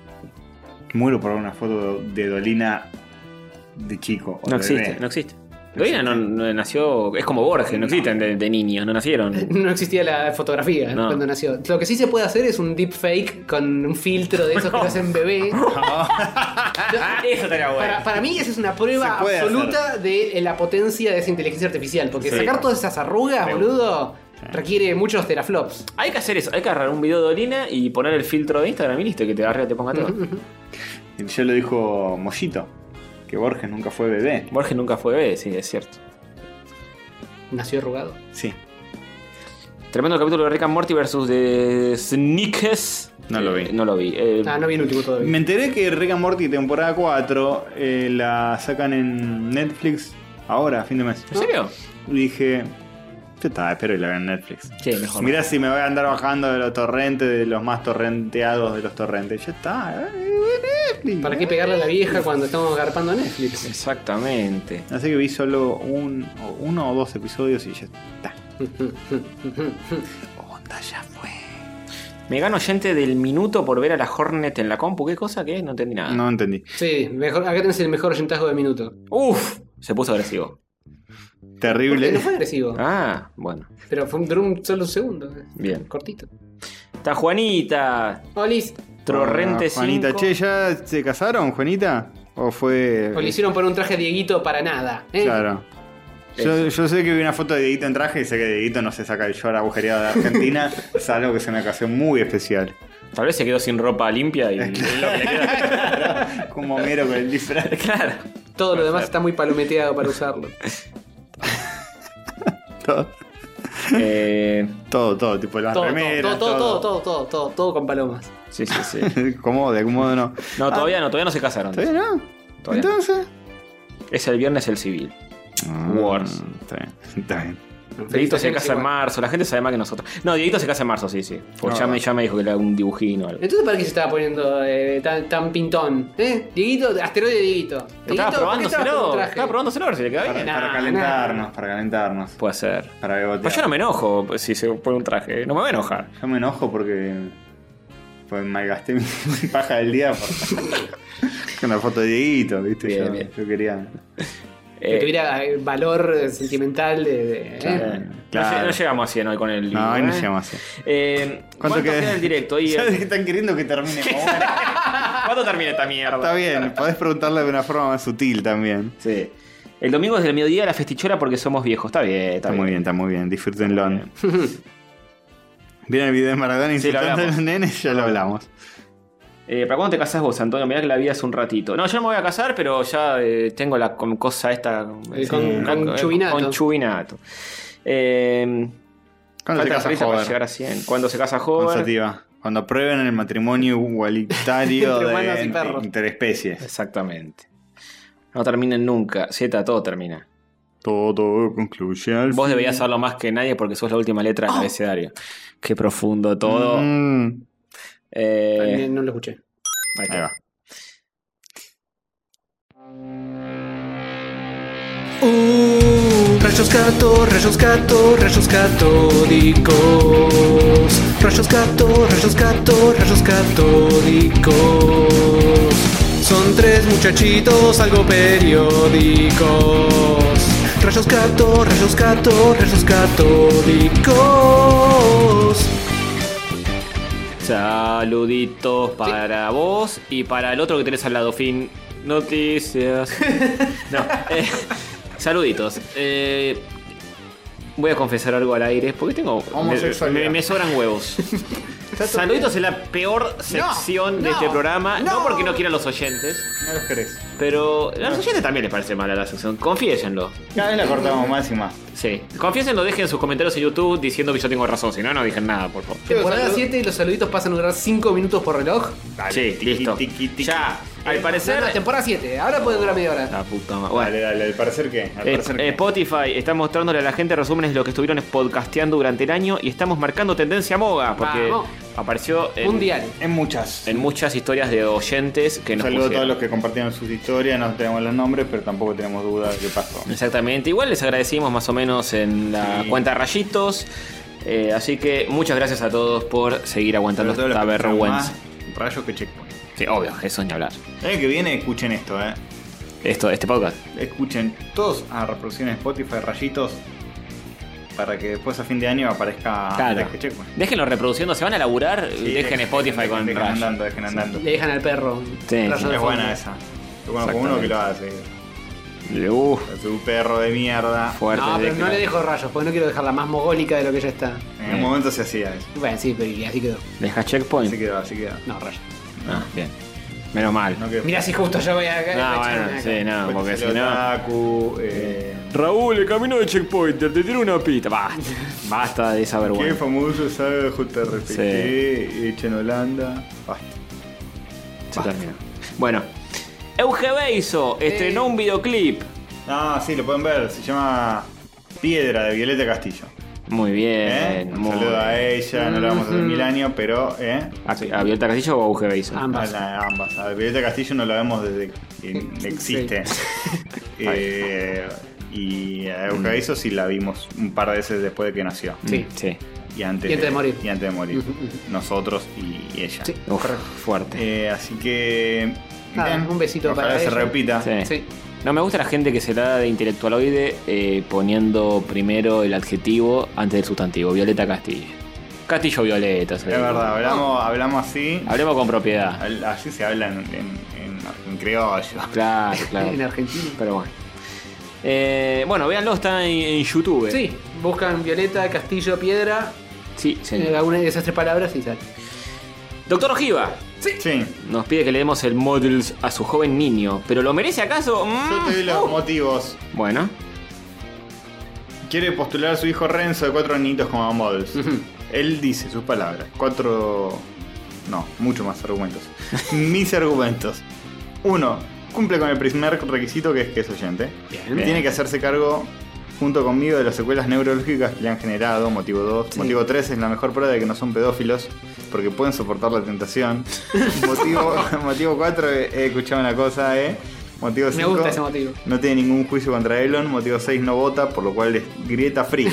muero por una foto de Dolina de chico. o No de existe, bebé. no existe. Godina no, no nació. Es como Borges, no existen de, de niños, no nacieron. No existía la fotografía No. cuando nació. Lo que sí se puede hacer es un deepfake con un filtro de esos que lo hacen bebé. Eso estaría bueno. Para, para mí esa es una prueba Se puede absoluta de la potencia de esa inteligencia artificial. Porque Sí. sacar todas esas arrugas, boludo, requiere muchos teraflops. Hay que hacer eso, hay que agarrar un video de Olina y poner el filtro de Instagram y listo, que te arriba te ponga todo. Ya lo dijo Mollito, que Borges nunca fue bebé. Borges nunca fue bebé, sí, es cierto. Nació arrugado. Sí. Tremendo capítulo de Rick and Morty versus de Sneakers. No lo vi. Eh, no lo vi. Eh, Ah, no vi el último todavía. Me enteré que Rick and Morty temporada cuatro eh, la sacan en Netflix ahora, a fin de mes. ¿En serio? Y dije, ya está, espero que la vean en Netflix. Sí, mejor. Mirá si me voy a andar bajando de los torrentes, de los más torrenteados de los torrentes. Ya está, eh, Netflix. ¿Para qué pegarle a la vieja cuando estamos garpando Netflix? Exactamente. Así que vi solo un, o- uno o dos episodios y ya está. Onda, ya fue. Me gano oyente del minuto por ver a la Hornet en la compu. ¿Qué cosa? ¿Qué? No entendí nada. No entendí. Sí, mejor, acá tenés el mejor oyentazgo de minuto. Uf, se puso agresivo. Porque Terrible. no fue agresivo, Ah, bueno. pero fue un, duró un solo un segundo. Bien. Cortito. Está Juanita. Olis. Torrente Ah, Juanita, cinco. che, ¿ya se casaron, Juanita? ¿O fue...? O le hicieron poner un traje a Dieguito para nada. ¿eh? Claro. Yo, yo sé que vi una foto de Dieguito en traje y sé que Dieguito no se saca el short agujereado de Argentina. Es algo que es una ocasión muy especial. Tal vez se quedó sin ropa limpia y. y lo que le queda- Como Homero con el disfraz. Claro. Todo lo demás está muy palometeado para usarlo. Todo, Eh, todo, todo, tipo las Todo, remeras. todo, todo, todo, todo, todo, todo, todo con palomas. sí, sí, sí. ¿Cómo? ¿De algún modo no? No, todavía no, todavía no se casaron. ¿Todavía no? Todavía no. Entonces. Es el viernes el civil. Ah, Wars. Está bien, está bien. Dieguito se Felicitaciones casa en igual. marzo, la gente sabe más que nosotros. No, Dieguito se casa en marzo, sí, sí. Porque No. ya, me, ya me dijo que le haga un dibujino o algo. Entonces, ¿para qué se estaba poniendo eh, tan, tan pintón? ¿Eh? Dieguito, asteroide Dieguito. Estaba Dieguito, ¿por qué estabas con un probándoselo. traje? Estaba probándoselo a ver si le queda Para, bien. Nah, para calentarnos, para calentarnos. Puede ser. Para bebotear. Pues yo no me enojo pues, si se pone un traje. No me voy a enojar. Yo me enojo porque. Pues malgasté mi, mi paja del día por- con la foto de Dieguito, ¿viste? Bien, yo, bien. yo quería. Que Eh, tuviera eh, valor eh, sentimental de. de- ¿eh? Claro. no, Claro. lle- no llegamos a cien hoy con el libro. No, hoy no ¿eh? llegamos así. Eh, ¿Cuánto, ¿Cuánto queda queda? el directo? Hoy, ¿Sabes eh, que están queriendo que termine? Como bueno. ¿Cuándo termina esta mierda? Está bien, podés preguntarle de una forma más sutil también. Sí. El domingo desde el mediodía a la festichola porque somos viejos. Está bien, está, Está bien. muy bien, está muy bien, disfrútenlo. ¿Vieron el video de Maradona Sí, lo insultando a hablamos. los nenes? Ya lo hablamos. Eh, ¿Para cuándo te casás vos, Antonio? Mirá que la vi hace un ratito. No, yo no me voy a casar, pero ya eh, tengo la con- cosa esta. El eh, con- la- concubinato. concubinato. Eh, ¿Cuándo se falta casa Rita para Hover? llegar a cien. ¿Cuándo se casa Con Hover? Sativa. Cuando aprueben el matrimonio igualitario Entre de humanos y perros. interespecies. Exactamente. No terminen nunca. Z, todo termina. Todo concluye al Vos fin. deberías saberlo más que nadie porque sos la última letra del abecedario. Qué profundo todo. Mm. Eh, También no lo escuché. ahí está. Ahí va. Uh, rayos gato, rayos gato, rayos catódicos. Rayos gato, rayos gato, rayos catódicos. Son tres muchachitos algo periódicos. Rayos gato, rayos gato, rayos catódicos. Saluditos para vos y para el otro que tenés al lado, Fin. Noticias. No, eh, saluditos. Eh, voy a confesar algo al aire porque tengo. Me, Homosexualidad. me- me sobran huevos. Saluditos es la peor sección de no, este programa. No. no. porque no quieran los oyentes, No los querés. pero a los oyentes también les parece mala la sección. Confiésenlo. Cada vez la cortamos más y más. Sí. Confiésenlo, dejen sus comentarios en YouTube diciendo que yo tengo razón. Si no, no digan nada, por favor. Temporada siete y los saluditos pasan a durar cinco minutos por reloj. Sí, Tiki, listo. tiki, tiki. Ya, al parecer. No, no, temporada siete, ahora puede durar media hora. La puta madre. Bueno. Dale, dale, ¿al parecer qué? ¿Al Eh, parecer eh, qué? Spotify está mostrándole a la gente resúmenes de lo que estuvieron podcasteando durante el año y estamos marcando tendencia moga porque Vamos. apareció en, Mundial. En muchas. en muchas historias de oyentes que Un nos saludo a todos pusieron. los que compartieron sus historias, no tenemos los nombres, pero tampoco tenemos duda de qué pasó. Exactamente, igual les agradecimos más o menos en la Sí. cuenta Rayitos. Eh, así que muchas gracias a todos por seguir aguantando Sobre todo esta los que escucharon vergüenza. más rayos que checkpoint. Sí, obvio, eso ni hablar. El año que viene escuchen esto, eh. esto, este podcast. Escuchen todos a reproducción en Spotify, rayitos, para que después a fin de año aparezca Claro. Deje Checkpoint. Déjenlo reproduciendo, se van a laburar, Sí, dejen Spotify dejen, con dejen Rush. andando, dejen andando. Le dejan al perro. Sí, rayo sí, de Es fondo. buena esa. Yo conozco uno que lo hace. Uf, Es un perro de mierda. fuerte. No, pero de- no le dejo rayos, porque no quiero dejarla más mogólica de lo que ya está. En un momento se hacía eso. Bueno, sí, pero y así quedó. ¿Dejas checkpoint? Así quedó, así quedó. No, rayos. Ah, bien. Menos mal. No quedó. Mira si justo yo voy a No, a bueno, echarme acá. sí, no, porque si Salió no. Taku, eh, Raúl, el camino de checkpointer, te tiro una pista. Basta, basta de esa Qué vergüenza. famoso sabe J R P G, hecho en Holanda. Basta. Se terminó. Bueno, Euge Beiso estrenó un videoclip. Ah, sí, lo pueden ver. Se llama Piedra de Violeta Castillo. Muy bien. ¿Eh? Un muy saludo a bien. ella, no la vamos hace mil años, pero. ¿eh? ¿A, a Violeta Castillo o a Euge Beiso? Ambas. A la- ambas. A Violeta Castillo no la vemos desde que existe. Eh, y a Euge Beiso sí la vimos un par de veces después de que nació. Sí. Sí. Y antes, Y antes de morir. Y antes de morir. Nosotros y, y ella. Sí. Uf, fuerte. Eh, así que. Nada, bien. un besito Ojalá para se ella. repita. Sí. Sí. No me gusta la gente que se la da de intelectualoide eh, poniendo primero el adjetivo antes del sustantivo. Violeta Castillo. Castillo Violeta. Es verdad, hablamos, hablamos así. Hablemos con propiedad. Al- Así se habla en, en, en- en criollo. Claro, claro. En Argentina. Pero bueno. Eh, bueno, véanlo, está en, en YouTube. Sí, buscan Violeta, Castillo, Piedra, Sí, eh, señor. alguna de esas tres palabras y sale. Doctor Ojiva Sí. nos pide que le demos el Models a su joven niño. ¿Pero lo merece acaso? Mm. Yo te doy los motivos. Bueno. Quiere postular a su hijo Renzo de cuatro añitos como models. Él dice sus palabras. Cuatro. No, mucho más argumentos. Mis argumentos. Uno, cumple con el primer requisito que es que es oyente. Bien. Tiene que hacerse cargo junto conmigo de las secuelas neurológicas que le han generado. Motivo dos. Sí. Motivo tres es la mejor prueba de que no son pedófilos porque pueden soportar la tentación. motivo, motivo cuatro, he escuchado una cosa, eh. Motivo Me cinco, gusta ese motivo. no tiene ningún juicio contra Elon. Motivo seis, no vota, por lo cual es grieta free.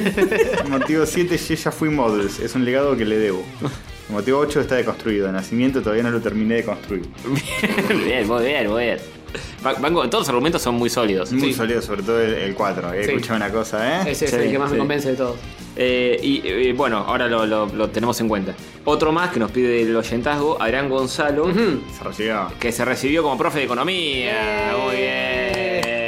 Motivo siete, yo ya fui models. Es un legado que le debo. Motivo ocho, está deconstruido. De nacimiento todavía no lo terminé de construir. Bien, muy bien, muy bien. Va- van con- todos los argumentos son muy sólidos. Muy Sí. sólido, sobre todo el, el cuatro. He Sí. escuchado una cosa, ¿eh? Ese es Sí, el que más sí. me convence de todos. Eh, y eh, bueno, ahora lo, lo- lo tenemos en cuenta. Otro más que nos pide el oyentazgo, Adrián Gonzalo, Ujú. Se recibió. que se recibió como profe de economía. Muy bien.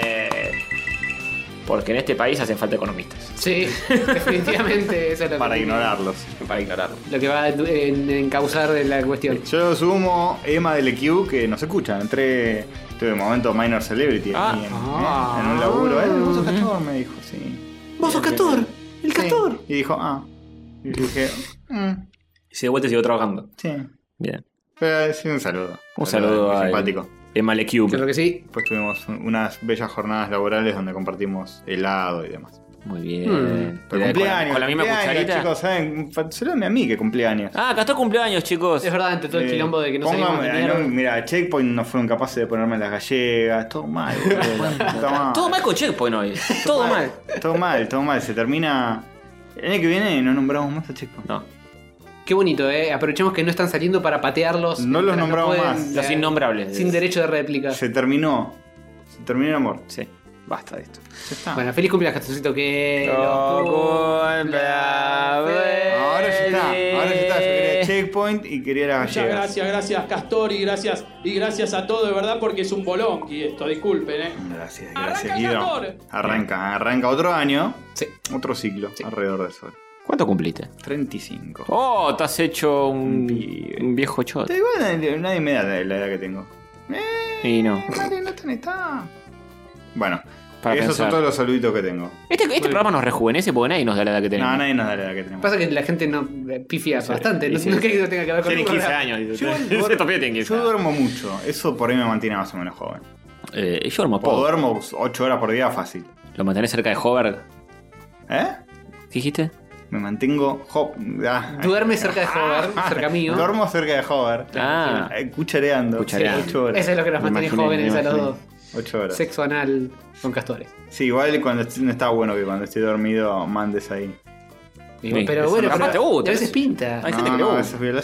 Porque en este país hacen falta economistas. Sí, definitivamente eso es lo Para que, ignorarlos. Para ignorarlo. lo que va a en, en causar la cuestión. Yo sumo Emma del E Q que nos escucha. Entré. Tuve un momento minor celebrity Ah. aquí en, Ah. ¿eh? en un laburo. Eh, vos sos castor, me dijo, sí. ¡Vos sos Castor! ¡El Sí. Castor! Y dijo, ah. Y yo dije, mm, Y se de vuelta y siguió trabajando. sí. Bien. Pero sí, un saludo. Un saludo muy a simpático. Emma Lecube. Creo que sí. Después tuvimos unas bellas jornadas laborales donde compartimos helado y demás. Muy bien. Hmm. Pero Con la- cumpleaños. Con la misma cumpleaños, cucharita. chicos, ¿saben? Saludame a mí que cumpleaños. Ah, Castor cumpleaños, chicos. Es verdad, ante todo el Eh, quilombo de que no salimos póngame- de ay, no, dinero. Mira, Checkpoint no fueron capaces de ponerme las gallegas. Todo mal, boludo, la puta madre. Todo mal con Checkpoint hoy. Todo mal. Todo mal, todo mal. Se termina. El año que viene no nombramos más a Checkpoint. No. Qué bonito, ¿eh? Aprovechemos que no están saliendo para patearlos. No los mientras nombramos pueden, más. Los eh, innombrables. Sin derecho de réplica. Se terminó. Se terminó el amor. Sí. Basta de esto. Ya está. Bueno, feliz cumpleaños, Castorcito. Que No lo cumpla Ahora ya está. Ahora ya está. Yo quería Checkpoint y quería las Muchas gallegas. gracias, gracias Castor y gracias y gracias a todos de verdad porque es un bolonqui esto, disculpen, eh. Gracias, Arranca gracias, el Guido. Castor. Arranca, arranca otro año. Sí. Otro ciclo alrededor de sol. ¿Cuánto cumpliste? treinta y cinco. Oh, te has hecho un, Un pibe. un viejo shot. Te igual nadie, nadie me da la edad que tengo. Eh, Y no. nadie no tan está. Bueno, Para esos pensar. son todos los saluditos que tengo. Este, este programa nos rejuvenece porque nadie nos da la edad que tenemos. No, nadie nos da la edad que tenemos. Pasa que la gente no eh, pifia bastante. No, sí. no creo que eso tenga que ver con Tienen el quince programa. años. Yo, Este duermo- todavía tiene quince yo años. duermo mucho. Eso por ahí me mantiene más o menos joven. Eh, yo duermo O poco. duermo ocho horas por día fácil. ¿Lo mantenés cerca de Hover? ¿Eh? ¿Qué dijiste? Me mantengo. jo- ah. Duerme cerca de Hover, cerca mío. Duermo cerca de Hover. Ah. Eh, Cuchareando. Cuchareando. ocho horas. Eso es lo que nos Me mantiene imaginé, jóvenes me a los imaginé. dos. Ocho horas. Sexo anal con castores. Sí, igual cuando estoy- no está bueno que cuando estoy dormido mandes ahí. Digo, Sí, pero eso bueno, capaz pero te gusta, a veces eso. pinta. Hay no, gente que le no, gusta. eso es violación.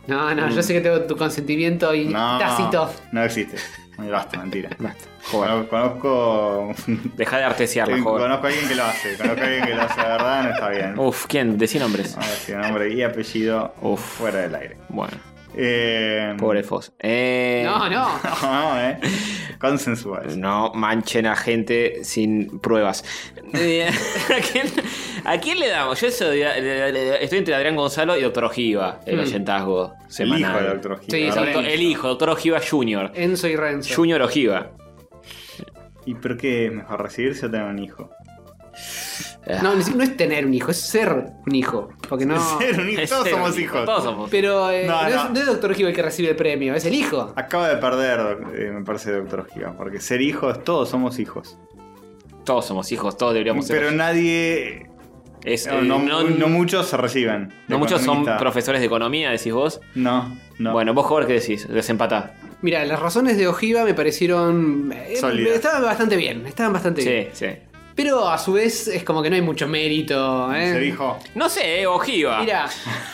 No, no, yo sé que tengo tu consentimiento y No, tácito. no existe. Basta, mentira. Basta. Conozco, conozco, Deja de artesiarla, joven. conozco a alguien que lo hace. Conozco a alguien que lo hace, la verdad, no está bien. Uf, ¿quién? Decí nombres. A ver si nombre y apellido Uf. fuera del aire. Bueno, Eh, pobre Foss. Eh, No, no. No, eh. Consensual. No manchen a gente sin pruebas. Eh, ¿a, quién, ¿A quién le damos? Yo eso, estoy entre Adrián Gonzalo y Doctor Ojiva, el Mm. oyentazgo El semanal. hijo de Doctor Ojiva. Sí, Doctor- sí. el hijo, Doctor Ojiva Junior. Enzo y Renzo. Junior Ojiva. ¿Y por qué es mejor recibirse o tener un hijo? No, ni si- no es tener un hijo, es ser un hijo. Porque no. Ser un hijo. Es Todos ser somos un hijo, hijos. Todos somos. Pero eh, No, no, no. Es, no es Doctor Ojiva el que recibe el premio, es el hijo. Acaba de perder, eh, me parece, Doctor Ojiva. Porque ser hijos, todos somos hijos. Todos somos hijos, todos deberíamos ser. Pero nadie. Es, No, eh, no, no- no muchos se reciben. de no muchos son economista. profesores de economía, decís vos. No, no. Bueno, vos, Jorge, ¿qué decís? Desempatá. Mira, las razones de Ojiva me parecieron. eh, Sólidas. estaban bastante bien, estaban bastante Sí, bien. sí. Pero a su vez es como que no hay mucho mérito. ¿eh? Ser hijo. No sé, eh, Ojiva. Mira,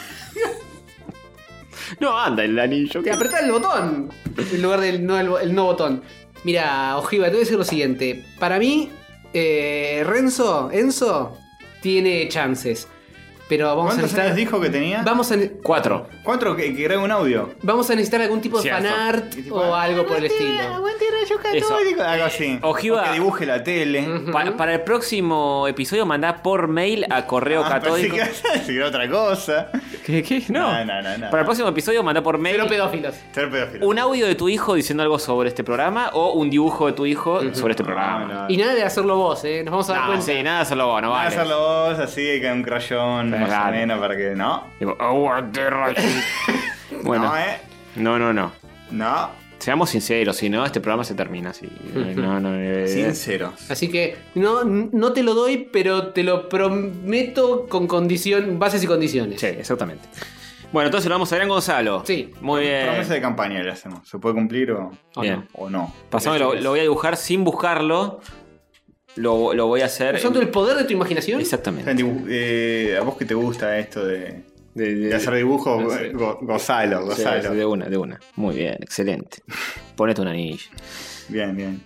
No anda el anillo. te apretá el botón en lugar del no, el, el no botón. Mira, Ojiva, te voy a decir lo siguiente. Para mí, eh, Renzo, Enzo, tiene chances. Pero vamos a ¿Cuántos necesitar. años dijo que tenía? Vamos a, ne- Cuatro. Cuatro que, que grabe un audio. vamos a necesitar algún tipo de Cierto. fanart Y tipo, o "Ah, algo por el aguante, estilo. aguante rayo Eso. católico", algo así. Ojiva- O que dibuje la tele. Ujú. Pa- para el próximo episodio mandá por mail a correo Ah, católico. pensé que ibas a decir otra cosa. ¿Qué? ¿Qué? No. No, no, no, no. Para el próximo episodio mandá por mail Pero pedófilos. Ser pedófilo. un audio de tu hijo diciendo algo sobre este programa o un dibujo de tu hijo sobre este No, programa. no. Y nada de hacerlo vos, ¿eh? Nos vamos a dar No, cuenta. sí, nada, hacerlo vos, no Vas a vale. hacerlo vos así con un crayón más Claro. o menos para que. No. Digo, aguante, rayo. Bueno, No, eh. no, no, no. No. Seamos sinceros, si no, este programa se termina así. No, no, eh, Sinceros. Así que no, no te lo doy, pero te lo prometo con condición, bases y condiciones. Sí, exactamente. Bueno, entonces lo vamos a Adrián Gonzalo. Sí. Muy bien. Promesa de campaña le hacemos. ¿Se puede cumplir o, ¿O Bien. no? o no? Pasame, lo, lo voy a dibujar sin buscarlo. Lo, lo voy a hacer. Usando el poder de tu imaginación. Exactamente. Dibu- eh, ¿A vos que te gusta esto de, De, de hacer dibujos? no sé. Go- gozalo, Sí, gozalo. sí, de una, de una. Muy bien, excelente. Ponete un anillo. Bien, bien.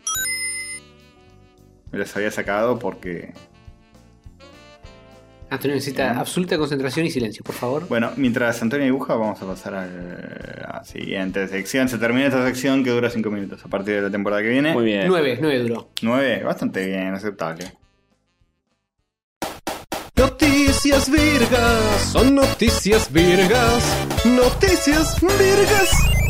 Me los había sacado porque. Antonio necesita Bien. absoluta concentración y silencio, por favor. Bueno, mientras Antonio dibuja, vamos a pasar a la siguiente sección. Se termina esta sección que dura cinco minutos a partir de la temporada que viene. Muy bien. Nueve, nueve duró. nueve, bastante bien, aceptable. Noticias virgas, son noticias virgas, noticias virgas.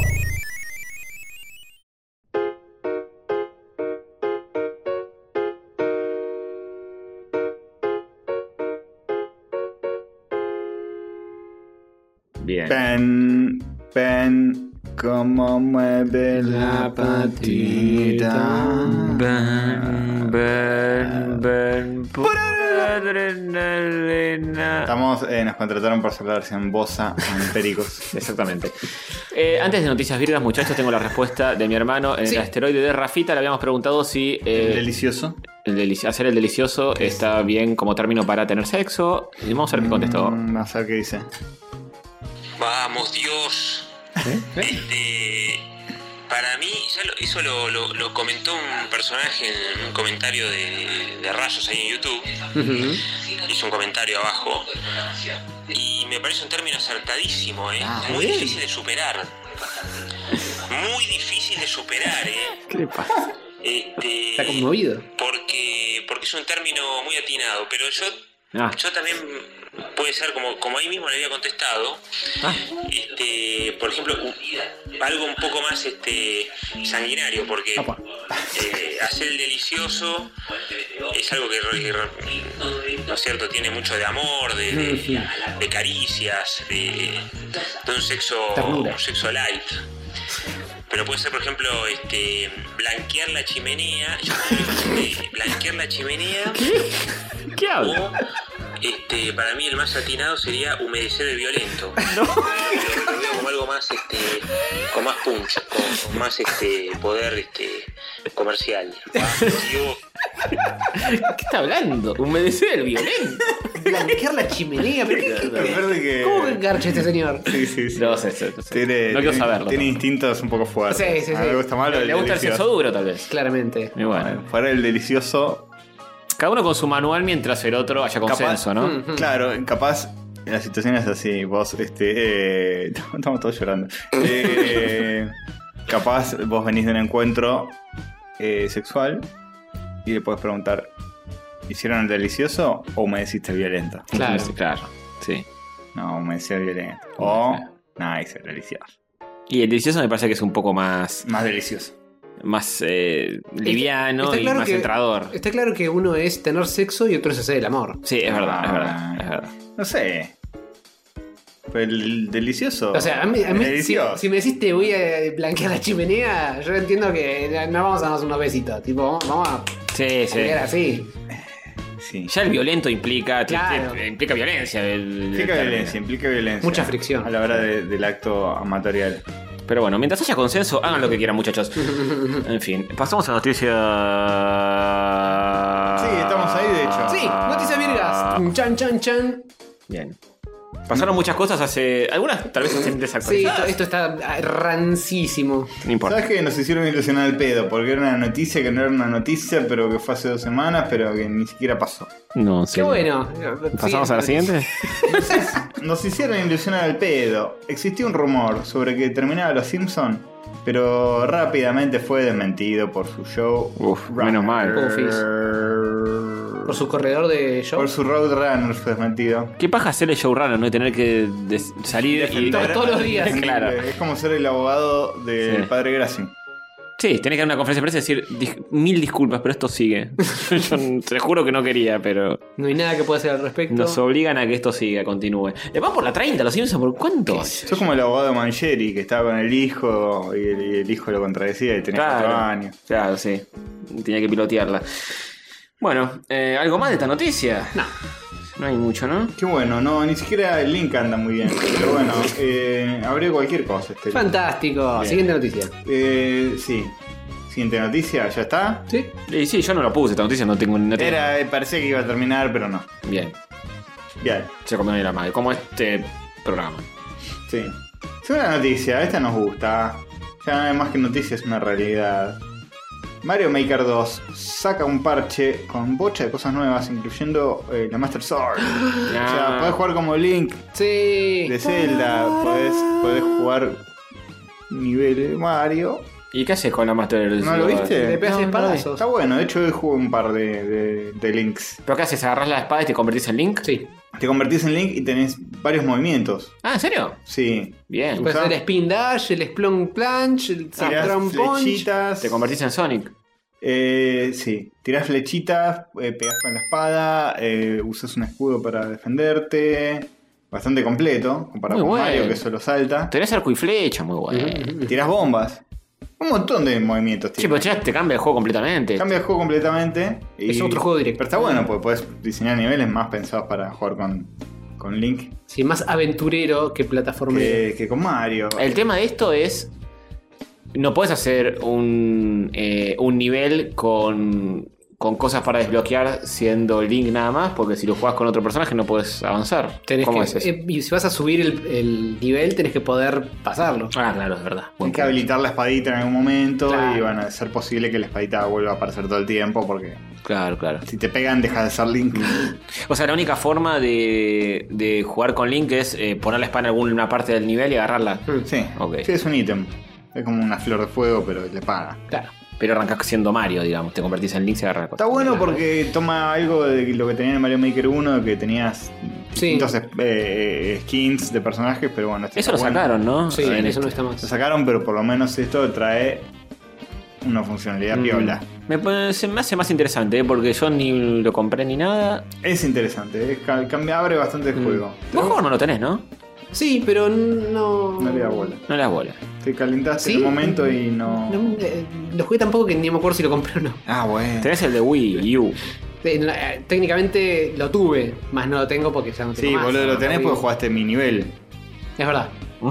Bien. Pen, pen, cómo mueve la patita. Ven, ven, ven. por adrenalina. Estamos, eh, nos contrataron por hacer la versión Bosa en Pericos. Exactamente. Eh, antes de Noticias Virgas, muchachos, tengo la respuesta de mi hermano. En Sí. el asteroide de Rafita le habíamos preguntado si eh, Delicioso. el delici- hacer el delicioso está bien como término para tener sexo. Y vamos a ver qué contestó. Mm, vamos a ver qué dice. Vamos, Dios. Este, para mí, ya lo, eso lo, lo- lo comentó un personaje en un comentario de, de Rayos ahí en YouTube. Hizo un comentario abajo. Y me parece un término acertadísimo, ¿eh? Muy difícil de superar. Muy difícil de superar, ¿eh? ¿Qué le pasa? Este, Está conmovido. porque, porque es un término muy atinado, pero yo, Ah. yo también puede ser como, como ahí mismo le había contestado. Ah. Este, por ejemplo, u- algo un poco más este sanguinario, porque Apa. eh, hacer el delicioso es algo que, que, no es cierto, tiene mucho de amor, de, de, de caricias, de, de un sexo Ternura. un sexo light. Pero puede ser, por ejemplo, este blanquear la chimenea. Yo creo que, este, blanquear la chimenea. ¿Qué habla? O, este, para mí el más atinado sería humedecer el violento. No. Lo, lo veo como algo más, este, con más punch, con, con más este poder este comercial. Vamos, Dios. ¿Qué está hablando? Humedecer el violento. blanquear la chimenea. ¿Pero qué, qué- Lo peor de que- ¿Cómo que garcha este señor? Sí, sí, sí. No sé, sé, sé. Tiene, no quiero tiene- saberlo. Tiene tampoco. instintos un poco fuertes. Sí, sí, A mí sí. me gusta más lo del Le gusta el delicioso. sexo duro, tal vez. Claramente. Y bueno, Fuera el delicioso. cada uno con su manual mientras el otro haya consenso, ¿no? Mm. Claro, capaz la situación es así. Vos, este. Eh, estamos todos llorando. Eh, capaz vos venís de un encuentro eh, sexual y le podés preguntar: ¿hicieron el delicioso o humedeciste violento? Claro. Sí, claro. Sí. No, humedecí violento. O, no, hice el delicioso. Y el delicioso me parece que es un poco más, Más delicioso. más eh, liviano Está y claro más que- entrador. Está claro que uno es tener sexo y otro es hacer el amor. Sí, es verdad, es Ah. verdad, es verdad. No sé. Pero el delicioso. O sea, a mí, a mí el si, delicioso. si me decís te voy a blanquear la chimenea, yo entiendo que no vamos a darnos unos besitos. Tipo, vamos, vamos a Sí, sí. jugar así. Sí. Ya el violento implica, Claro. te- te- implica violencia. el- Implica el- violencia, implica violencia. Mucha fricción. A la hora de- del acto amatorial. Pero bueno, mientras haya consenso, hagan lo que quieran, muchachos. En fin, pasamos a noticias. Sí, estamos ahí, de hecho. Sí, noticias virgas. Chan, chan, chan. Bien. Pasaron muchas cosas hace. Algunas tal vez estén Sí, desactualizadas. esto, esto está rancísimo. No importa. ¿Sabes que nos hicieron ilusionar el pedo? Porque era una noticia que no era una noticia, pero que fue hace dos semanas, pero que ni siquiera pasó. No, sí. Qué bueno. ¿Pasamos Sí. a la siguiente? Nos hicieron ilusionar el pedo. Existía un rumor sobre que terminaba Los Simpson, pero rápidamente fue desmentido por su show. Uf, menos mal. Por su corredor de show. Por su Roadrunner fue desmentido. ¿Qué paja hacer el showrunner, no? Y tener que des- salir y. Defender- todos los días. Claro. Es como ser el abogado del Sí. padre Graci. Sí, tenés que dar una conferencia de prensa y decir "Dis- mil disculpas, pero esto sigue. Yo te juro que no quería, pero No hay nada que pueda hacer al respecto. nos obligan a que esto siga, continúe. Le van por la treinta, los Simpsons, ¿por cuánto? Sos como el abogado de Mancheri, que estaba con el hijo y el, y el hijo lo contradecía y tenía cuatro Claro, años. claro, sí. Tenía que pilotearla. Bueno, eh, ¿algo más de esta noticia? No. No hay mucho, ¿no? Qué bueno, no, ni siquiera el link anda muy bien. Pero bueno, eh, habría cualquier cosa. Este Fantástico. Bien. Siguiente noticia. Eh, sí. Siguiente noticia, ¿ya está? ¿Sí? Y sí, yo no lo puse, esta noticia no tengo... No tengo- Era, eh, parecía que iba a terminar, pero no. Bien, Bien, se comió ni la madre, como este programa. sí. Segunda noticia, esta nos gusta. Ya no es más que noticia, es una realidad. Mario Maker dos saca un parche con bocha de cosas nuevas, incluyendo eh, la Master Sword. O sea, podés jugar como Link Sí. de Zelda, podés, podés jugar niveles de Mario. ¿Y qué haces con la Master? ¿No lo viste? Le pegas No, no lo vi. espadazos. Está bueno, de hecho hoy jugué un par de, de, de Links. ¿Pero qué haces? ¿Agarrás la espada y te convertís en Link? Sí. Te convertís en Link y tenés varios movimientos. Ah, ¿en serio? Sí. Bien. Puedes Usá- hacer el spin dash, el splunk planche, el Tirás drum punch. flechitas. Te convertís en Sonic. Eh, sí, tirás flechitas, eh, pegás con la espada, eh, usas un escudo para defenderte. Bastante completo, comparado Muy con bueno. Mario que solo salta. Tenés arco y flecha, muy bueno. Tirás bombas. Un montón de movimientos Sí, tiene. pero ya te cambia el juego completamente. Cambia el juego completamente. y- Es otro juego directo. Pero está bueno, porque podés diseñar niveles más pensados para jugar con, con Link Sí, más aventurero que plataformero. que, que con Mario. El tema de esto es. No puedes hacer un, eh, un nivel con, con cosas para desbloquear siendo Link nada más, porque si lo juegas con otro personaje no puedes avanzar. Tenés ¿Cómo que, es eso? eh, y si vas a subir el, el nivel, tenés que poder pasarlo. Ah, claro, es verdad. Buen Hay que punto. habilitar la espadita en algún momento Claro. y van a ser posible que la espadita vuelva a aparecer todo el tiempo porque Claro, claro. si te pegan dejas de ser Link. O sea, la única forma de, de jugar con Link es eh, poner la espada en alguna parte del nivel y agarrarla. Sí, Ok. sí, es un ítem. Es como una flor de fuego, pero le paga. Claro. Pero arrancás siendo Mario, digamos. Te convertís en Link y agarras Está bueno porque toma algo de lo que tenía en Mario Maker uno, que tenías Sí. distintos eh, skins de personajes, pero bueno. este Eso lo está bueno. sacaron, ¿no? Sí, En eso este. no está Lo más. sacaron, pero por lo menos esto trae una funcionalidad Mm. piola. Me, pone- se me hace más interesante, ¿eh? Porque yo ni lo compré ni nada. Es interesante, es, ca- cambia, abre bastante el juego. Vos juego no lo tenés, ¿no? Sí, pero no. No le da bola. No le das bola. Te calentaste ¿Sí? en un momento y no. No, eh, lo jugué tampoco que ni me acuerdo si lo compré o no. Ah, bueno. Tenés el de Wii U. Eh, no, eh, técnicamente lo tuve, más no lo tengo porque ya no tengo Sí, más. boludo, lo tenés Wii U. porque jugaste mi nivel. Es verdad.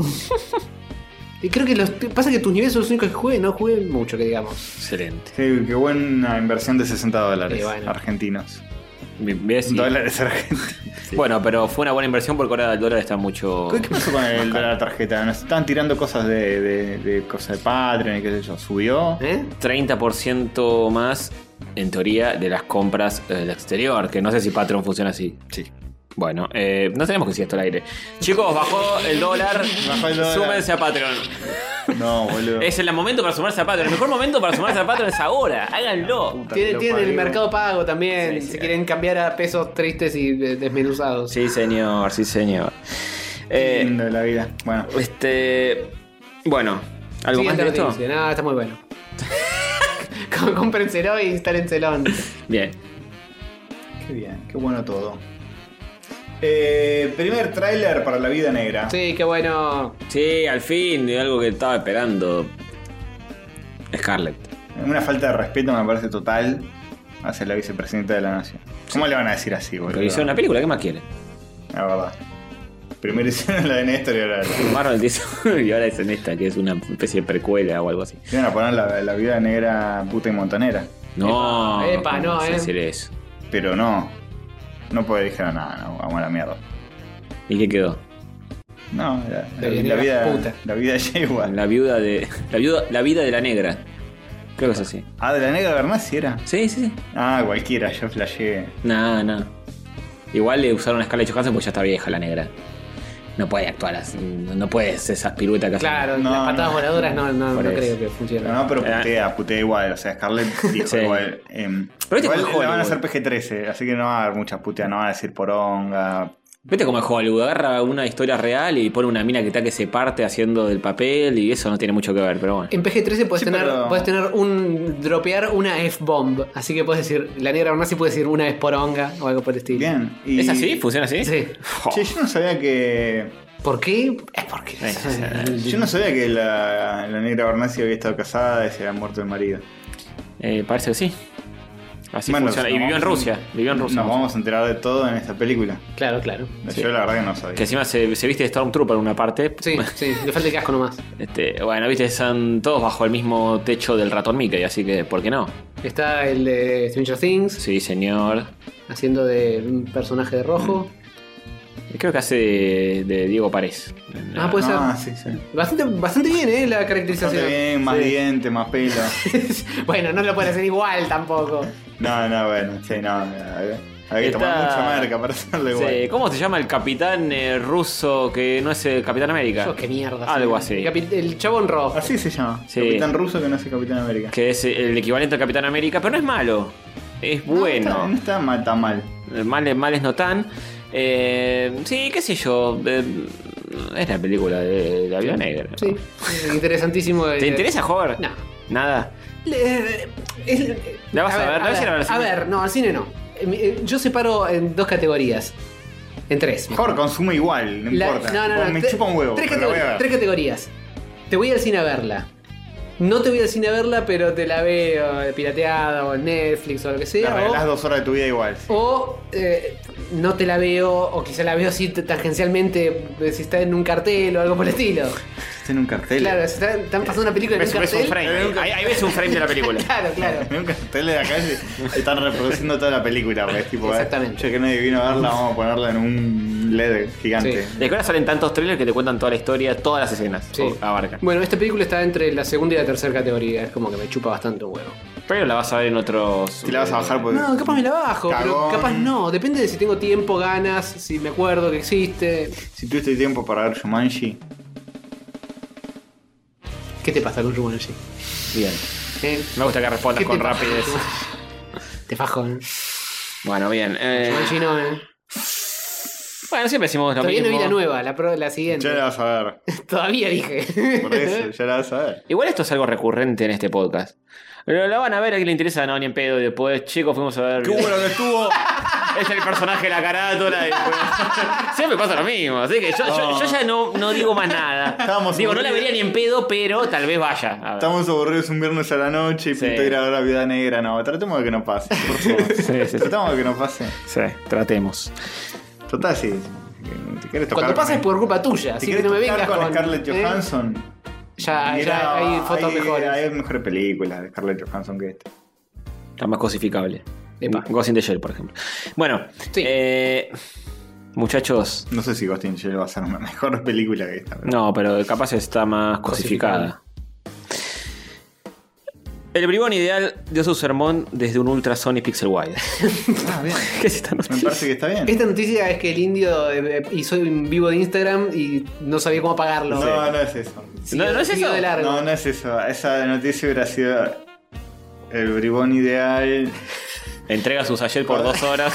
Y creo que los, pasa que tus niveles son los únicos que jugué, no jugué mucho, que digamos. Excelente. Sí, qué buena inversión de sesenta dólares Sí, bueno. argentinos. ¿Ves? Y- Dólares argentinos. Bueno, pero fue una buena inversión porque ahora el dólar está mucho. ¿Qué pasó con el de la tarjeta? Nos estaban tirando cosas de, de, de cosas de Patreon y qué sé yo. ¿Subió? ¿Eh? treinta por ciento más, en teoría, de las compras del exterior. Que no sé si Patreon funciona así. Sí. Bueno, eh, no tenemos que decir esto al aire. Chicos, bajó el dólar. Bajó el dólar. Súmense a Patreon. No, boludo. Es el momento para sumarse a Patreon. El mejor momento para sumarse a Patreon es ahora. Háganlo. Tienen, lo tienen el parió. Mercado Pago también. Sí, sí. si quieren cambiar a pesos tristes y de- desmenuzados. Sí, señor, sí, señor. Qué Eh, lindo de la vida. Bueno. este. Bueno, ¿algo más Siguiente de esto? noticia. No, está muy bueno. Com- Cómprenselo e instálenselo. Bien. Qué bien, qué bueno todo. Eh, primer tráiler para La Vida Negra. Sí, qué bueno. Sí, al fin, de algo que estaba esperando. Scarlett. Una falta de respeto me parece total hacia la vicepresidenta de la nación. ¿Cómo le van a decir así, boludo? Pero hicieron una película, ¿qué más quiere? La verdad. Primero hicieron la de Néstor y ahora la- Marvel hizo y ahora es en esta, que es una especie de precuela o algo así. iban a poner la, la Vida Negra puta y montonera. No, Epa, epa, ¿cómo no, vas a eh. decir eso? Pero no. No puede dijeron nada, no, vamos a la mierda. ¿Y qué quedó? No, la, La la- Vida la Negra vida. puta. La vida yegua. La viuda de. La viuda, la vida de la negra. Creo que es así. Ah, de la negra Bernasi era. Sí, sí, sí. Ah, cualquiera, yo flashé. No, no. Igual le usaron a Scarlett Johansson porque ya está vieja la negra. No puede actuar así. No puede hacer esas piruetas que hace. Claro, No, las patadas no. voladoras no, no, Por no eso. creo que funcione. No, no, pero Ah. putea, putea igual. O sea, Scarlett dijo Sí. igual. em, Pero viste igual como en le van a Hollywood. hacer P G trece, así que no va a haber mucha putea, no va a decir poronga. Vete como es Hollywood, agarra una historia real y pone una mina que está que se parte haciendo del papel y eso no tiene mucho que ver, pero bueno. En P G trece puedes Sí, tener, pero- puedes tener un. dropear una F-bomb. Así que puedes decir. La negra Bernasi puede decir una esporonga o algo por el estilo. Bien. Y- ¿Es así? ¿Funciona así? Sí. Che, yo no sabía que. ¿Por qué? Es porque. Yo no sabía que la, la negra Bernasi había estado casada y se había muerto el marido. Eh, parece que sí. Así Bueno, funciona. nos Y vivió en vamos- Rusia. Vivió en Rusia. Nos vamos a enterar de todo en esta película. Claro, claro. Yo la verdad que no sabía. Que encima se, se viste de Stormtrooper en una parte. Sí, sí, le falta el casco nomás. Este, bueno, viste, son todos bajo el mismo techo del ratón Mickey, así que, ¿por qué no? Está el de Stranger Things Sí, señor. haciendo de un personaje de rojo. Creo que hace de, de Diego Párez. Ah, puede Ah, ser. sí, sí. Bastante, bastante bien, ¿eh? La caracterización. Bastante bien, más Sí. diente, más pelo. Bueno, no lo pueden hacer igual tampoco. No, no, bueno, sí, no. Había había que Está- tomar mucha marca para hacerlo igual. Sí, ¿cómo se llama el capitán eh, ruso que no es el Capitán América? Yo, qué mierda. Algo sí. así. El, capi- el chabón rojo. Así se llama. Sí. Capitán ruso que no es el Capitán América. Que es el equivalente al Capitán América, pero no es malo. Es No, bueno. está- No está mal, tan mal. Mal, mal es no tan. Eh, sí, qué sé yo. eh, es la película de La Vida Negra. Sí, eh, interesantísimo. ¿Te interesa, Hover? No. Nada. Le- es- ¿La vas a ver? ¿La vas a ir a ver al A cine? ver, no, al cine no. Eh, eh, Yo separo en dos categorías. En tres. Mejor consume igual, no La- importa. No, no, no. Me tre- chupa un huevo. Tres, pero la voy a categor- ver. tres categorías. Te voy al cine a verla. No te voy al cine a verla, pero te la veo eh, pirateada o en Netflix o lo que Te sea. regalás O, dos horas de tu vida igual. o, eh, no te la veo, o quizá la veo así t- tangencialmente eh, si está en un cartel o algo por el estilo. Está en un cartel. Claro, si está- están pasando una película en Ves, un ves cartel. un frame. Ahí, ahí ves un frame de la película. Claro, claro. En un cartel de la calle están reproduciendo toda la película. Pues, tipo, Exactamente. eh, ya que nadie vino a verla, vamos a ponerla en un L E D gigante. Sí. De que ahora salen tantos trailers que te cuentan toda la historia, todas las escenas. Sí. O abarcan. Bueno, esta película está entre la segunda y la tercera categoría. Es como que me chupa bastante un huevo. Pero la vas a ver en otros. Si la vas a bajar, pues. No, capaz me la bajo, pero Cagón. capaz no. Depende de si tengo tiempo, ganas, si me acuerdo que existe. Si tuviste tiempo para ver Jumanji. ¿Qué te pasa con Jumanji? Bien. ¿Eh? Me gusta que respondas ¿Qué con te pasa? rapidez. Te fajo, ¿eh? Bueno, bien. Eh, Jumanji no, ¿eh? bueno, siempre decimos lo Todavía no mismo. vi la nueva, la, pro- la siguiente. Ya la vas a ver. Todavía dije. Por eso, ya la vas a ver. Igual esto es algo recurrente en este podcast. Pero la van a ver, a quien le interesa, no, ni en pedo. Y después, chicos, fuimos a ver. ¡Qué bueno que estuvo! Es el personaje de la carátula. Y después... Siempre pasa lo mismo. Así que yo, yo, yo ya no, no digo más nada. Estábamos digo, no la aburridos. vería ni en pedo, pero tal vez vaya. A ver. Estamos aburridos un viernes a la noche y Sí. pinto ir a ver la Vida Negra. No, tratemos de que no pase, por favor. Sí, sí, sí. Tratemos de que no pase. Sí, tratemos. Total, sí. Si querés tocar Cuando pasa es con- por culpa tuya, Si así que querés no me tocar vengas con, con. Scarlett ¿eh? Johansson. Ya, mirá, ya hay fotos hay, mejores. Hay mejores películas de Scarlett Johansson que esta. Está más cosificable. Epa. Ghost in the Shell, por ejemplo. Bueno, Sí. eh, Muchachos. No sé si Ghost in the Shell va a ser una mejor película que esta. Pero... No, pero capaz está más cosificada. El bribón ideal dio su sermón desde un Ultra Sony Pixel Wide. Ah, bien. ¿Qué es esta noticia? Me parece que está bien. Esta noticia es que el indio eh, hizo un vivo de Instagram y no sabía cómo apagarlo. No, no es eso. Siguió- ¿No- no es siguió eso? de largo. No, no es eso. Esa noticia hubiera sido el bribón ideal Entrega su sachet por dos horas.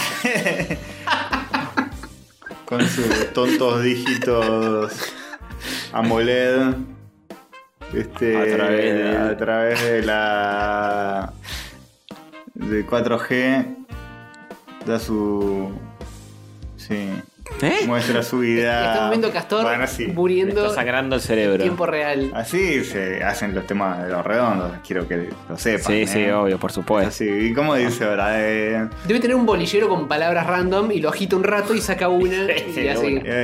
con sus tontos dígitos AMOLED. Este, A través de- a través de la de cuatro G da su sí ¿Eh? muestra su vida. Está viendo Castor Bueno, sí. Me muriendo está sangrando el en cerebro. tiempo real. Así se hacen los temas de los redondos, quiero que lo sepan. Sí, ¿eh? sí, obvio, por supuesto. Así, ¿y cómo dice ahora? Eh, Debe tener un bolillero con palabras random y lo agita un rato y saca una Sí, y así. una.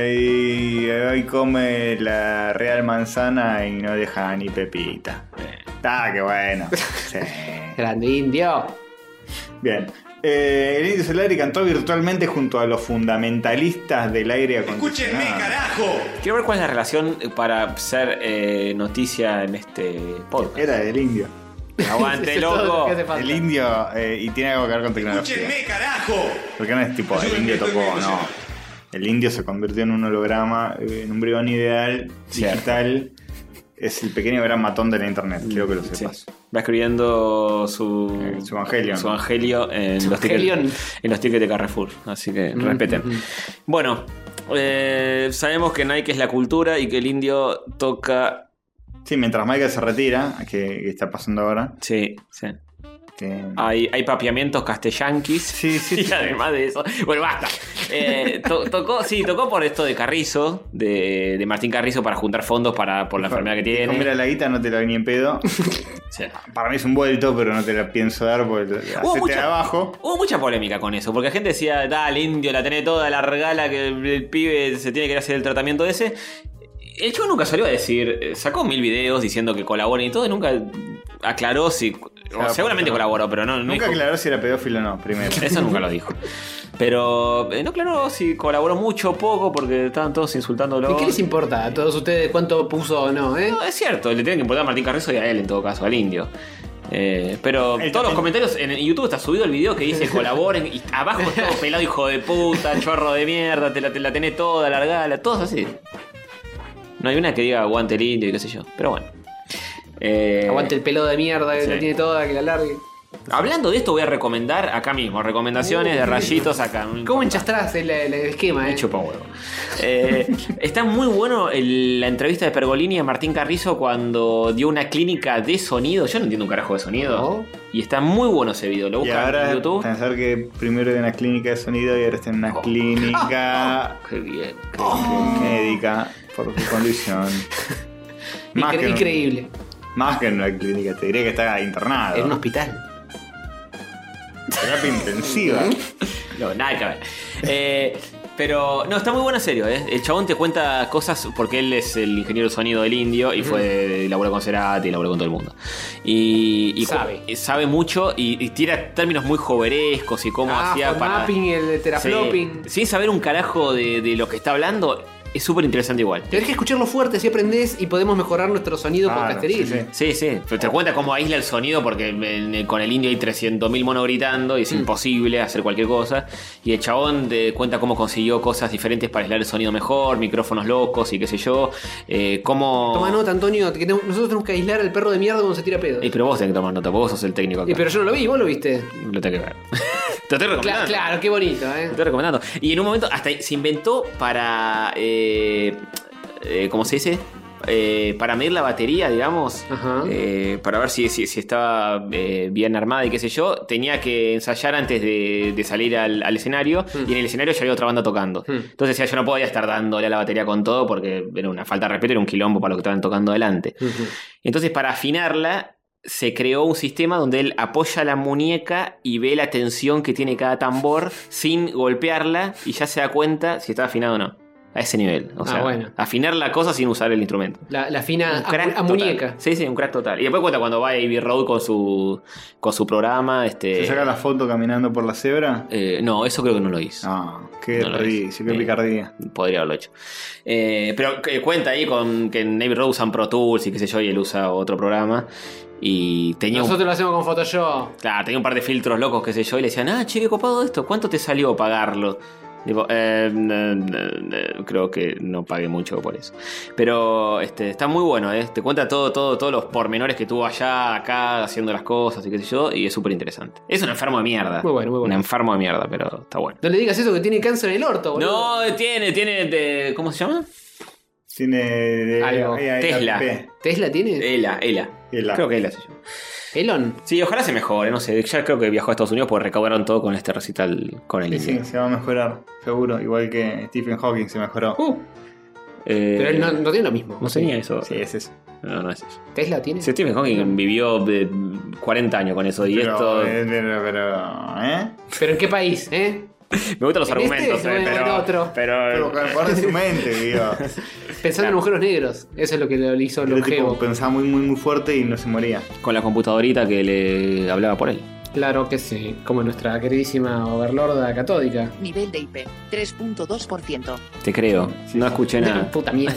y hoy come la real manzana y no deja ni pepita. Ah, qué bueno. Sí. Grande indio. Bien. Eh, el Indio Solari cantó virtualmente junto a los fundamentalistas del aire acondicionado. ¡Escúchenme, carajo! Quiero ver cuál es la relación para ser eh, noticia en este podcast. Era del Indio. Aguante, Eso es todo lo loco. que hace falta. El Indio, eh, y tiene algo que ver con tecnología. ¡Escúchenme, carajo! Porque no es tipo, el Ayúdenme, Indio estoy tocó, muy no. emocionado. El Indio se convirtió en un holograma, eh, en un bribón ideal, Cierto. digital. Es el pequeño gran matón de la internet, quiero que lo Sí. sepas. Va escribiendo su, Eh, su Evangelion. su evangelio en, los Evangelion. tickets, en los tickets de Carrefour. Así que Mm, respeten. mm. Bueno, eh, sabemos que Nike es la cultura y que el indio toca. Sí, mientras Michael se retira, que, que está pasando ahora. Sí, sí. que- Hay, hay papiamientos castellanquis. Sí, sí, Y sí. además de eso. Bueno, basta. Eh, to- tocó, sí, tocó por esto de Carrizo, de, de Martín Carrizo, para juntar fondos para, por la enfermedad que Dijo, tiene. mira, la guita no te la doy ni en pedo. Sí. Para mí es un vuelto, pero no te la pienso dar porque hacete mucha- de abajo. Hubo mucha polémica con eso, porque la gente decía, dale, indio, la tenés toda, la regala, que el, el pibe se tiene que ir a hacer el tratamiento ese. El chico nunca salió a decir, eh, sacó mil videos diciendo que colaboren y todo, y nunca aclaró si. o Claro, seguramente porque no- colaboró, pero no, no Nunca dijo- aclaró si era pedófilo o no, primero. Eso nunca lo dijo. Pero eh, no aclaró si colaboró mucho o poco, porque estaban todos insultándolo. ¿Y qué les importa a todos ustedes cuánto puso o no, eh? No, es cierto, le tienen que importar a Martín Carrizo y a él en todo caso, al indio. Eh, pero Él todos los también- comentarios en YouTube está subido el video que dice colaboren y abajo todo pelado, hijo de puta, chorro de mierda, te la, te la tenés toda, largala, todos así. No hay una que diga aguante el indio y qué sé yo, pero bueno. Eh, Aguante el pelo de mierda que sí. la tiene toda, que la largue. Hablando de esto voy a recomendar acá mismo, recomendaciones de rayitos acá. no ¿Cómo importa. enchastrás el, el esquema, Me eh? chupa un huevo. Eh, está muy bueno el- la entrevista de Pergolini a Martín Carrizo cuando dio una clínica de sonido. Yo no entiendo un carajo de sonido. No. Y está muy bueno ese video. Lo Y buscan ahora en YouTube. pensar que primero era una clínica de sonido y ahora está en una clínica Qué bien. médica por su condición. Más Incre- que, Increíble. más que en una clínica, te diría que está internado. En un hospital. Terapia intensiva. No, nada que ver. Eh, pero, no, está muy bueno en serio. ¿eh? El chabón te cuenta cosas porque él es el ingeniero de sonido del indio y fue laburó con Cerati, laburó con todo el mundo. Y, y Sabe. cu- sabe mucho y, y tira términos muy joverescos y cómo Ah, hacía for para. mapping, el teraflopping. Sí, sin saber un carajo de, de lo que está hablando, es súper interesante igual. Tenés que escucharlo fuerte, si aprendés y podemos mejorar nuestro sonido Claro, podcasteril. sí, Sí, sí. sí, pero te cuenta cómo aísla el sonido porque en- con el indio hay trescientos mil monos gritando y Mm. es imposible hacer cualquier cosa. Y el chabón te cuenta cómo consiguió cosas diferentes para aislar el sonido mejor, micrófonos locos y qué sé yo. Eh, cómo... Toma nota, Antonio, que tenemos- nosotros tenemos que aislar al perro de mierda cuando se tira pedo. Eh, pero vos tenés que tomar nota, porque vos sos el técnico acá. Y pero yo no lo vi, vos lo viste. Lo tenés que ver. Te estoy Cla- recomendando. claro, qué bonito, Te eh. estoy recomendando. Y en un momento hasta se inventó para... Eh, eh, ¿Cómo se dice? Eh, para medir la batería, digamos, Ajá. eh, para ver si, si, si estaba eh, bien armada y qué sé yo, tenía que ensayar antes de, de salir al, al escenario Hmm. y en el escenario ya había otra banda tocando. Hmm. Entonces decía, yo no podía estar dándole a la batería con todo porque era una falta de respeto, era un quilombo para lo que estaban tocando adelante. Ujú. Entonces para afinarla se creó un sistema donde él apoya la muñeca y ve la tensión que tiene cada tambor sin golpearla y ya se da cuenta si está afinado o no. A ese nivel. O Ah, sea, bueno. afinar la cosa sin usar el instrumento. La, la fina Un a, crack a total. muñeca. Sí, sí, un crack total. Y después cuenta cuando va a Abbey Road con su, con su programa. Este, ¿Se saca la foto caminando por la cebra? eh, no, eso creo que no lo hizo. Ah, qué No lo desperdicio, hizo. qué Eh, picardía. Podría haberlo hecho. Eh, pero que cuenta ahí con que en Abbey Road usan Pro Tools y qué sé yo, y él usa otro programa. Y tenía un, Nosotros lo hacemos con Photoshop. claro, tenía un par de filtros locos, qué sé yo, y le decían, ah, che, qué copado esto, ¿cuánto te salió pagarlo? Digo, eh, eh, eh, creo que no pagué mucho por eso. Pero este, está muy bueno, ¿eh? Te cuenta todo, todo, todos los pormenores que tuvo allá, acá, haciendo las cosas y qué sé yo, y es súper interesante. Es un enfermo de mierda. Muy bueno, muy bueno. Un enfermo de mierda, pero está bueno. No le digas eso que tiene cáncer en el orto, boludo. No, tiene, tiene, de, ¿cómo se llama? Tiene de- Algo. ahí, ahí, Tesla. P. ¿Tesla tiene? Ela, Ela. Ela. Creo que Ela se llama. Elon. Sí, ojalá se mejore, no sé. Ya creo que viajó a Estados Unidos porque recaudaron todo con este recital con el Sí, sí, indio. se va a mejorar, seguro. Igual que Stephen Hawking se mejoró. Uh, Eh, pero él no, no tiene lo mismo. no tenía eso. Sí, es eso. No, no es eso. ¿Tesla tiene? Si Stephen Hawking vivió de cuarenta años con eso y Pero, esto. eh, pero, pero, ¿eh? ¿Pero en qué país, eh? Me gustan los ¿en argumentos, este eh, o en pero. otro? Pero. Pero con el poder de su mente, digo. Pensando en agujeros negros. Eso es lo que lo hizo El tipo longevo. pensaba muy, muy, muy fuerte y no se moría. Con la computadorita que le hablaba por él. Claro que sí. Como nuestra queridísima overlorda catódica. Nivel de I P, tres punto dos por ciento. Te creo. No escuché nada. Puta mierda.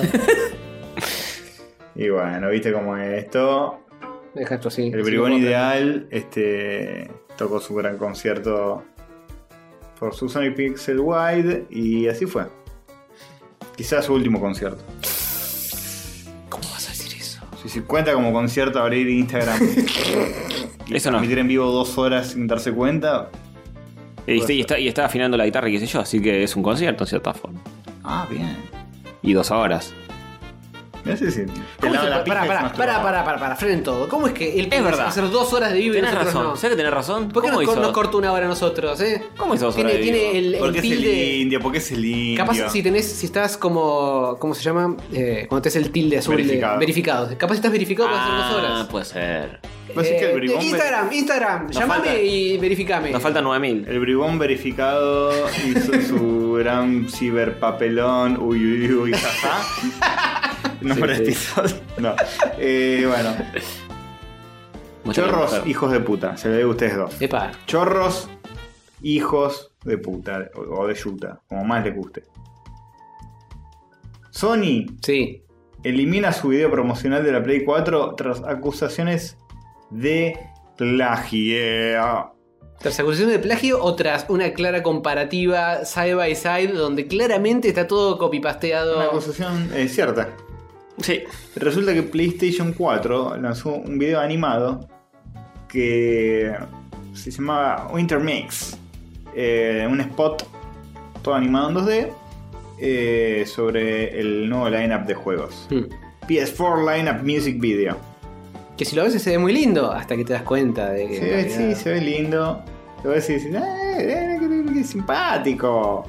Y bueno, viste cómo es esto. Deja esto así. El bribón ideal este, tocó su gran concierto por su Sony Pixel Wide y así fue. Quizás su último concierto. ¿Cómo vas a decir eso? Si se cuenta como concierto abrir Instagram y Eso no. transmitir en vivo dos horas sin darse cuenta. Y, está, y, está, y está afinando la guitarra y qué sé yo, así que es un concierto en cierta forma. Ah, bien. Y dos horas. No sé si. ¿Cómo la- se la puede- pija Pará, es pará, más pará, trabado. pará, pará, pará, frenen todo. ¿Cómo es que él Es puede verdad. hacer dos horas de vivo y Tenés nosotros razón. no? ¿Sabes que tenés razón? ¿Por qué ¿Cómo nos, hizo? nos corta una hora a nosotros, eh? ¿Cómo hizo dos Tiene, horas de tiene vivo? el, el Porque es el tilde. indio, porque es el indio. Capaz si tenés, si estás como, ¿cómo se llama? Eh, cuando te es el tilde azul de- Verificado. verificado. Capaz si estás verificado puedes hacer Ah, dos horas. puede ser. Pues es que el Eh, bribón Instagram, Instagram, llámame falta- y verificame. Nos faltan nueve mil. El bribón verificado hizo su gran ciberpapelón. Uy, uy, uy, jaja. Nombre Sí, de sí. episodio. No. Eh, bueno. Mucho Chorros, mejor. hijos de puta. Se le digo a ustedes dos. Epa. Chorros, hijos de puta. O, o de yuta. Como más les guste. Sony Sí. elimina su video promocional de la Play cuatro tras acusaciones de plagio. Tras acusación de plagio o tras una clara comparativa side by side donde claramente está todo copy-pasteado. Una acusación eh, cierta. Sí. Resulta que PlayStation cuatro lanzó un video animado que se llamaba Winter Mix. Eh, un spot todo animado en dos D eh, sobre el nuevo lineup de juegos. Hmm. P S cuatro Lineup Music Video. Que si lo ves se ve muy lindo hasta que te das cuenta de que. Se en ve, realidad- sí, se ve lindo. Lo ves y decís, ¡eh, eh, qué, qué simpático!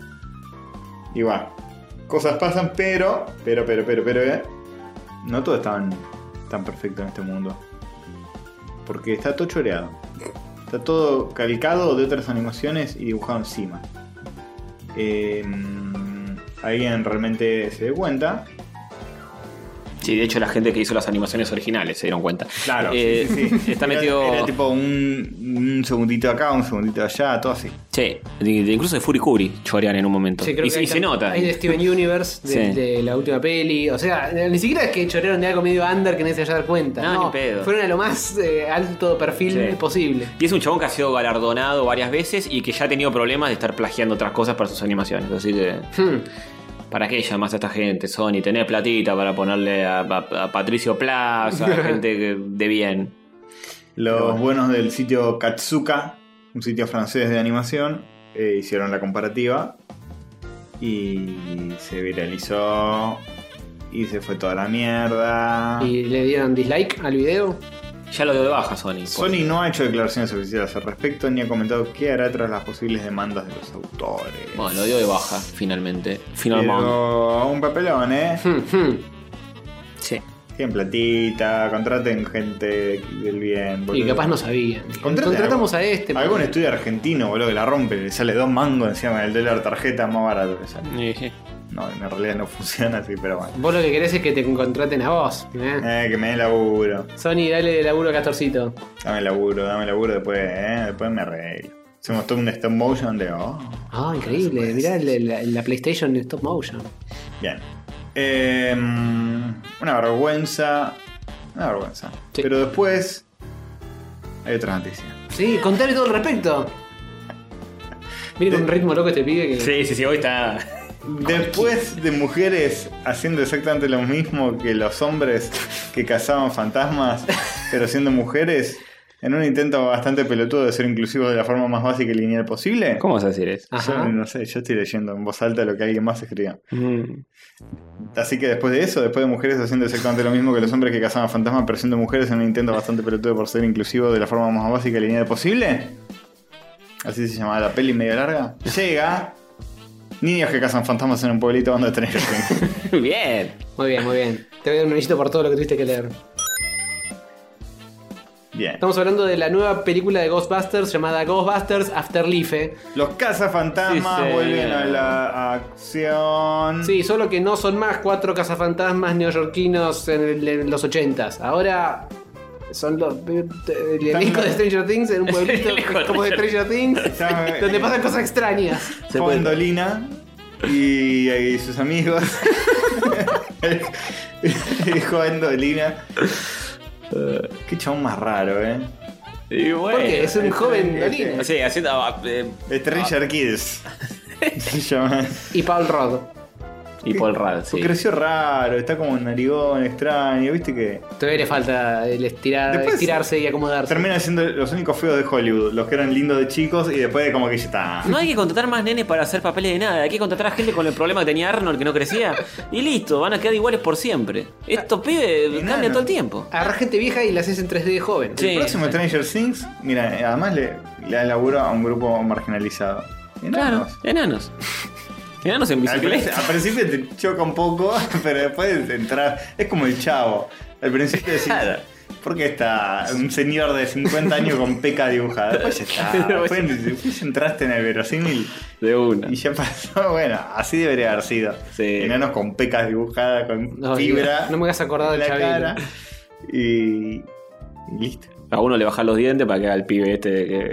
Igual, cosas pasan, pero, pero, pero, pero, pero, eh, no todo es tan, tan perfecto en este mundo. Porque está todo choreado. Está todo calcado de otras animaciones y dibujado encima. Eh, alguien realmente se dio cuenta. Sí, de hecho la gente que hizo las animaciones originales se dieron cuenta. Claro, Eh, sí, sí, sí. Está Era- metido. Era tipo un, un segundito acá, un segundito allá, todo así. Sí, de- de- incluso de Furikuri chorean en un momento. Sí, creo y que y hay se tam- nota. Hay de Steven Universe, de, Sí. de la última peli. O sea, ni siquiera es que chorearon de algo medio under que nadie se haya dado cuenta. No, No, ni pedo. fueron a lo más eh, alto perfil Sí. posible. Y es un chabón que ha sido galardonado varias veces y que ya ha tenido problemas de estar plagiando otras cosas para sus animaciones. Así que. Hmm. ¿Para qué llamas a esta gente, Sony? Tenés platita para ponerle a, a- a Patricio Plaza, a gente que- de bien. Los buenos del sitio Katsuka, un sitio francés de animación, eh, hicieron la comparativa y se viralizó y se fue toda la mierda. Y le dieron dislike al video. Ya lo dio de baja Sony. Sony no ha hecho declaraciones oficiales al respecto ni ha comentado qué hará tras las posibles demandas de los autores. Bueno, lo dio de baja, finalmente. Finalmente. Pero un papelón, ¿eh? Hmm, hmm. Sí. Tienen platita, contraten gente del bien. Y boludo. capaz no sabían. Contraten Contratamos algún- a este. Algún porque- estudio argentino, boludo, que la rompe, le sale dos mangos encima del dólar tarjeta más barato que sale. Y dije, no, en realidad no funciona así, pero bueno. Vos lo que querés es que te contraten a vos. ¿eh? Eh, que me den laburo. Sony, dale de laburo a Castorcito. Dame laburo, dame laburo después, eh, después me arreglo. Hacemos todo un stop motion de... Oh, Ah, increíble. Mirá la, la, la PlayStation de stop motion. bien. Eh, una vergüenza. Una vergüenza. Sí. Pero después hay otra noticia. Sí, contale todo al respecto. Miren con un ritmo loco este pibe que... Sí, sí, sí, hoy está. Después de mujeres haciendo exactamente lo mismo que los hombres que cazaban fantasmas, pero siendo mujeres, en un intento bastante pelotudo de ser inclusivos de la forma más básica y lineal posible. ¿Cómo vas a decir eso? Yo Ajá. no sé, yo estoy leyendo en voz alta lo que alguien más escribió. Mm. Así que después de eso, después de mujeres haciendo exactamente lo mismo que los hombres que cazaban fantasmas, pero siendo mujeres en un intento bastante pelotudo por ser inclusivo de la forma más básica y lineal posible, así se llamaba la peli medio larga, llega Niños que cazan fantasmas en un pueblito donde tenés que... Bien. Muy bien, muy bien. Te voy a dar un anillito por todo lo que tuviste que leer. Bien. Estamos hablando de la nueva película de Ghostbusters llamada Ghostbusters Afterlife. Los cazafantasmas Sí, sí. vuelven a la acción. Sí, solo que no son más cuatro cazafantasmas neoyorquinos en, el- en los ochentas. Ahora son los el elenco de Stranger Things en un pueblito como de Stranger Things Está- donde pasan cosas extrañas. Se puede- Jugando Lina y, y sus amigos. Y jugando Lina. Qué chabón más raro, eh. Y bueno. Porque es un este- joven este- Dolina. Sí, haciendo. eh, Stranger Kids. Se llama. Y Paul Rudd. y Paul Rudd, sí. Creció raro, está como un narigón extraño, viste que. Todavía le falta el estirar, Después estirarse y acomodarse. Terminan siendo los únicos feos de Hollywood, los que eran lindos de chicos y después como que ya está. No hay que contratar más nenes para hacer papeles de nada. Hay que contratar a gente con el problema que tenía Arnold, que no crecía. Y listo, van a quedar iguales por siempre. Estos pibes Enano. cambian todo el tiempo. Agarra gente vieja y la haces en tres D de joven. Sí. El próximo Stranger Things, mira, además le, le da laburo a un grupo marginalizado. Claro, Enanos. enanos. Enanos en Al, bicicleta. principio- al principio te choca un poco, pero después entrar. Es como el Chavo. Al principio decís, Claro. ¿por qué está un señor de cincuenta años con peca dibujada? Después ya está. Después, después entraste en el verosímil De una. y ya pasó. Bueno, así debería haber sido. Sí. Enanos con pecas dibujadas, con No, fibra. no me hagas acordar en del la Chabelo. cara. Y, y listo. A uno le bajan los dientes para que haga el pibe este que,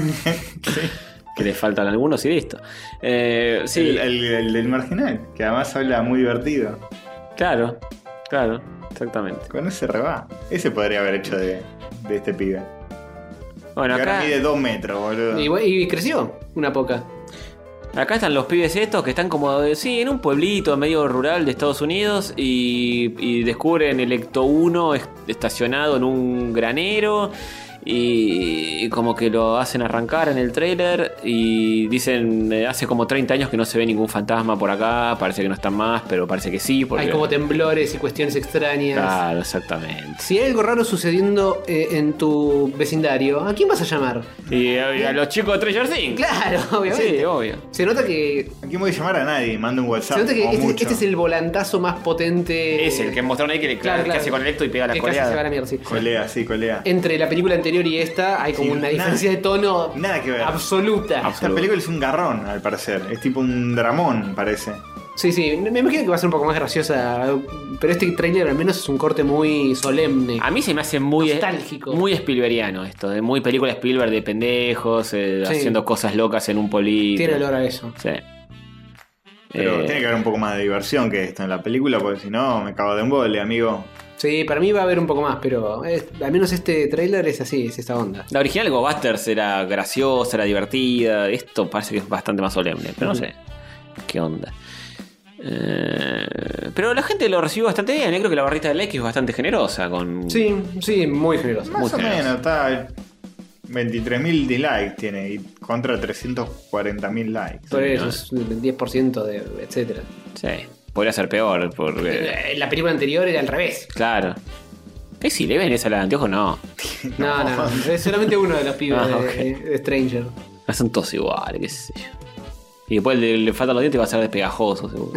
que le faltan algunos y listo. Eh, sí, El, el- el del marginal, que además habla muy divertido. claro, claro, exactamente. Con ese reba. Ese podría haber hecho de, de este pibe. Bueno, Que ahora acá, mide dos metros, boludo. Y, bu- y creció una poca. acá están los pibes estos que están como, de- sí, en un pueblito medio rural de Estados Unidos y, y descubren el Ecto uno est- estacionado en un granero y, y como que lo hacen arrancar en el trailer y dicen, eh, hace como treinta años que no se ve ningún fantasma por acá, parece que no están más, pero parece que sí. Porque... Hay como temblores y cuestiones extrañas. Claro, exactamente. Si hay algo raro sucediendo eh, en tu vecindario, ¿a quién vas a llamar? Y, a- a los chicos de Stranger Things. Claro, obviamente. Sí, obvio. Se nota que, Aquí voy a llamar a nadie, mando un WhatsApp. se nota que como este, mucho. este es el volantazo más potente. Es el que mostraron ahí que, le, Claro, que claro. hace con el Ecto y pega la que casi se va a la coleada. mierda, sí. Colea, sí, colea. Entre la película anterior y esta hay como Sí, una nada- diferencia de tono Nada que ver. absoluta. Esta película es un garrón, al parecer. Es tipo un dramón, parece. Sí, sí, me imagino que va a ser un poco más graciosa, pero este trailer al menos es un corte muy solemne. A mí se me hace muy Nostálgico. muy Spielbergiano esto, de muy película Spielberg de pendejos, eh, Sí. haciendo cosas locas en un pueblito. Tiene olor a eso. Sí. Pero Eh, tiene que haber un poco más de diversión que esto en la película, porque si no, me cago de embole, amigo. Sí, para mí va a haber un poco más, pero es- al menos este trailer es así, es esta onda. La original Ghostbusters era graciosa, era divertida. Esto parece que es bastante más solemne, pero no sé. ¿Qué onda? Eh, pero la gente lo recibió bastante bien. Yo creo que la barrita de like es bastante generosa. Con... Sí, sí, muy generoso. Más Muy o generoso. menos, está veintitrés mil dislikes tiene y contra trescientos cuarenta mil likes. Por eso no. es el diez por ciento de etcétera. Sí, podría ser peor. Porque... Eh, La película anterior era al revés. Claro. ¿Es si le ven esa la de anteojo? No. No, no, no, es solamente uno de los pibes Ah, de, ok. de Stranger. No son todos iguales, qué sé yo. Y después le, le faltan los dientes y va a ser despegajoso, seguro.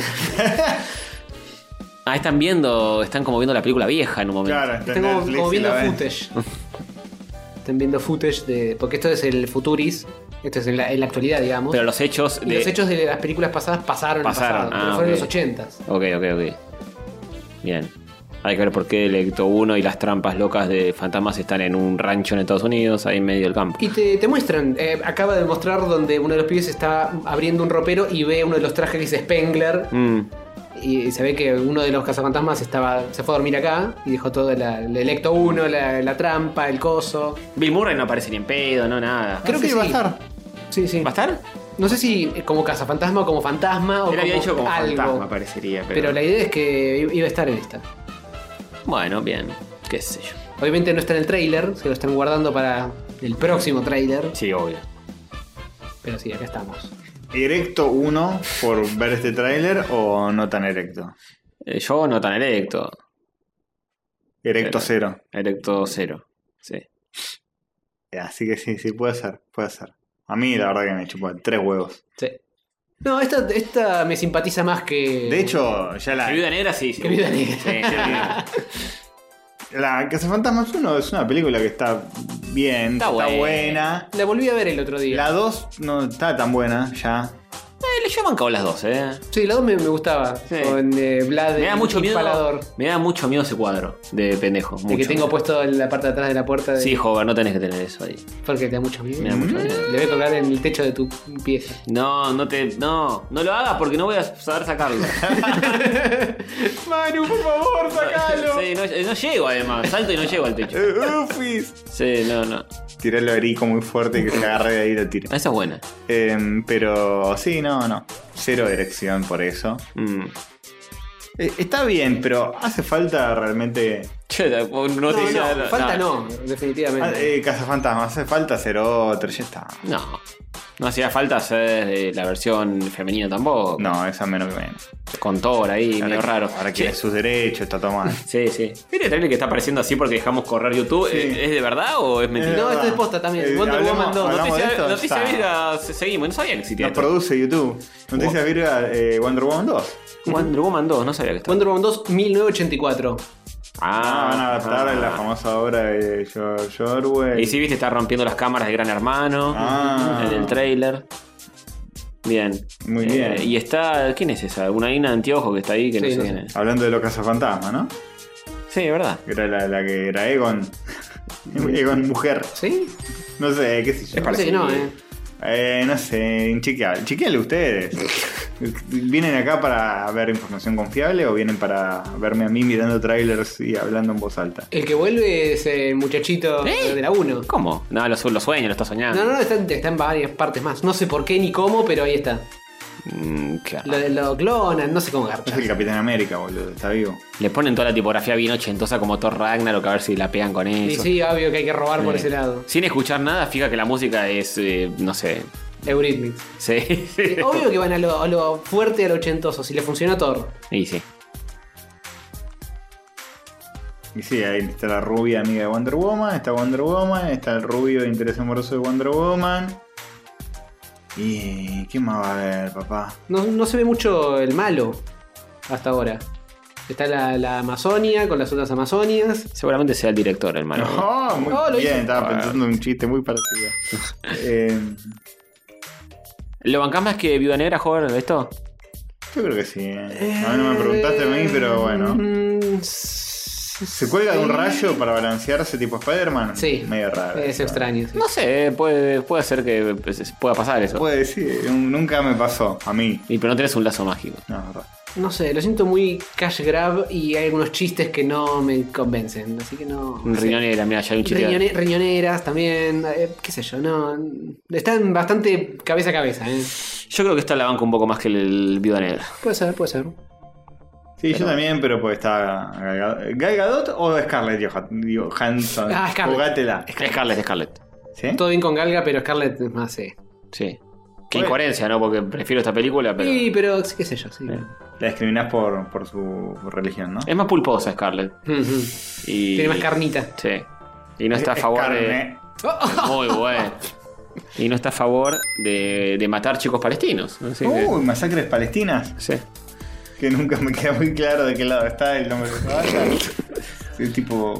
Ah, están viendo, están como viendo la película vieja en un momento. Claro, está en Están como, Netflix como y viendo la ven. footage. Están viendo footage de. Porque esto es el Futuris. Esto es en la, en la actualidad, digamos. Pero los hechos y de... los hechos de las películas pasadas pasaron, Pasaron, en el pasado, ah, pero fueron ok. en los ochentas. Ok, ok, ok. Bien. Hay que ver por qué el Ecto uno y las trampas locas de fantasmas están en un rancho en Estados Unidos, ahí en medio del campo. Y te, te muestran, eh, acaba de mostrar donde uno de los pibes está abriendo un ropero y ve uno de los trajes que dice Spengler. Mm. Y se ve que uno de los cazafantasmas estaba, se fue a dormir acá y dejó todo la- el Electo uno, la, la trampa, el coso. Bill Murray no aparece ni en pedo, no nada. Creo que sí, va a sí. estar. Sí, sí. ¿Va a estar? No sé si como cazafantasma o como fantasma o Él había como dicho como algo. fantasma, parecería. Pero... Pero la idea es que iba a estar en esta. Bueno, bien. Qué sé yo. Obviamente no está en el tráiler, se lo están guardando para el próximo tráiler. Sí, obvio. Pero sí, acá estamos. ¿Erecto uno por ver este tráiler o no tan erecto? Eh, yo no tan erecto. Erecto Pero- cero. Erecto cero. Sí. Así que sí, sí, puede ser, puede ser. A mí la verdad que me chupa tres huevos. Sí. No, esta, esta me simpatiza más que. De hecho, ya la... La Viuda Negra sí, sí. Que Viuda Negra. Sí, sí. La Cazafantasmas uno es una película que está bien, Está está, buena. buena. La volví a ver el otro día. La dos no está tan buena ya. Eh, le llaman cabo las dos, eh. Sí, la dos me, me gustaba. Sí. Con eh, Vlad Me da mucho miedo. Impalador. Me da mucho miedo ese cuadro de pendejo. El que mucho. tengo puesto en la parte de atrás de la puerta. De... Sí, joven, no tenés que tener eso ahí. Porque te da mucho miedo. Me da mucho miedo. Le voy a colgar en el techo de tu pieza. No, no te. No, no lo hagas porque no voy a saber sacarlo. Manu, por favor, sacalo. Sí, no, no llego además. Salto y no llego al techo. Ufis. Sí, no, no. Tirarlo a Erico muy fuerte y que se agarre de ahí y lo tire. Esa es buena. Eh, pero sí, no, no. Cero erección por eso. Mm. Eh, está bien, pero hace falta realmente. Che, no, No, te dice no, nada. falta no. no, definitivamente. Ah, eh, Cazafantasmas, hace falta hacer otro, ya está. No. No hacía falta hacer eh, la versión femenina tampoco. No, esa menos que menos. Con Thor ahí, medio raro. Ahora Che, quiere sus derechos, está todo mal. Sí, sí. ¿Viste el trailer que está apareciendo así porque dejamos correr YouTube? Sí. ¿Es de verdad o es mentira? No, verdad. esto es posta también. Eh, Wonder hablamos- Woman dos. hablamos Noticia, de esto, noticia está. virga, se- seguimos. No sabía que existía Nos esto. produce YouTube. Noticias Virga, eh, Wonder Woman dos. Wonder Woman dos, no sabía que estaba. Wonder Woman dos, mil novecientos ochenta y cuatro. Ah, van a adaptar ah. la famosa obra de George Orwell. Y si viste, está rompiendo las cámaras de Gran Hermano Ah. en el trailer. Bien. Muy Eh, bien. y está. ¿Quién es esa? Una Ina de anteojo que está ahí que Sí, no sé no quién sé. es. Hablando de los cazafantasmas, ¿no? Sí, es verdad. Era la, la que era Egon. Egon mujer. ¿Sí? No sé, qué sé yo. Es Parece que no, eh. Eh, no sé, chequeale, chequeale ustedes. ¿Vienen acá para ver información confiable o vienen para verme a mí mirando trailers y hablando en voz alta? El que vuelve es el muchachito ¿Eh? de la uno. ¿Cómo? No, lo, su- lo sueño, lo está soñando. No, no, no, está, en- está en varias partes más. No sé por qué ni cómo, pero ahí está. Mm, qué raro. Lo, lo clonan, no sé cómo Es garcha. el Capitán América, boludo, está vivo. Le ponen toda la tipografía bien ochentosa como Thor Ragnarok a ver si la pegan con Y eso. sí, obvio que hay que robar por Sí. ese lado. Sin escuchar nada, fija que la música es, eh, no sé. Eurythmics. Sí. Sí, obvio que van a lo, a lo fuerte, a lo ochentoso. Si le funciona a Thor. Y sí. Y sí, ahí está la rubia amiga de Wonder Woman, está Wonder Woman, está el rubio de interés amoroso de Wonder Woman. ¿Y qué más va a haber, papá? No, no se ve mucho el malo hasta ahora. Está la, la Amazonia con las otras Amazonias. Seguramente sea el director, el malo. Oh, muy Oh, lo bien, hizo. estaba pensando en un chiste muy parecido. Eh, ¿Lo bancás más que Viuda Negra, joven, de esto? yo creo que sí. eh. A mí no me preguntaste a mí, pero bueno. Mm, ¿Se cuelga de un rayo para balancearse tipo Spider-Man? Sí. Medio raro. Es extraño. sí. No sé, puede, puede ser que pues, pueda pasar eso. Puede decir, nunca me pasó, a mí. Y pero no tenés un lazo mágico. No, es verdad. No sé, lo siento muy cash grab y hay algunos chistes que no me convencen. Así que no. Un no sé. riñonera, mira, ya hay un chiste. Riñone- riñoneras también, eh, qué sé yo, no. Están bastante cabeza a cabeza, ¿eh? Yo creo que esta la banca un poco más que el, el Viuda Negra. Puede ser, puede ser. Sí, yo también, pero pues está Gal Gadot. ¿Gal Gadot o Scarlett Johan- Johansson? Ah, Scarlett. Jugátela. Scarlett, Scarlett. ¿Sí? Todo bien con Galga, pero Scarlett es más, sí. Sí. Qué Bueno. incoherencia, ¿no? Porque prefiero esta película, pero. Sí, pero qué sé yo, sí. Eh. La discriminás por, por su religión, ¿no? Es más pulposa Scarlett. Ujú. Y... Tiene más carnita. Sí. Y no está a Es favor de. carne. Muy bueno. Y no está a favor de, de matar chicos palestinos. Así que- Uy, masacres palestinas. Sí. Que nunca me queda muy claro de qué lado está el nombre de esa batalla. Sí, tipo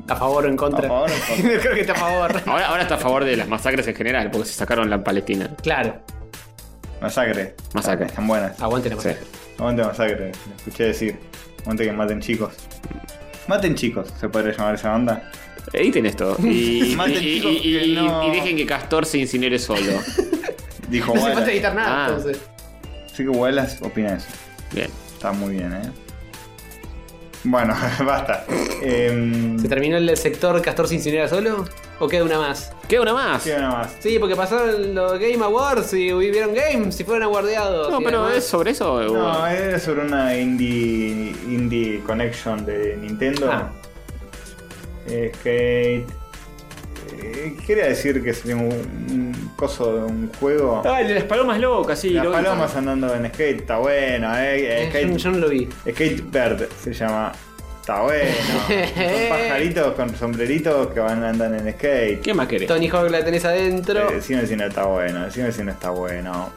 ¿A favor o en contra? A favor o en contra. Yo creo que está a favor. Ahora, ahora está a favor de las masacres en general, porque se sacaron la Palestina. Claro. Masacre. Masacre. Están buenas. Aguante la masacre. Aguante masacre. Lo escuché decir. Aguante que maten chicos. Maten chicos, se podría llamar esa banda. Editen esto. Y, Maten y, chicos y- y- que no- y dejen que Castor se incinere solo. Dijo No hace falta Wallace. editar nada, Ah. entonces. Así que Wallace opina eso. Bien. Está muy bien, eh. Bueno, basta. Em, ¿Se terminó el sector Castor se incinera solo? ¿O queda una más? Queda una más. sí, nada más. Sí, porque pasaron los Game Awards y vieron games y fueron aguardeados. No, y pero demás. es sobre eso. No, era sobre una indie indie connection de Nintendo. Ah. Eh, Skate. Eh, quería decir que sería un, un coso de un juego. Ah, el de las palomas locas, sí. Las lo vi. palomas andando en skate, está bueno, eh. Eh, eh, skate, yo, yo no lo vi. Skate Bird se llama. Está bueno. Son pajaritos con sombreritos que van andando en skate. ¿Qué más querés? Tony Hawk la tenés adentro. Eh, Decime si no está bueno, decime si no está bueno.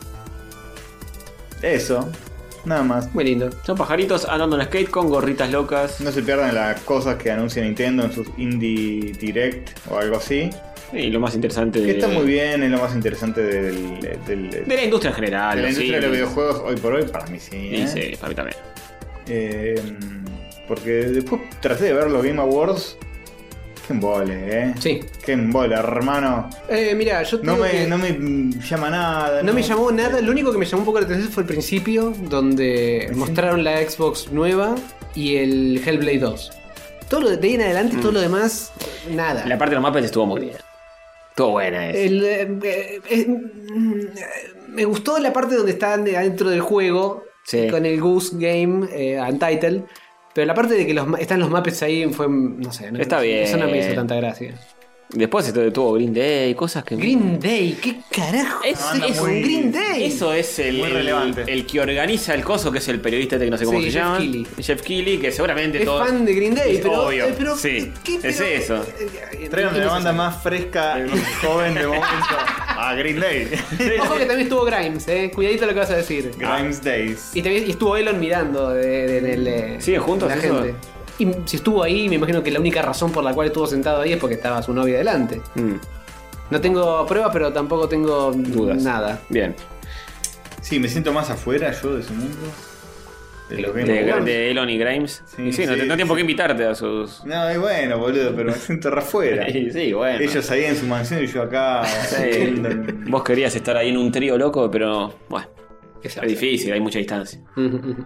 Eso, nada más. Muy lindo. Son pajaritos andando en skate con gorritas locas. No se pierdan las cosas que anuncia Nintendo en sus Indie Direct o algo así. Y lo más interesante Que de, está muy bien, es lo más interesante del, del- de la industria en general. de la sí. industria de los videojuegos hoy por hoy. Para mí sí. Y ¿eh? sí, para mí también. Eh, porque después traté de ver los Game Awards. Qué embole, eh. Sí. Qué embole, hermano. Eh, mira, yo No tengo me, que- no me llama nada. No me llamó nada, lo único que me llamó un poco la atención fue el principio, donde ¿Sí? mostraron la Xbox nueva y el Hellblade dos. Todo lo de ahí en adelante, todo lo demás, nada. La parte de los mapas estuvo muy bien. Estuvo buena esa. El, eh, eh, eh, mm, me gustó la parte donde están dentro del juego, Sí. con el Goose Game eh, Untitled, pero la parte de que los, ma- están los mappets ahí fue, no sé, no- Está bien. eso no me hizo tanta gracia. Después esto tuvo Green Day, cosas que. Green Day, ¿qué carajo Es- es, es un muy- Green Day? Eso es el, Muy el- relevante. el que organiza el coso, que es el periodista este que no sé cómo Sí, se Jeff llama. Keighley. Jeff Keighley, que seguramente Es todo. fan de Green Day, Es pero, obvio. eh, pero Sí, ¿qué? es Pero- eso. eh, eh, Traigan de la eh, banda más fresca y joven de momento a Green Day. Ojo que también estuvo Grimes, eh. Cuidadito lo que vas a decir. Grimes Days. Y, también, y estuvo Elon mirando de, de- de- de- ¿Siguen juntos la eso? gente. Y si estuvo ahí, me imagino que la única razón por la cual estuvo sentado ahí es porque estaba su novia delante. Mm, No tengo pruebas, pero tampoco tengo dudas. nada. Bien. Sí, me siento más afuera yo de ese mundo. De los Game De, Awards. de Elon y Grimes. Sí, y sí, no, sí, te- no tiene por qué sí. invitarte a sus. No, y bueno, boludo, pero me siento re afuera. Sí, sí, bueno. Ellos ahí en su mansión y yo acá. Sí. Vos querías estar ahí en un trío loco, pero bueno, ¿Qué se es hace? difícil, hay mucha distancia. Ujú, ujú.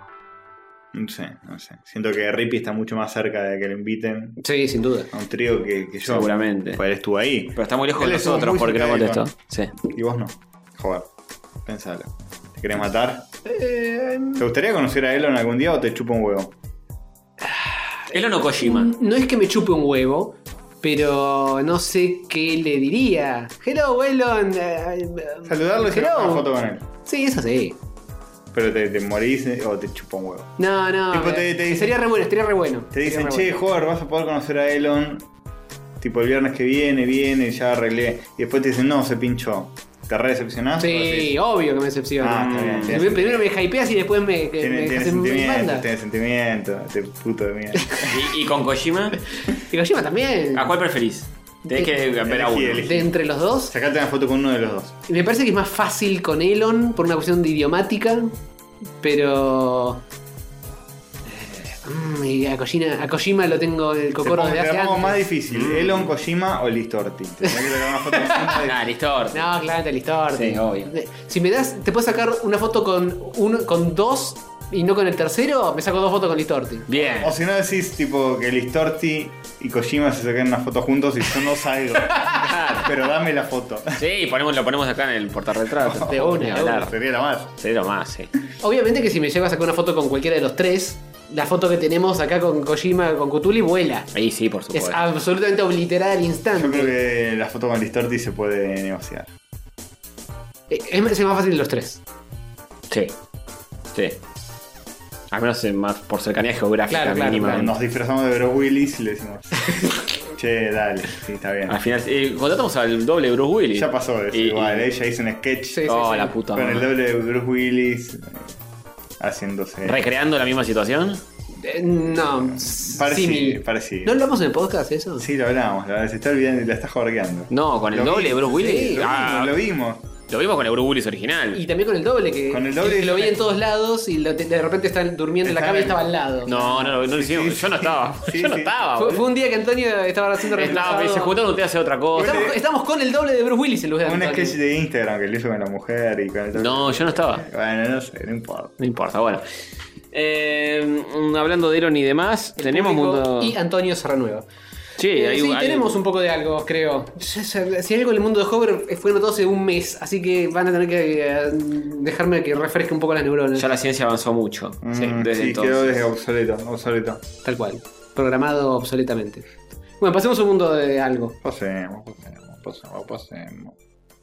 No sé, no sé. Siento que Rippy está mucho más cerca de que lo inviten Sí, sin duda. a un trío que, que yo. Seguramente. Pues él estuvo ahí. Pero está muy lejos Él de estuvo nosotros muy porque no cerca de contestó. Sí. Y vos no. Joder, pensalo. ¿Te querés matar? Eh, ¿Te gustaría conocer a Elon algún día o te chupa un huevo? Elon o Kojima. no es que me chupe un huevo, pero no sé qué le diría. Hello, Elon. eh, Saludarlo y sacar hello. una foto con él. Sí, eso sí. Pero te, te morís o te chupa un huevo. No, no. Tipo, eh, te- te dicen- sería re bueno, estaría re bueno. Te dicen, Estaría che, re bueno. joder, vas a poder conocer a Elon. Tipo el viernes que viene, viene, ya arreglé. Y después te dicen, no, se pinchó. ¿Te re decepcionás? Sí, obvio que me decepciona. Ah, está bien, tiene Primero, primero me hypeas y después me, que Tiene, me tiene dejas en mi sentimiento, banda. tiene sentimiento, este puto de mierda. ¿Y, y con Kojima? Y Kojima también. ¿A cuál preferís? Tenés que ver a Elegí, uno. elegí. De entre los dos. Sacate una foto con uno de los dos. Y me parece que es más fácil con Elon por una cuestión de idiomática. Pero. Mm, y a Kojima, a Kojima lo tengo en el Te cocoro pongo, de te hace la pongo años. más difícil. Elon, Kojima o Listorti. Te tenés que sacar una foto con uno de Ah, listo. No, claramente Listorti. Sí, obvio. Si me das, te puedes sacar una foto con uno, con dos y no con el tercero, me saco dos fotos con Listorti. Bien. O si no decís tipo que Listorti y Kojima se sacan una foto juntos y yo no salgo. Pero dame la foto. Sí, ponemos, lo ponemos acá en el portarretrato. De una, Ni de hablar. Sería la más. Sería lo más, sí. Obviamente que si me llego a sacar una foto con cualquiera de los tres, la foto que tenemos acá con Kojima, con Cthulhu, vuela. Ahí sí, por Es supuesto. absolutamente obliterada al Yo instante. creo que la foto con Listorti se puede negociar. Eh, Es, es más fácil de los tres. Sí. Sí. Al menos eh, más por cercanía geográfica Claro, claro, mínima. claro. Nos disfrazamos de Bruce Willis y le decimos. Che, dale, sí, está bien. Al final, eh, contratamos al doble de Bruce Willis. Ya pasó eso, Y- igual. y- Ella hizo un sketch Sí, sí, Oh, sí. la puta con el madre. doble de Bruce Willis eh, haciéndose. ¿Recreando la misma situación? Eh, no, Parecido, parecido. ¿No hablamos en el podcast eso? Sí, lo hablamos, la, se está olvidando y la está jorgeando. No, con el Lo doble vi- de Bruce Willis. Sí, lo Ah, vimos, lo vimos. Lo vimos con el Bruce Willis original. Y también con el doble, que, Con el doble que lo yo vi me- en todos lados y lo- de repente está durmiendo en la Está cama y en- estaba al lado. No, no, no, no lo hicimos. sí, Yo no sí. estaba. Sí, Yo no sí. estaba. Fue, boludo. fue un día que Antonio estaba haciendo Estaba, reemplazado. se juntaron ustedes a hacer otra cosa. Estamos, boludo. estamos con el doble de Bruce Willis en lugar de Un Antonio. sketch de Instagram que le hizo con la mujer y con el No, yo no estaba. Bueno, no sé, no importa. No importa, bueno. Eh, hablando de Eron y demás, El tenemos público mundo. Y Antonio se renueva. Sí, Eh, hay, sí, hay- tenemos un poco de algo, creo. Si hay algo en el mundo de Hover, fue notado hace un mes, así que van a tener que eh, dejarme que refresque un poco las neuronas. Ya la ciencia avanzó mucho. Sí, Mm, desde sí, entonces. quedó desde obsoleto, obsoleto. Tal cual. Programado obsoletamente. Bueno, pasemos a un mundo de algo. Pasemos, pasemos, pasemos, pasemos.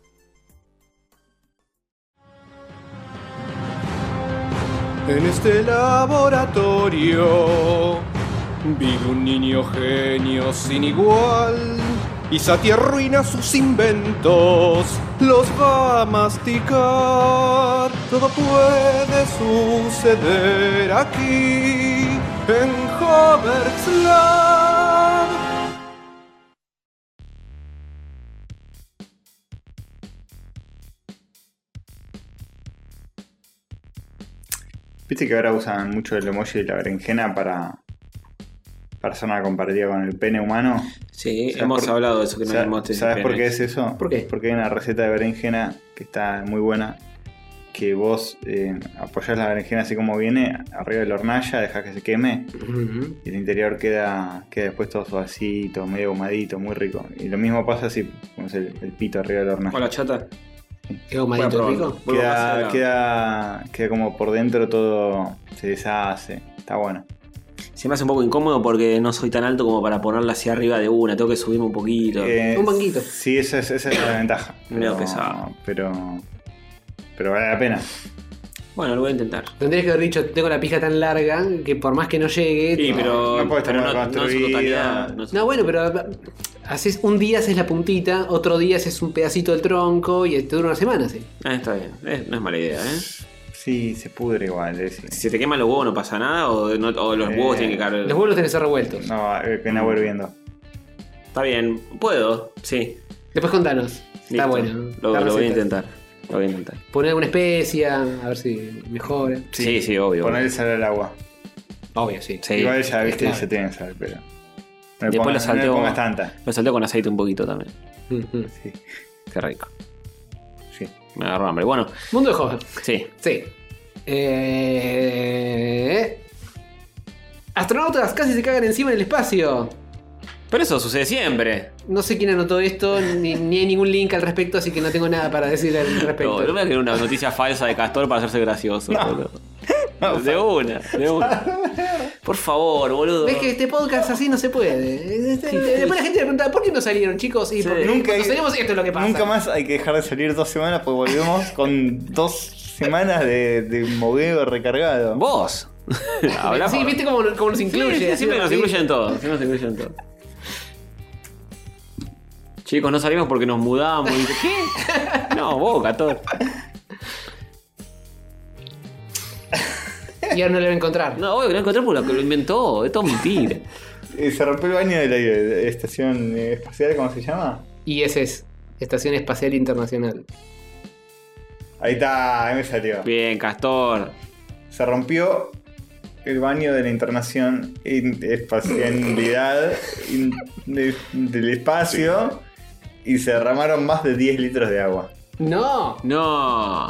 En este laboratorio vive un niño genio sin igual y Satie arruina sus inventos, los va a masticar. Todo puede suceder aquí en Hover's Lab. Viste que ahora usan mucho el emoji de la berenjena para, para hacer una comparativa con el pene humano. Sí, ¿Sabes hemos por- hablado de eso que no ¿Sabes, hemos tenido ¿sabes por qué penes. es eso? ¿Por qué? Porque hay una receta de berenjena que está muy buena. Que vos eh, apoyás la berenjena así como viene, arriba de la hornalla, dejás que se queme. Y el interior queda, queda después todo suavecito, medio ahumadito, muy rico. Y lo mismo pasa si pones el, el pito arriba de la hornalla. Hola, chata. ¿Qué ahumadito Voy a rico? probarlo. Queda, queda, queda como por dentro todo se deshace. Está bueno. Se me hace un poco incómodo porque no soy tan alto como para ponerla hacia arriba de una. Tengo que subirme un poquito. Eh, Un banquito. Sí, esa es, esa es la ventaja. Medio Pero- pesado. Pero, pero vale la pena. Bueno, lo voy a intentar. Tendrías que haber dicho, tengo la pija tan larga que por más que no llegue... Sí, no- pero, no puede estar pero mal no, no en su construida. totalidad. No, No, bueno, pero haces un día haces la puntita, otro día haces un pedacito del tronco y te dura una semana, sí. Ah, está bien. Eh, no es mala idea, ¿eh? Sí, se pudre igual. eh, sí. Si se te queman los huevos no pasa nada o, no- o los Eh, huevos tienen que caer. Los huevos tenés que ser revueltos. No, eh, en agua hirviendo. Está bien, puedo, sí. Después contanos. Está Listo. bueno. Lo, La lo voy a receta. intentar. Lo voy a intentar. Poner alguna especia, a ver si mejora. Sí, sí, obvio. Poner sal al agua. Obvio, sí. Sí. Igual ya viste, claro. se tiene sal, pero. No le Después pongas, lo salteo. no le pongas tanta. Lo salteo con aceite un poquito también. Ujú. Sí, Qué rico. sí. Me agarró hambre. Bueno, Mundo de Hover. sí. Sí. Eh... Astronautas casi se cagan encima en el espacio. Pero eso sucede siempre. No sé quién anotó esto, ni, ni hay ningún link al respecto, así que no tengo nada para decir al respecto. No, no voy a creer una noticia falsa de Castor para hacerse gracioso. boludo. De una, de una. Por favor, boludo. ¿Ves que este podcast así no se puede? Este- Después la gente le pregunta, ¿por qué no salieron, chicos? Y Sí. porque Nunca cuando hay- salimos esto es lo que pasa. Nunca más hay que dejar de salir dos semanas porque volvemos con dos semanas de, de mogueo recargado. Vos. Hablamos. Sí, ¿viste cómo, cómo nos Sí, incluye? sí, Así, siempre nos así. incluyen todos. Siempre nos incluyen todos. Chicos, no salimos porque nos mudamos. Y- ¿Qué? No, vos, Castor. Y ahora no le va a encontrar. No, voy a encontrar por lo que lo inventó. Es todo mentira. Eh, Se rompió el baño de la eh, estación eh, espacial, ¿cómo se llama? I S S, Estación Espacial Internacional. Ahí está, ahí me salió. Bien, Castor. Se rompió el baño de la internación in- espacialidad in- de- del espacio y se derramaron más de diez litros de agua. ¡No! No.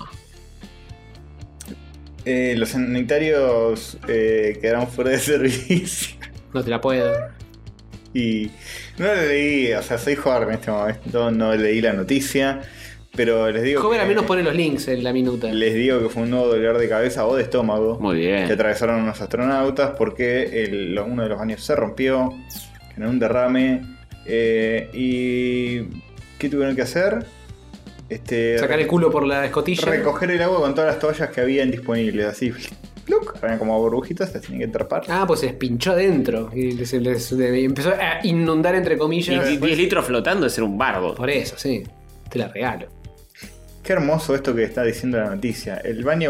Eh, los sanitarios eh, quedaron fuera de servicio. No te la puedo. Y no lo leí, o sea, soy joven en este momento, no leí la noticia, pero les digo Joven que, al menos pone los links en la minuta. les digo que fue un nuevo dolor de cabeza o de estómago Muy que bien. atravesaron unos astronautas porque el- lo- uno de los baños se rompió, generó un derrame eh, y ¿qué tuvieron que hacer? Este, Sacar el culo por la escotilla. recoger el agua con todas las toallas que habían disponibles, así, ¡pluc! Eran como burbujitas, las tenían que atrapar. Ah, pues se les pinchó adentro. Y les- les- les- empezó a inundar entre Y comillas. y diez litros flotando es ser un bardo. Por eso, sí. Te la regalo. Qué hermoso esto que está diciendo la noticia. El baño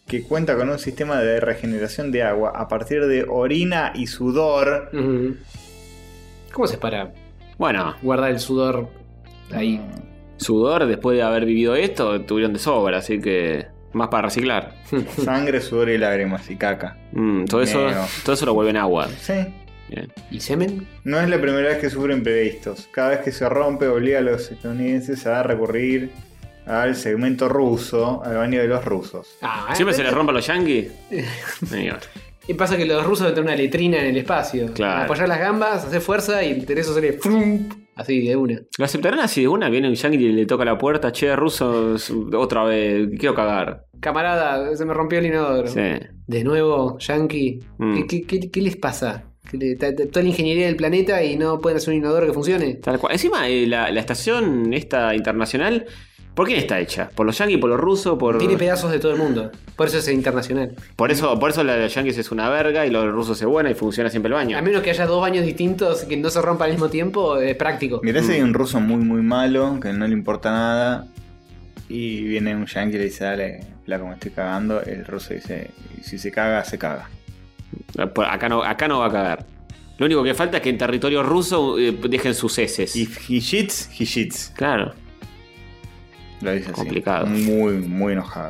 que cuenta con un sistema de regeneración de agua a partir de orina y sudor. Uh-huh. ¿Cómo se para Bueno, guardar el sudor ahí? sudor, después de haber vivido esto, tuvieron de sobra, así que más para reciclar. Sangre, sudor y lágrimas y caca. Mm, todo, eso, Neo. todo eso lo vuelven agua. Sí. Bien. ¿Y semen? No es la primera vez que sufren imprevistos. Cada vez que se rompe, obliga a los estadounidenses a recurrir al segmento ruso, al baño de los rusos. Ah, ¿Siempre ¿eh? se les rompe a los yankees? Señor. Y pasa que los rusos meten una letrina en el espacio. Claro. Apoyar las gambas, hacer fuerza y el eso sale ¡frum! Así de una. ¿Lo aceptarán así de una? Viene un yankee y le toca la puerta. Che, rusos, otra vez, quiero cagar. Camarada, se me rompió el inodoro. Sí. De nuevo, yankee. Mm. ¿Qué, qué, qué- qué les pasa? Que le- ta- ta- Toda la ingeniería del planeta y no pueden hacer un inodoro que funcione. Tal cual. Encima, eh, la, la estación esta internacional, ¿por quién está hecha? ¿Por los yankees, por los rusos? Por... Tiene pedazos de todo el mundo. Por eso es internacional. Por eso, por eso la de los yankees es una verga y los rusos es buena y funciona siempre el baño. A menos que haya dos baños distintos que no se rompan al mismo tiempo, es práctico. Mirá si hay un ruso muy muy malo, que no le importa nada, y viene un yankee y le dice, dale, flaco, me estoy cagando. El ruso dice, si se caga, se caga. Por- Acá no, acá no va a cagar. Lo único que falta es que en territorio ruso eh, dejen sus heces. If he shits, he shits. Claro. Lo dice así. Complicado. Muy, muy enojado.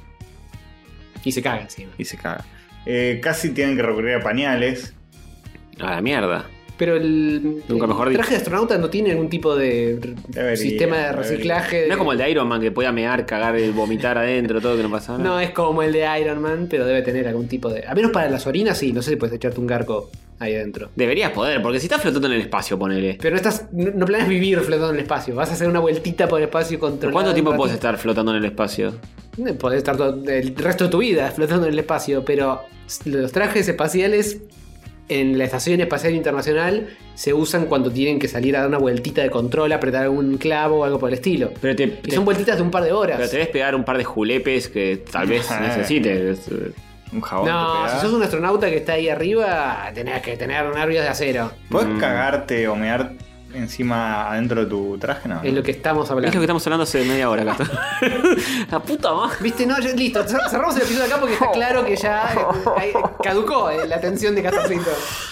Y se caga encima. Y se caga. Eh, casi tienen que recurrir a pañales. A la mierda. Pero el, Nunca el mejor dicho. traje de astronauta no tiene ningún tipo de r- Debería, sistema de debería. reciclaje. No de- es como el de Iron Man que podía mear, cagar, y vomitar adentro, todo que no pasaba nada. No es como el de Iron Man, pero debe tener algún tipo de. A menos para las orinas, sí, no sé si puedes echarte un garco ahí adentro. Deberías poder, porque si estás flotando en el espacio, ponele. Pero no estás. No, no planeas vivir flotando en el espacio. Vas a hacer una vueltita por el espacio controlado. ¿Cuánto tiempo un puedes ratito. estar flotando en el espacio? Eh, Podés estar todo- el resto de tu vida flotando en el espacio, pero los trajes espaciales en la Estación Espacial Internacional se usan cuando tienen que salir a dar una vueltita de control, apretar algún clavo o algo por el estilo. Pero te, Y te- son vueltitas de un par de horas. pero te debes pegar un par de julepes que tal vez necesites. Un jabón. te No, pegás. si sos un astronauta que está ahí arriba, tenés que tener nervios de acero. ¿Puedes Mm. cagarte o mear encima adentro de tu traje? No. Es lo que estamos Es lo hablando. que estamos hablando hace media hora, Cato. La puta madre. ¿Viste? No, ya- listo. cer- Cerramos el episodio acá porque está claro que ya eh, ahí caducó eh, la atención de Castorcito.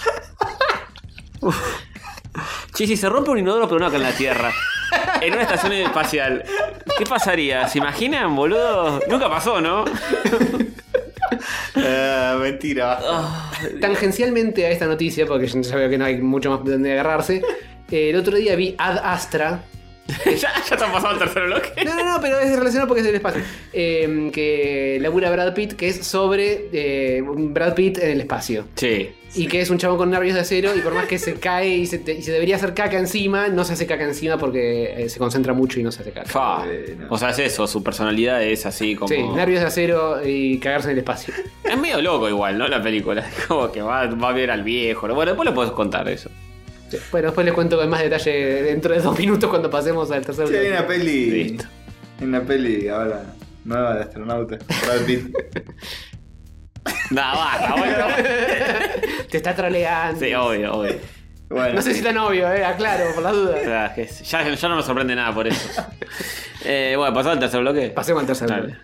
Che, si se rompe un inodoro, pero no acá en la Tierra. En una estación espacial. ¿Qué pasaría? ¿Se imaginan, boludo? Nunca pasó, ¿no? Eh, mentira, basta. Tangencialmente a esta noticia, porque yo ya veo que no hay mucho más de donde agarrarse. eh, el otro día vi Ad Astra. ¿Ya, ya te han pasado el tercer bloque? No, no, no, pero es relacionado porque es del espacio. Eh, que labura Brad Pitt, que es sobre eh, un Brad Pitt en el espacio. Sí. Y que es un chabón con nervios de acero y por más que se cae y se, te- y se debería hacer caca encima, no se hace caca encima porque eh, se concentra mucho y no se hace caca. Fa. Eh, no. O sea, es eso, su personalidad es así como. Sí, nervios de acero y cagarse en el espacio. Es medio loco igual, ¿no? La película. Como que va, va a ver al viejo. ¿no? Bueno, después lo puedes contar eso. Sí, bueno, después les cuento con más detalle dentro de dos minutos cuando pasemos al tercer Sí, hay bloque. una peli. Listo. Hay una peli ahora nueva de astronauta. Brad Pitt. Nah, basta, bueno. Te está troleando. Sí, obvio, obvio. Bueno, No sé si tan obvio, eh, aclaro, por las O dudas. sea, que ya, ya no me sorprende nada por eso. Eh, bueno, ¿pasado al tercer bloque? Pasemos al tercer Dale. bloque.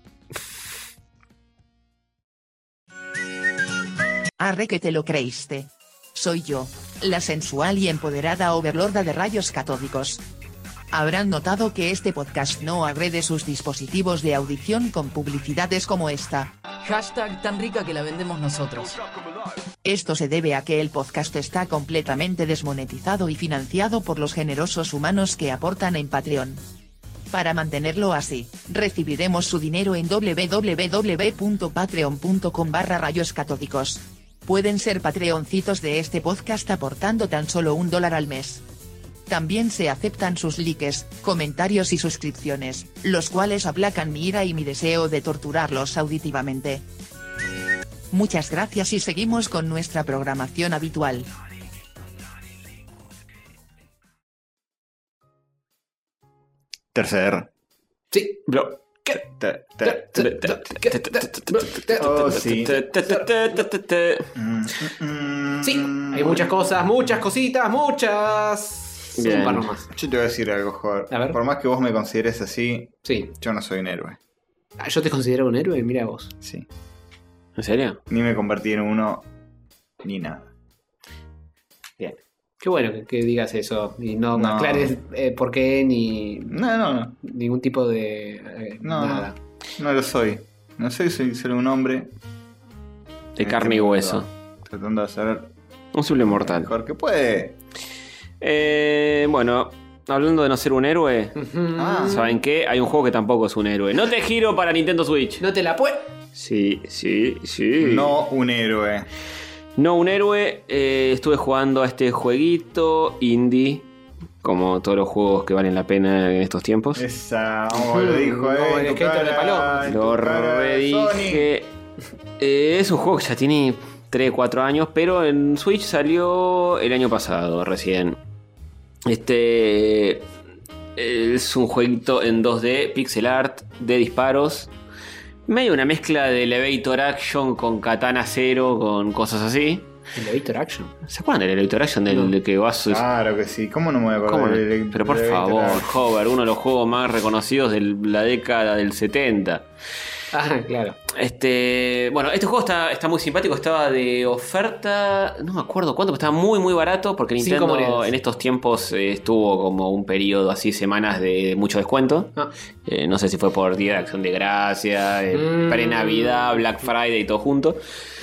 Arre que te lo creíste. Soy yo, la sensual y empoderada overlorda de rayos catódicos. Habrán notado que este podcast no agrede sus dispositivos de audición con publicidades como esta. Hashtag tan rica que la vendemos nosotros. Esto se debe a que el podcast está completamente desmonetizado y financiado por los generosos humanos que aportan en Patreon. Para mantenerlo así, recibiremos su dinero en w w w punto patreon punto com barra rayos catódicos. Pueden ser patreoncitos de este podcast aportando tan solo un dólar al mes. También se aceptan sus likes, comentarios y suscripciones, los cuales aplacan mi ira y mi deseo de torturarlos auditivamente. Muchas gracias y seguimos con nuestra programación habitual. tercer. Sí. Bro. Te- te- Oh, sí. Mm, mm, Sí, hay muchas cosas, muchas cositas, muchas. Bien. Un par nomás. Yo te voy a decir algo, joder. A ver. Por más que vos me consideres así, Sí. yo no soy un héroe. Ah, yo te considero un héroe, mira vos. Sí. ¿En serio? Ni me convertí en uno, ni nada. Bien. Qué bueno que, que digas eso y no, No. aclares eh, por qué ni No, no, no. ningún tipo de eh, No, nada. no, no lo soy. No soy, soy solo un hombre. De en carne este y mundo, hueso. Tratando de hacer Un simple lo mortal. mejor que puede. Eh, bueno, hablando de no ser un héroe, Ah, ¿saben qué? Hay un juego que tampoco es un héroe. No te giro para Nintendo Switch. No te la puedo. Sí, sí, sí. no un héroe. No un héroe. eh, estuve jugando a este jueguito indie, como todos los juegos que valen la pena en estos tiempos. Esa, oh, lo dijo, eh. No, el en tu skater de cara, Paloma. en tu Lo cara, redije. Eh, es un juego que ya tiene tres cuatro años, pero en Switch salió el año pasado, recién. Este es un jueguito en dos D, pixel art, de disparos. Medio una mezcla de Elevator Action con Katana Zero, con cosas así. Elevator Action. ¿Se acuerdan del Elevator Action? Del No. que vas... Claro que sí. ¿Cómo no me voy a acordar? ¿Cómo no? del- Pero por del favor, Elevator? Hover, uno de los juegos más reconocidos de la década del setenta. Ah, claro. Este, bueno, este juego está, está muy simpático, estaba de oferta, no me acuerdo cuánto, pero estaba muy muy barato porque Cinco Nintendo monedas. en estos tiempos eh, estuvo como un periodo así, semanas de mucho descuento. Ah. Eh, no sé si fue por Día de Acción de Gracia, eh, Mm. pre-Navidad, Black Friday y todo junto.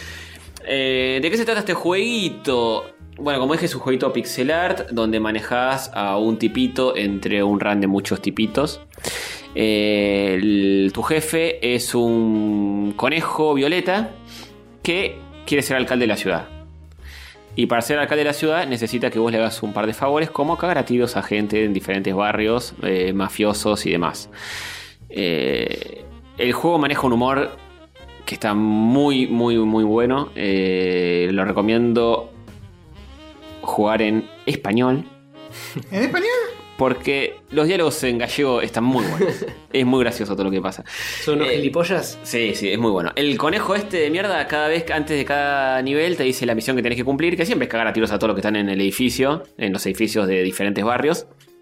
Eh, ¿De qué se trata este jueguito? Bueno, como dije, es un jueguito pixel art donde manejas a un tipito entre un run de muchos tipitos. Eh, el- tu jefe es un conejo violeta que quiere ser alcalde de la ciudad. Y para ser alcalde de la ciudad necesita que vos le hagas un par de favores, como cagar a tiros a gente en diferentes barrios, eh, mafiosos y demás. Eh, el juego maneja un humor que está muy, muy, muy bueno. Eh, lo recomiendo jugar en español. ¿En español? Porque los diálogos en gallego están muy buenos. Es muy gracioso todo lo que pasa. ¿Son unos Eh, gilipollas? Sí, sí, es muy bueno. El conejo este de mierda, cada vez, antes de cada nivel, te dice la misión que tenés que cumplir, que siempre es cagar a tiros a todos los que están en el edificio, en los edificios de diferentes barrios.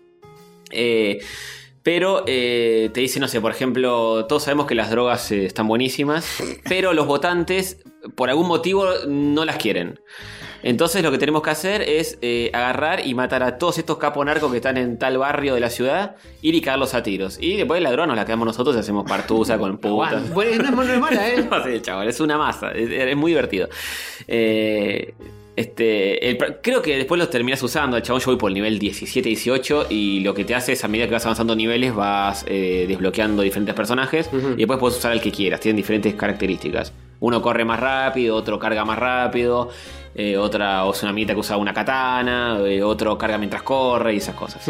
Eh, pero eh, te dice, no sé, por ejemplo, todos sabemos que las drogas eh, están buenísimas, pero los votantes, por algún motivo, no las quieren. Entonces lo que tenemos que hacer es eh, agarrar y matar a todos estos capos narcos que están en tal barrio de la ciudad, ir y cagarlos a tiros. Y después la droga nos la quedamos nosotros y hacemos partusa con putas. Bueno, no, es- no es mala, ¿eh? No sé, chaval, es una masa, es, es muy divertido. Eh, este, el pr- creo que después los terminas usando. El chabón, yo voy por el nivel diecisiete, dieciocho y lo que te hace es a medida que vas avanzando niveles vas eh, desbloqueando diferentes personajes y después puedes usar al que quieras. Tienen diferentes características. Uno corre más rápido, otro carga más rápido, eh, otra o es una minita que usa una katana, eh, otro carga mientras corre y esas cosas.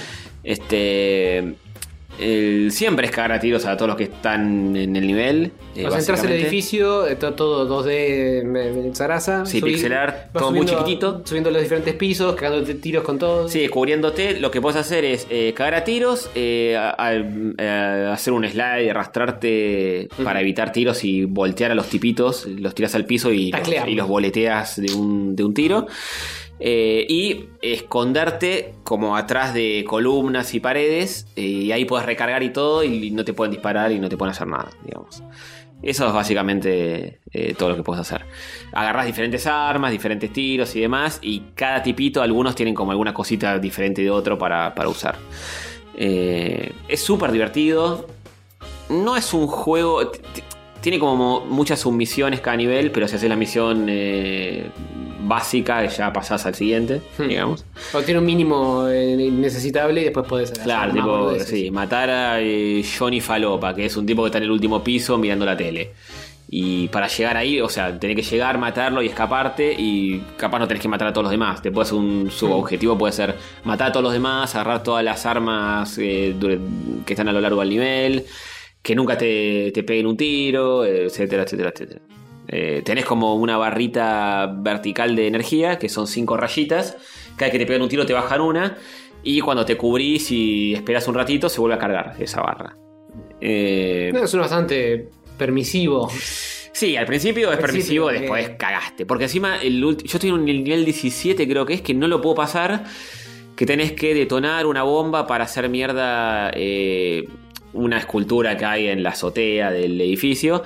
Este... el- siempre es cagar a tiros a todos los que están en el nivel. eh, O sea, entras al básicamente. edificio, eh, to- todo dos D en Sarasa. Sí, pixel art, todo muy chiquitito. Subiendo los diferentes pisos, cagándote tiros con todo. Sí, cubriéndote, lo que puedes hacer es eh, cagar a tiros, eh, a- a- a hacer un slide, arrastrarte para evitar tiros y voltear a los tipitos, los tiras al piso y, los, Taclearlos. y los boleteas de un, de un tiro. Eh, y esconderte como atrás de columnas y paredes, eh, y ahí puedes recargar y todo, y no te pueden disparar y no te pueden hacer nada, digamos. Eso es básicamente eh, todo lo que puedes hacer. Agarrás diferentes armas, diferentes tiros y demás, y cada tipito, algunos tienen como alguna cosita diferente de otro para, para usar. Eh, es súper divertido. No es un juego... t- t- Tiene como muchas submisiones cada nivel, pero si haces la misión eh, básica, ya pasás al siguiente, digamos. O tiene un mínimo eh, necesitable y después podés hacer Claro, más tipo, boludeces. sí, matar a eh, Johnny Falopa, que es un tipo que está en el último piso mirando la tele. Y para llegar ahí, o sea, tenés que llegar, matarlo y escaparte. Y capaz no tenés que matar a todos los demás. Después un subobjetivo puede ser matar a todos los demás, agarrar todas las armas eh, dure- que están a lo largo del nivel, que nunca te, te peguen un tiro, etcétera, etcétera, etcétera. Eh, tenés como una barrita vertical de energía, que son cinco rayitas. Cada vez que te pegan un tiro te bajan una. Y cuando te cubrís y esperas un ratito, se vuelve a cargar esa barra. Eh, No, es uno bastante permisivo. Sí, al principio es Al principio, permisivo, eh. después cagaste. Porque encima, el ulti- yo estoy en el nivel diecisiete, creo que es, que no lo puedo pasar. Que tenés que detonar una bomba para hacer mierda. eh, una escultura que hay en la azotea del edificio.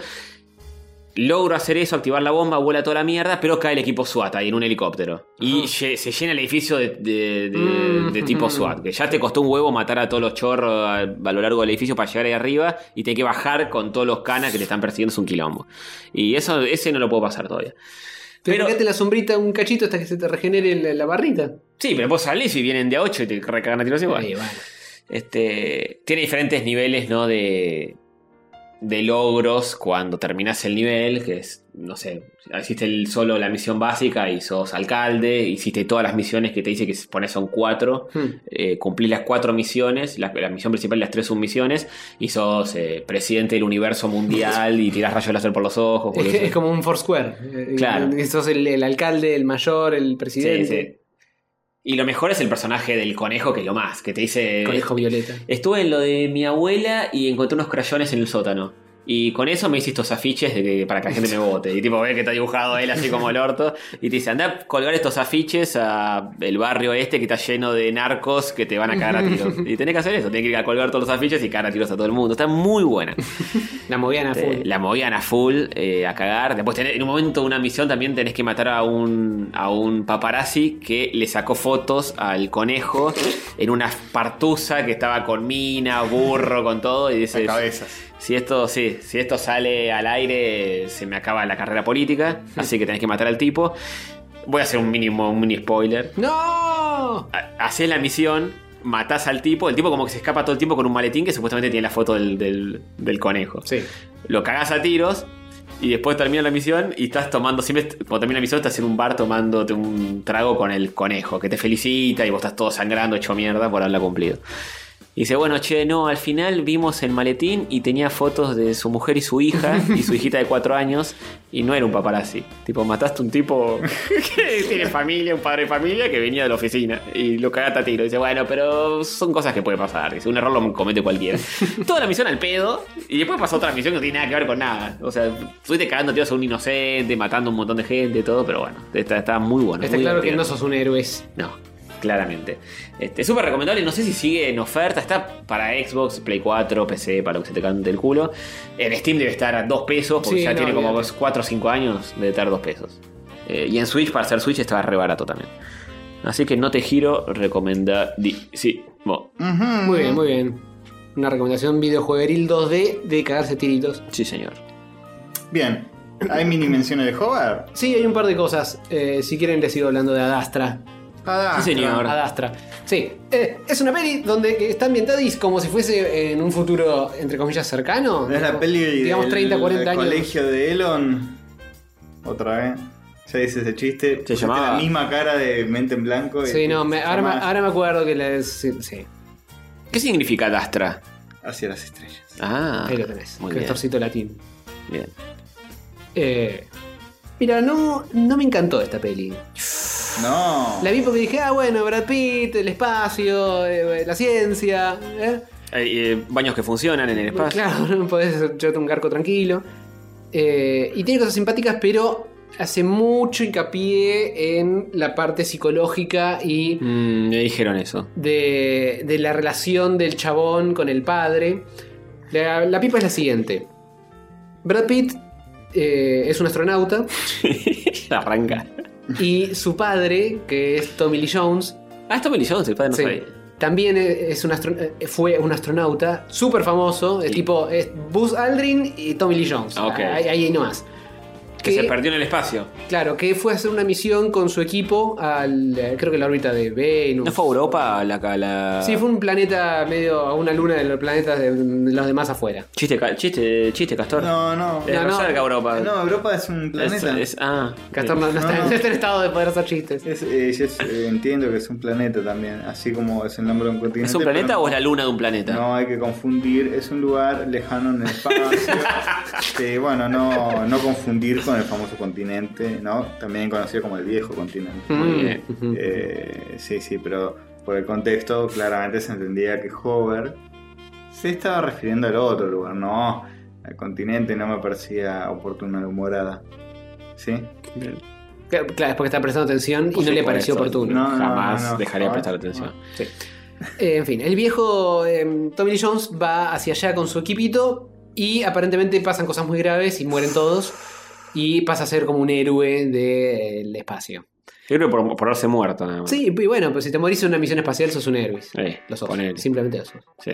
Logro hacer eso, activar la bomba, vuela toda la mierda, pero cae el equipo SWAT ahí en un helicóptero. Y lle- se llena el edificio de, de, de, Mm. de tipo SWAT. Que ya te costó un huevo matar a todos los chorros a, a lo largo del edificio para llegar ahí arriba. Y tenés que bajar con todos los canas que te están persiguiendo, es un quilombo. Y eso, ese no lo puedo pasar todavía. Pero quédate la sombrita un cachito hasta que se te regenere la, la barrita. Sí, pero vos salís y vienen de a ocho y te recagan a tiros igual. Ahí, bueno. Este, tiene diferentes niveles, ¿no? De, de logros cuando terminás el nivel, que es, no sé, hiciste el, solo la misión básica y sos alcalde, hiciste todas las misiones que te dice que se pone son cuatro, Hmm. eh, cumplís las cuatro misiones, la, la misión principal y las tres submisiones, y sos eh, presidente del universo mundial y tirás rayos láser por los ojos. Es, boludo. es como un Foursquare. Eh, Claro. eh, Sos el, el alcalde, el mayor, el presidente. Sí, sí. Y lo mejor es el personaje del conejo, que es lo más, que te dice... Conejo violeta. Estuve en lo de mi abuela y encontré unos crayones en el sótano. Y con eso me hice estos afiches de que, para que la gente me vote. Y tipo, ve que está dibujado él así como el orto. Y te dice, andá a colgar estos afiches a el barrio este que está lleno de narcos que te van a cagar a tiros. Y tenés que hacer eso, tenés que ir a colgar todos los afiches y cagar a tiros a todo el mundo. Está muy buena. La movían a full. Eh, la movían a full, eh, a cagar. Después tenés, en un momento de una misión también tenés que matar a un, a un paparazzi que le sacó fotos al conejo en una partusa que estaba con mina, burro, con todo. Y dices, cabezas. Si esto, sí, si esto sale al aire, se me acaba la carrera política. Así que tenés que matar al tipo. Voy a hacer un mínimo, un mini spoiler. ¡No! Hacés la misión, matás al tipo. El tipo como que se escapa todo el tiempo con un maletín que supuestamente tiene la foto del, del, del conejo. Sí. Lo cagás a tiros y después termina la misión y estás tomando, siempre cuando termina la misión estás en un bar tomándote un trago con el conejo que te felicita y vos estás todo sangrando, hecho mierda por haberla cumplido. Y dice, bueno, che, no, al final vimos el maletín y tenía fotos de su mujer y su hija y su hijita de cuatro años y no era un paparazzi. Tipo, mataste un tipo que tiene familia, un padre de familia que venía de la oficina y lo cagaste a tiro. Dice, bueno, pero son cosas que puede pasar. Dice, un error lo comete cualquiera. Toda la misión al pedo y después pasó otra misión que no tiene nada que ver con nada. O sea, estuviste cagando tiros a un inocente, matando un montón de gente y todo, pero bueno, está, está muy bueno. Está muy claro que divertido. no sos un héroe. No. Claramente. Este, súper recomendable. No sé si sigue en oferta. Está para Xbox, Play cuatro, P C, para lo que se te cante el culo. En Steam debe estar a dos pesos. Porque Sí, ya no, tiene como olvídate. cuatro o cinco años. Debe estar dos pesos. Eh, y en Switch, para hacer Switch, estaba re barato también. Así que no te giro. Recomendadísimo. Muy bien, muy bien. Una recomendación videojuegueril dos D de cagarse tiritos. Sí, señor. Bien. ¿Hay mini menciones de Hover? Sí, hay un par de cosas. Eh, si quieren les sigo hablando de Adastra. Adastra. Sí, señor. Adastra. Sí, eh, es una peli donde está ambientada y como si fuese en un futuro, entre comillas, cercano. ¿No es la peli digamos del, treinta, cuarenta del años. colegio de Elon? Otra vez. Ya dice ese chiste. Pusiste llamaba- la misma cara de mente en blanco. y Sí, no, me- se ahora, me, llama ahora me acuerdo que la sí, sí, ¿Qué significa Dastra? Hacia las estrellas. Ah, ahí lo tenés. muy bien. Castorcito latín. Bien. Eh, mira, no, no me encantó esta peli. No. La vi porque dije, ah, bueno, Brad Pitt, el espacio, eh, la ciencia. ¿eh? Hay eh, baños que funcionan en el espacio. Claro, no podés echarte un garco tranquilo. Eh, y tiene cosas simpáticas, pero hace mucho hincapié en la parte psicológica y Mm, me dijeron eso. de, de la relación del chabón con el padre. La, la pipa es la siguiente. Brad Pitt eh, es un astronauta Arranca. y su padre, que es Tommy Lee Jones, Ah, es Tommy Lee Jones, el padre no sí, sabía. también es un astro- eh, fue un astronauta súper famoso, es tipo es Buzz Aldrin y Tommy Lee Jones. Ok. Ahí, ahí nomás. Que se perdió en el espacio. Claro, que fue a hacer una misión con su equipo al, eh, creo que la órbita de Venus. ¿No fue a Europa la, la... Sí, fue un planeta medio a una luna de los planetas de, de los demás afuera. Chiste, ca- chiste, chiste, Castor. No, no. Es No, no. cerca Europa. No, Europa es un planeta. Es- es- ah, Castor no, no está, No. no está en estado de poder hacer chistes. Es- eh, yo es- eh, entiendo que es un planeta también, así como es el nombre de un continente. ¿Es un planeta pero o es la luna de un planeta? No hay que confundir, es un lugar lejano en el espacio. que, bueno, no, no confundir con el famoso continente, ¿no? También conocido como el viejo continente. Muy bien. Ujú. Eh, sí, sí, pero por el contexto claramente se entendía que Hover se estaba refiriendo al otro lugar, no al continente, no me parecía oportuna la humorada. ¿Sí? Claro, claro, es porque está prestando atención Por y no le supuesto. pareció oportuno. No, no, Jamás no, no, dejaría de jamás. prestar atención. Sí. Eh, en fin, el viejo eh, Tommy Lee Jones va hacia allá con su equipito y aparentemente pasan cosas muy graves y mueren todos y pasa a ser como un héroe del espacio. Héroe por, por haberse muerto, nada más. Sí, y bueno, pues si te morís en una misión espacial sos un héroe. Eh, Lo sos, ponele. simplemente lo sos. Sí.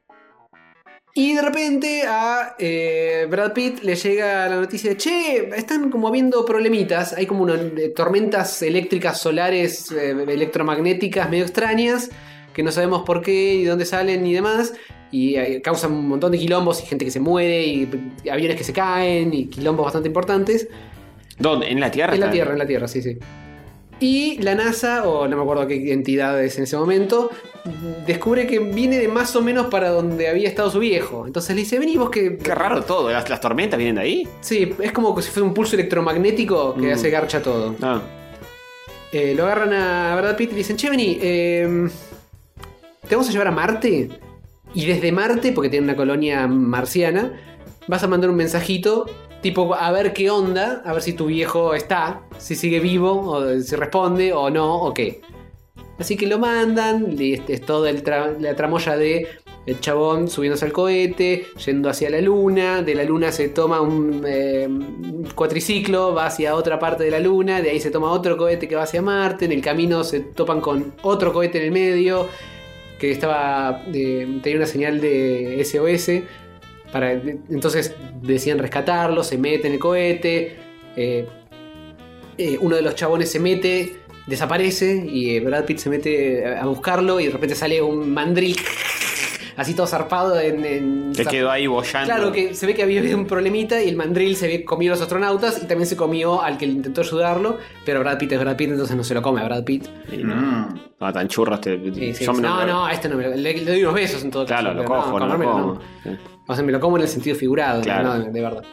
Y de repente a eh, Brad Pitt le llega la noticia de che, están como habiendo problemitas, hay como unas eh, tormentas eléctricas solares eh, electromagnéticas medio extrañas que no sabemos por qué y dónde salen y demás, y eh, causan un montón de quilombos y gente que se muere y, y aviones que se caen y quilombos bastante importantes. ¿Dónde? ¿En la Tierra? En la está? Tierra, en la Tierra, sí, sí. Y la NASA, o no me acuerdo qué entidad es en ese momento, descubre que viene de más o menos para donde había estado su viejo. Entonces le dice, vení vos que... Qué raro todo, ¿las, las tormentas vienen de ahí? Sí, es como si fuera un pulso electromagnético que Mm. hace garcha todo. Ah. Eh, lo agarran a Brad Pitt y le dicen, che, vení, eh, te vamos a llevar a Marte. Y desde Marte, porque tiene una colonia marciana, vas a mandar un mensajito tipo a ver qué onda, a ver si tu viejo está, si sigue vivo, o si responde o no, o qué. Así que lo mandan, y es, es toda el tra- la tramoya de el chabón subiéndose al cohete, yendo hacia la luna, de la luna se toma un, eh, un cuatriciclo, va hacia otra parte de la luna, de ahí se toma otro cohete que va hacia Marte, en el camino se topan con otro cohete en el medio, que estaba eh, tenía una señal de S O S. Para, entonces decían rescatarlo, se mete en el cohete, eh, eh, uno de los chabones se mete, desaparece y eh, Brad Pitt se mete a buscarlo y de repente sale un mandril así todo zarpado en... en Se quedó ahí bollando. Claro, que se ve que había habido un problemita y el mandril se ve, comió a los astronautas y también se comió al que intentó ayudarlo, pero Brad Pitt es Brad Pitt, entonces no se lo come a Brad Pitt. Y no, no, tan churro este. Sí, sí, yo sí. me lo- No, no, a este no me lo, le, le doy unos besos en todo caso. Claro, lo pero cojo, no, lo comérmelo como. no. Sí. O sea, me lo como en el sentido figurado, Claro. no, de verdad.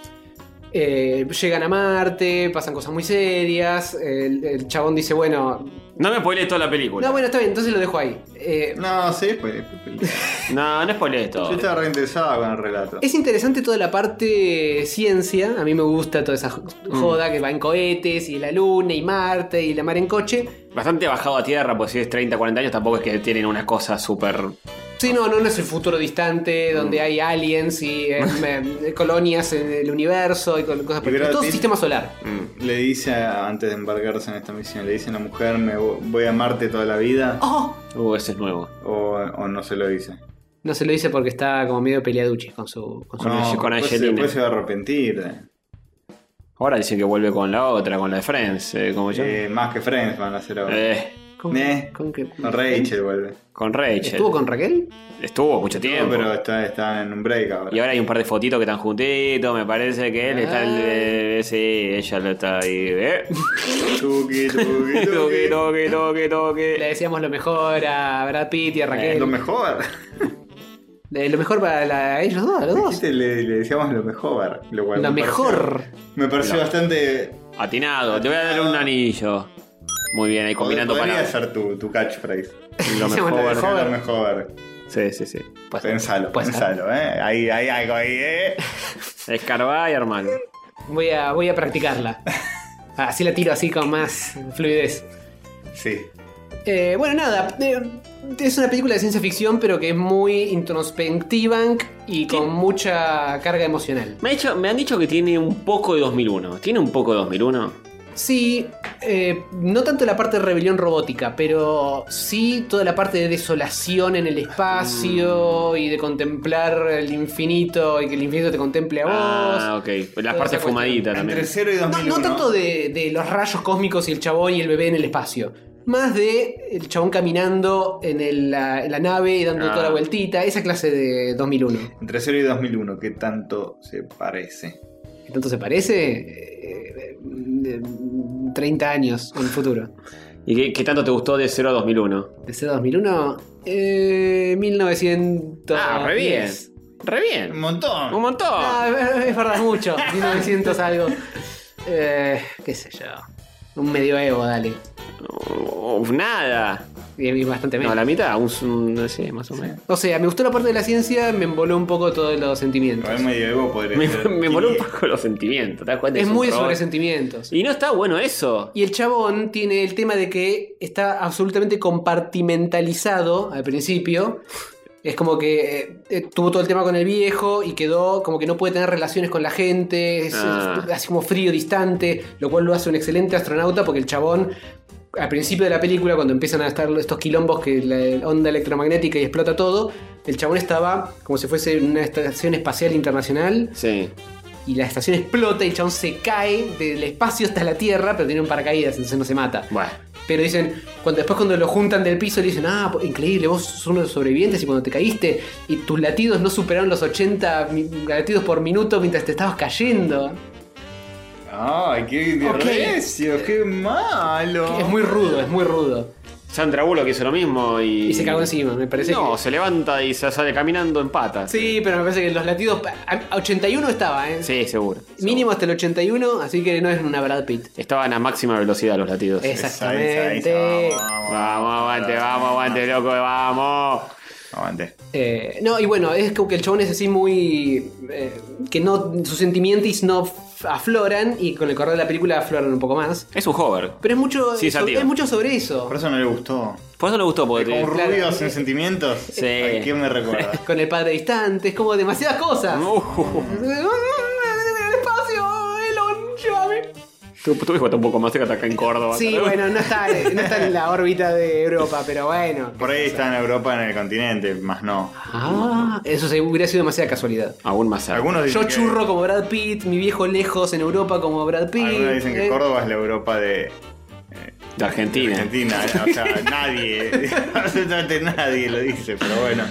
Eh, llegan a Marte, pasan cosas muy serias. El, el chabón dice, bueno. No me spoilees toda la película. No, bueno, está bien, entonces lo dejo ahí. Eh, No, sí, pues. No, no spoilees Yo todo. estaba reinteresado con el relato. es interesante toda la parte ciencia. A mí me gusta toda esa joda que va en cohetes y la luna y Marte y la mar en coche. Bastante bajado a tierra, pues si es treinta, cuarenta años, tampoco es que tienen una cosa súper. Sí, no, no, no es el futuro distante donde hay aliens y eh, eh, colonias en el universo y cosas por el Brad estilo. Todo Pitt sistema solar. Le dice, a- antes de embarcarse en esta misión, le dice a la mujer, me vo- voy a amarte toda la vida. Oh, Uh, ese es nuevo. O, o no se lo dice. no se lo dice porque está como medio peleaduchi con su, con su Con No, el- con después, se- Angelina. después se va a arrepentir. de- Ahora dicen que vuelve con la otra, con la de Friends. Eh, ¿Cómo se llama? Eh, más que Friends van a hacer ahora. Eh, ¿Con, Eh, con qué? Con Rachel vuelve. con Rachel. ¿Estuvo con Raquel? Estuvo mucho No, tiempo. pero está, está en un break ahora. Y ahora hay un par de fotitos que están juntitos. Me parece que él está. El, eh, sí, ella lo está ahí. ¿eh? Tuki, tuki, Toque, tuki. toque, toque, Le toque. decíamos lo mejor a Brad Pitt y a Raquel. Lo mejor. Eh, lo mejor para la- ellos dos, a los dos. Dijiste, Le, le decíamos lo mejor. Lo, cual Lo me pareció- mejor. me pareció No. bastante. Atinado, te voy a dar un anillo. Muy bien, ahí combinando Podría palabras. ser tu, tu catchphrase. Lo Decíamos lo mejor. mejor. Lo mejor. Sí, sí, sí. Puede ser. Pensalo, Puede ser. pensalo, ¿eh? Ahí hay algo ahí, ¿eh? Escarbá y hermano. Voy a, voy a practicarla. Así la tiro así con más fluidez. Sí. Eh, bueno, nada. eh, es una película de ciencia ficción, pero que es muy introspectiva y con mucha carga emocional. Me, ha dicho- me han dicho que tiene un poco de dos mil uno. ¿Tiene un poco de dos mil uno? Sí, eh, no tanto la parte de rebelión robótica, pero sí toda la parte de desolación en el espacio y de contemplar el infinito y que el infinito te contemple a vos. Ah, ok. La Toda parte esa fumadita Entre también. cero y No, dos mil uno. no tanto de, de los rayos cósmicos y el chabón y el bebé en el espacio. Más de el chabón caminando en, el- la, en la nave y dando Ah. toda la vueltita. Esa clase de dos mil uno. Entre cero y dos mil uno, ¿qué tanto se parece? ¿Qué tanto se parece? Eh, eh, treinta años en el futuro. ¿Y qué, qué tanto te gustó de cero a dos mil uno? ¿De cero a dos mil uno? Eh, mil novecientos. Ah, re bien. Re bien. Un montón. Un montón. Ah, es es verdad, mucho. mil novecientos algo. Eh, qué sé yo. Un medioevo, dale. Uf, nada. y bastante menos. No, la mitad, un, un- no sé, más o menos. O sea, me gustó la parte de la ciencia, me envoló un poco todos los sentimientos. El medioevo podría Me, ser. me moló un poco los sentimientos, ¿te das cuenta? Es un muy robot. sobre sentimientos. Y no está bueno eso. Y el chabón tiene el tema de que está absolutamente compartimentalizado al principio. Es como que eh, eh, tuvo todo el tema con el viejo y quedó como que no puede tener relaciones con la gente, es, Ah. es así como frío, distante, lo cual lo hace un excelente astronauta porque el chabón, al principio de la película, cuando empiezan a estar estos quilombos que la onda electromagnética y explota todo, el chabón estaba como si fuese una estación espacial internacional. Sí. Y la estación explota y el chabón se cae del espacio hasta la Tierra, pero tiene un paracaídas, entonces no se mata. Bueno. Pero dicen, cuando después cuando lo juntan del piso, le dicen, ah, increíble, vos sos uno de los sobrevivientes y cuando te caíste y tus latidos no superaron los ochenta mi- latidos por minuto mientras te estabas cayendo. Ay, qué Ok. recio, qué malo. Es muy rudo, es muy rudo. Sandra Bullock hizo lo mismo y. Y se cagó encima, me parece No, que- se levanta y se sale caminando en patas. Sí, pero me parece que los latidos... A ochenta y uno estaba, ¿eh? Sí, seguro. Mínimo hasta el ochenta y uno, así que no es una Brad Pitt. Estaban a máxima velocidad los latidos. Exactamente. Vamos, aguante, vamos, aguante, loco, vamos. Aguante. Eh, no, y bueno, es como que el chabón es así muy... eh, que no sus sentimientos no f- afloran y con el correr de la película afloran un poco más. Es un hover. Pero es mucho, Sí, so- sativa. es mucho sobre eso. Por eso no le gustó. Por eso no le gustó, porque. Como Claro. rubios sin sentimientos. Sí. ¿A qué me recuerda? Con el padre distante, es como demasiadas cosas. Uh, ¡Despacio, Elon, llévame! tu, tu hijo está un poco más cerca, está acá en Córdoba. Sí, bueno, no está, no está en la órbita de Europa, pero bueno. Por ahí está en Europa, en el continente, más no. Ah, eso se hubiera sido demasiada casualidad. Aún más cerca. Algunos dicen Yo que- churro como Brad Pitt, mi viejo lejos en Europa como Brad Pitt. Algunos dicen que eh. Córdoba es la Europa de De Argentina. Argentina. O sea, nadie, absolutamente nadie lo dice, pero bueno.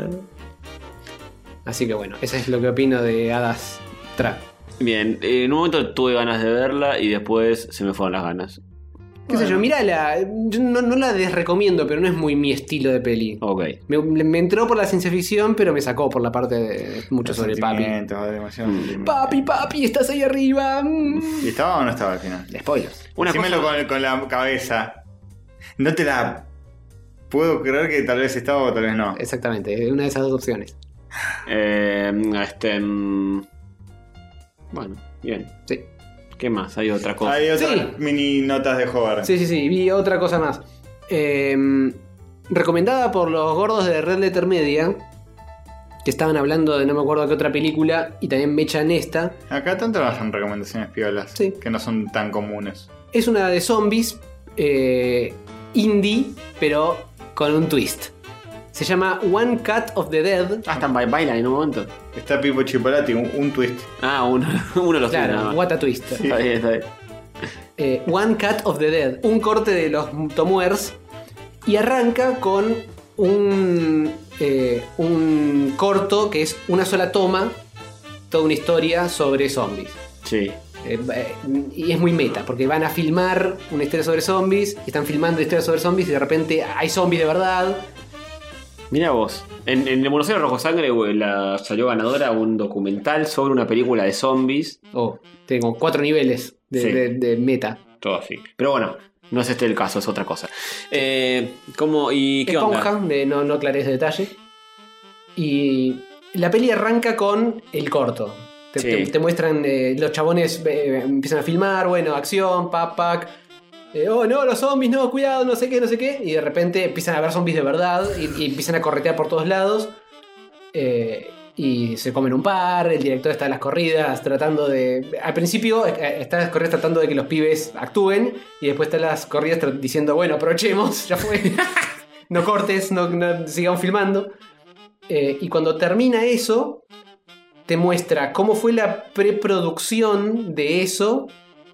Así que bueno, eso es lo que opino de Hadas Tra. Bien, en un momento tuve ganas de verla y después se me fueron las ganas. ¿Qué sé yo? Mirala. Yo no, no la desrecomiendo, pero no es muy mi estilo de peli. Ok. Me, me entró por la ciencia ficción, pero me sacó por la parte de mucho sobre papi. Sentimientos, demasiado sentimientos. Papi, papi, estás ahí arriba. Mm. ¿Y estaba o no estaba al final? Spoilers. Una Decímelo cosa- con, con la cabeza. No te la puedo creer que tal vez estaba o tal vez no. Exactamente, una de esas dos opciones. Eh, este. mm, Bueno, bien. Sí. ¿Qué más? Hay otra cosa. Hay otras Sí. mini notas de Hover. Sí, sí, sí. Vi otra cosa más. Eh, recomendada por los gordos de Red Letter Media, que estaban hablando de no me acuerdo qué otra película, y también me echan esta. Acá tanto no son recomendaciones piolas. Sí. Que no son tan comunes. Es una de zombies, eh, indie, pero con un twist. Se llama One Cut of the Dead. Ah, están ba- bailan en un momento. Está Pipo Chipolati, un, un twist. Ah, uno, uno de los tres nada Claro, más. what a twist. Está bien, está bien. Eh, One Cut of the Dead, un corte de los Tomuers, y arranca con un, eh, un corto que es una sola toma, toda una historia sobre zombies. Sí. Eh, eh, y es muy meta, porque van a filmar una historia sobre zombies, y están filmando historias sobre zombies, y de repente hay zombies de verdad. Mira vos. En, en el Buenos Aires Rojo Sangre güey, la salió ganadora un documental sobre una película de zombies. Oh, tiene como cuatro niveles de, Sí. de- de meta. Todo así. Pero bueno, no es este el caso, es otra cosa. Eh, ¿Cómo y qué Esponja, onda? de no, no aclaré ese detalle. Y la peli arranca con el corto. Te, Sí. te- te muestran, eh, los chabones eh, empiezan a filmar, bueno, acción, pac, pac. Eh, oh no, los zombies, no, cuidado, no sé qué, no sé qué. Y de repente empiezan a ver zombies de verdad y, y empiezan a corretear por todos lados. Eh, y se comen un par, el director está en las corridas tratando de... Al principio eh, está en las corridas tratando de que los pibes actúen y después está en las corridas tra- diciendo, bueno, aprovechemos, ya fue. No cortes, no, no- sigamos filmando. Eh, y cuando termina eso, te muestra cómo fue la preproducción de eso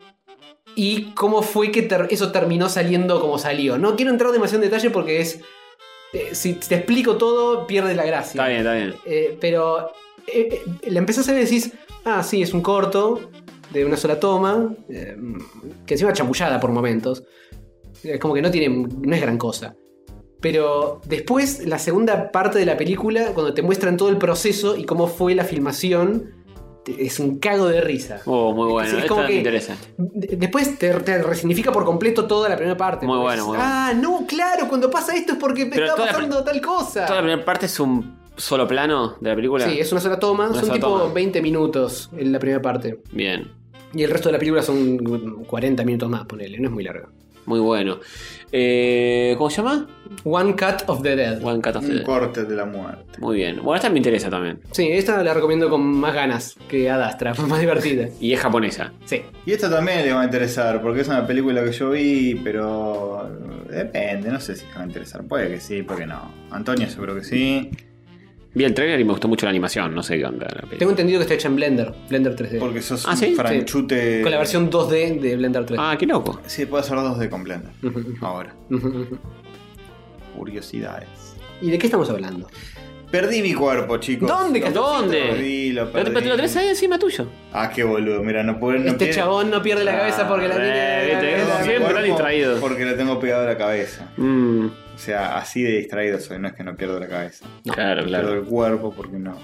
y cómo fue que ter- eso terminó saliendo como salió. No quiero entrar demasiado en detalle porque es... eh, si te explico todo, pierde la gracia. Está bien, está bien. Eh, pero eh, eh, la empezás a ver y decís, ah, sí, es un corto de una sola toma, eh, que encima chamullada por momentos. Es como que no tiene, no es gran cosa. Pero después, la segunda parte de la película, cuando te muestran todo el proceso y cómo fue la filmación, es un cago de risa. Oh, muy bueno. Es, es Esto como me que interesa. d- después te, te resignifica por completo toda la primera parte. Muy Porque bueno, es, muy bueno. Ah, no, claro, cuando pasa esto es porque Pero está toda la pasando tal cosa. Toda la primera parte es un solo plano de la película. Sí, es una sola toma, Una son sola tipo toma. veinte minutos en la primera parte. Bien. Y el resto de la película son cuarenta minutos más, ponele, no es muy larga. Muy bueno. Eh, ¿Cómo se llama? One Cut of the Dead. One Cut of the Un Dead. corte de la muerte. Muy bien. Bueno, esta me interesa también. Sí, esta la recomiendo con más ganas que Ad Astra, fue más divertida. Y es japonesa. Sí. Y esta también les va a interesar, porque es una película que yo vi, pero depende, no sé si les va a interesar. Puede que sí, puede que no. Antonio seguro que sí. Vi el trailer y me gustó mucho la animación. No sé qué onda la película. Tengo entendido que está hecha en Blender, Blender tres D. Porque sos ¿Ah, sí? un franchute. Con la versión dos D de Blender tres D. Ah, qué loco. Sí, puede hacer dos D con Blender. Ujú, ujú. Ahora. Ujú, ujú. Curiosidades. ¿Y de qué estamos hablando? Perdí mi cuerpo, chicos. ¿Dónde, Lo ¿Dónde? Perdí, lo Pero te, perdí. te lo tenés ahí encima tuyo. Ah, qué boludo. Mira, no puedo. No Este quiere- chabón no pierde la cabeza porque la Ah, tiene. eh, viste, Perdí mi siempre cuerpo tan distraído. Porque lo tengo pegado a la cabeza. Mm, O sea, así de distraído soy. No es que no pierdo la cabeza. claro, Pierdo claro. el cuerpo porque no.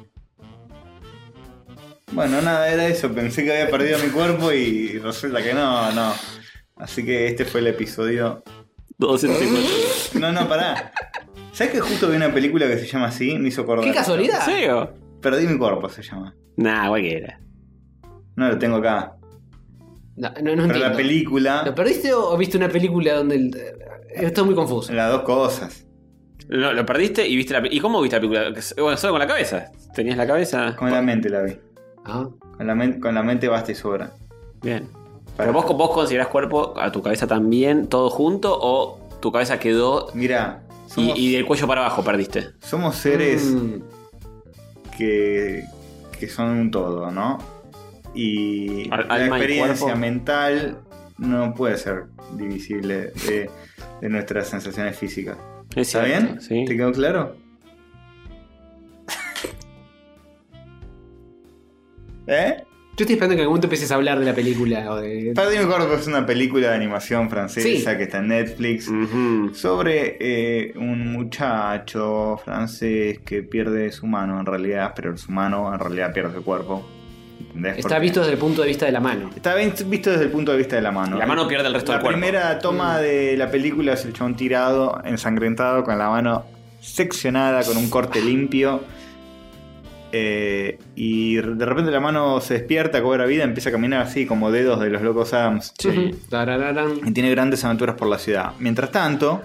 Bueno, nada, era eso. Pensé que había perdido mi cuerpo y resulta que no, no. Así que este fue el episodio. doscientos cincuenta. No, no, pará. ¿Sabes que justo vi una película que se llama así? Me hizo acordar. ¡Qué casualidad! ¿En serio? Perdí mi cuerpo se llama. Nah, cualquiera. No lo tengo acá. No, no, no Pero entiendo. la película. ¿Lo perdiste o viste una película donde el... Esto es muy confuso. Las dos cosas. Lo, lo perdiste y viste la pe- ¿Y cómo viste la película? Bueno, solo con la cabeza. ¿Tenías la cabeza? Con la mente la vi. Ah. Con la, men- con la mente basta y sobra. Bien. Para- ¿Pero vos, vos considerás cuerpo a tu cabeza también, todo junto? ¿O tu cabeza quedó Mira, y, somos, y del cuello para abajo perdiste? somos seres Mm. que, que son un todo, ¿no? Y Al- la alma y experiencia cuerpo. mental no puede ser divisible de, de nuestras sensaciones físicas. Es ¿Está cierto, bien? sí. ¿Te quedó claro? ¿Eh? Yo estoy esperando que en algún momento empieces a hablar de la película o de... Perdí mi cuerpo es una película de animación francesa Sí. que está en Netflix. Ujú. Sobre eh, un muchacho francés que pierde su mano en realidad, pero su mano en realidad pierde su cuerpo. ¿Entendés? Está Porque visto desde el punto de vista de la mano. Está bien visto desde el punto de vista de la mano. La mano pierde el resto La del cuerpo. primera toma de la película es el chabón tirado, ensangrentado, con la mano seccionada, con un corte limpio. Eh, y de repente la mano se despierta, cobra vida, empieza a caminar así como dedos de los locos Adams. Ujú. Tarararán. Y tiene grandes aventuras por la ciudad. Mientras tanto,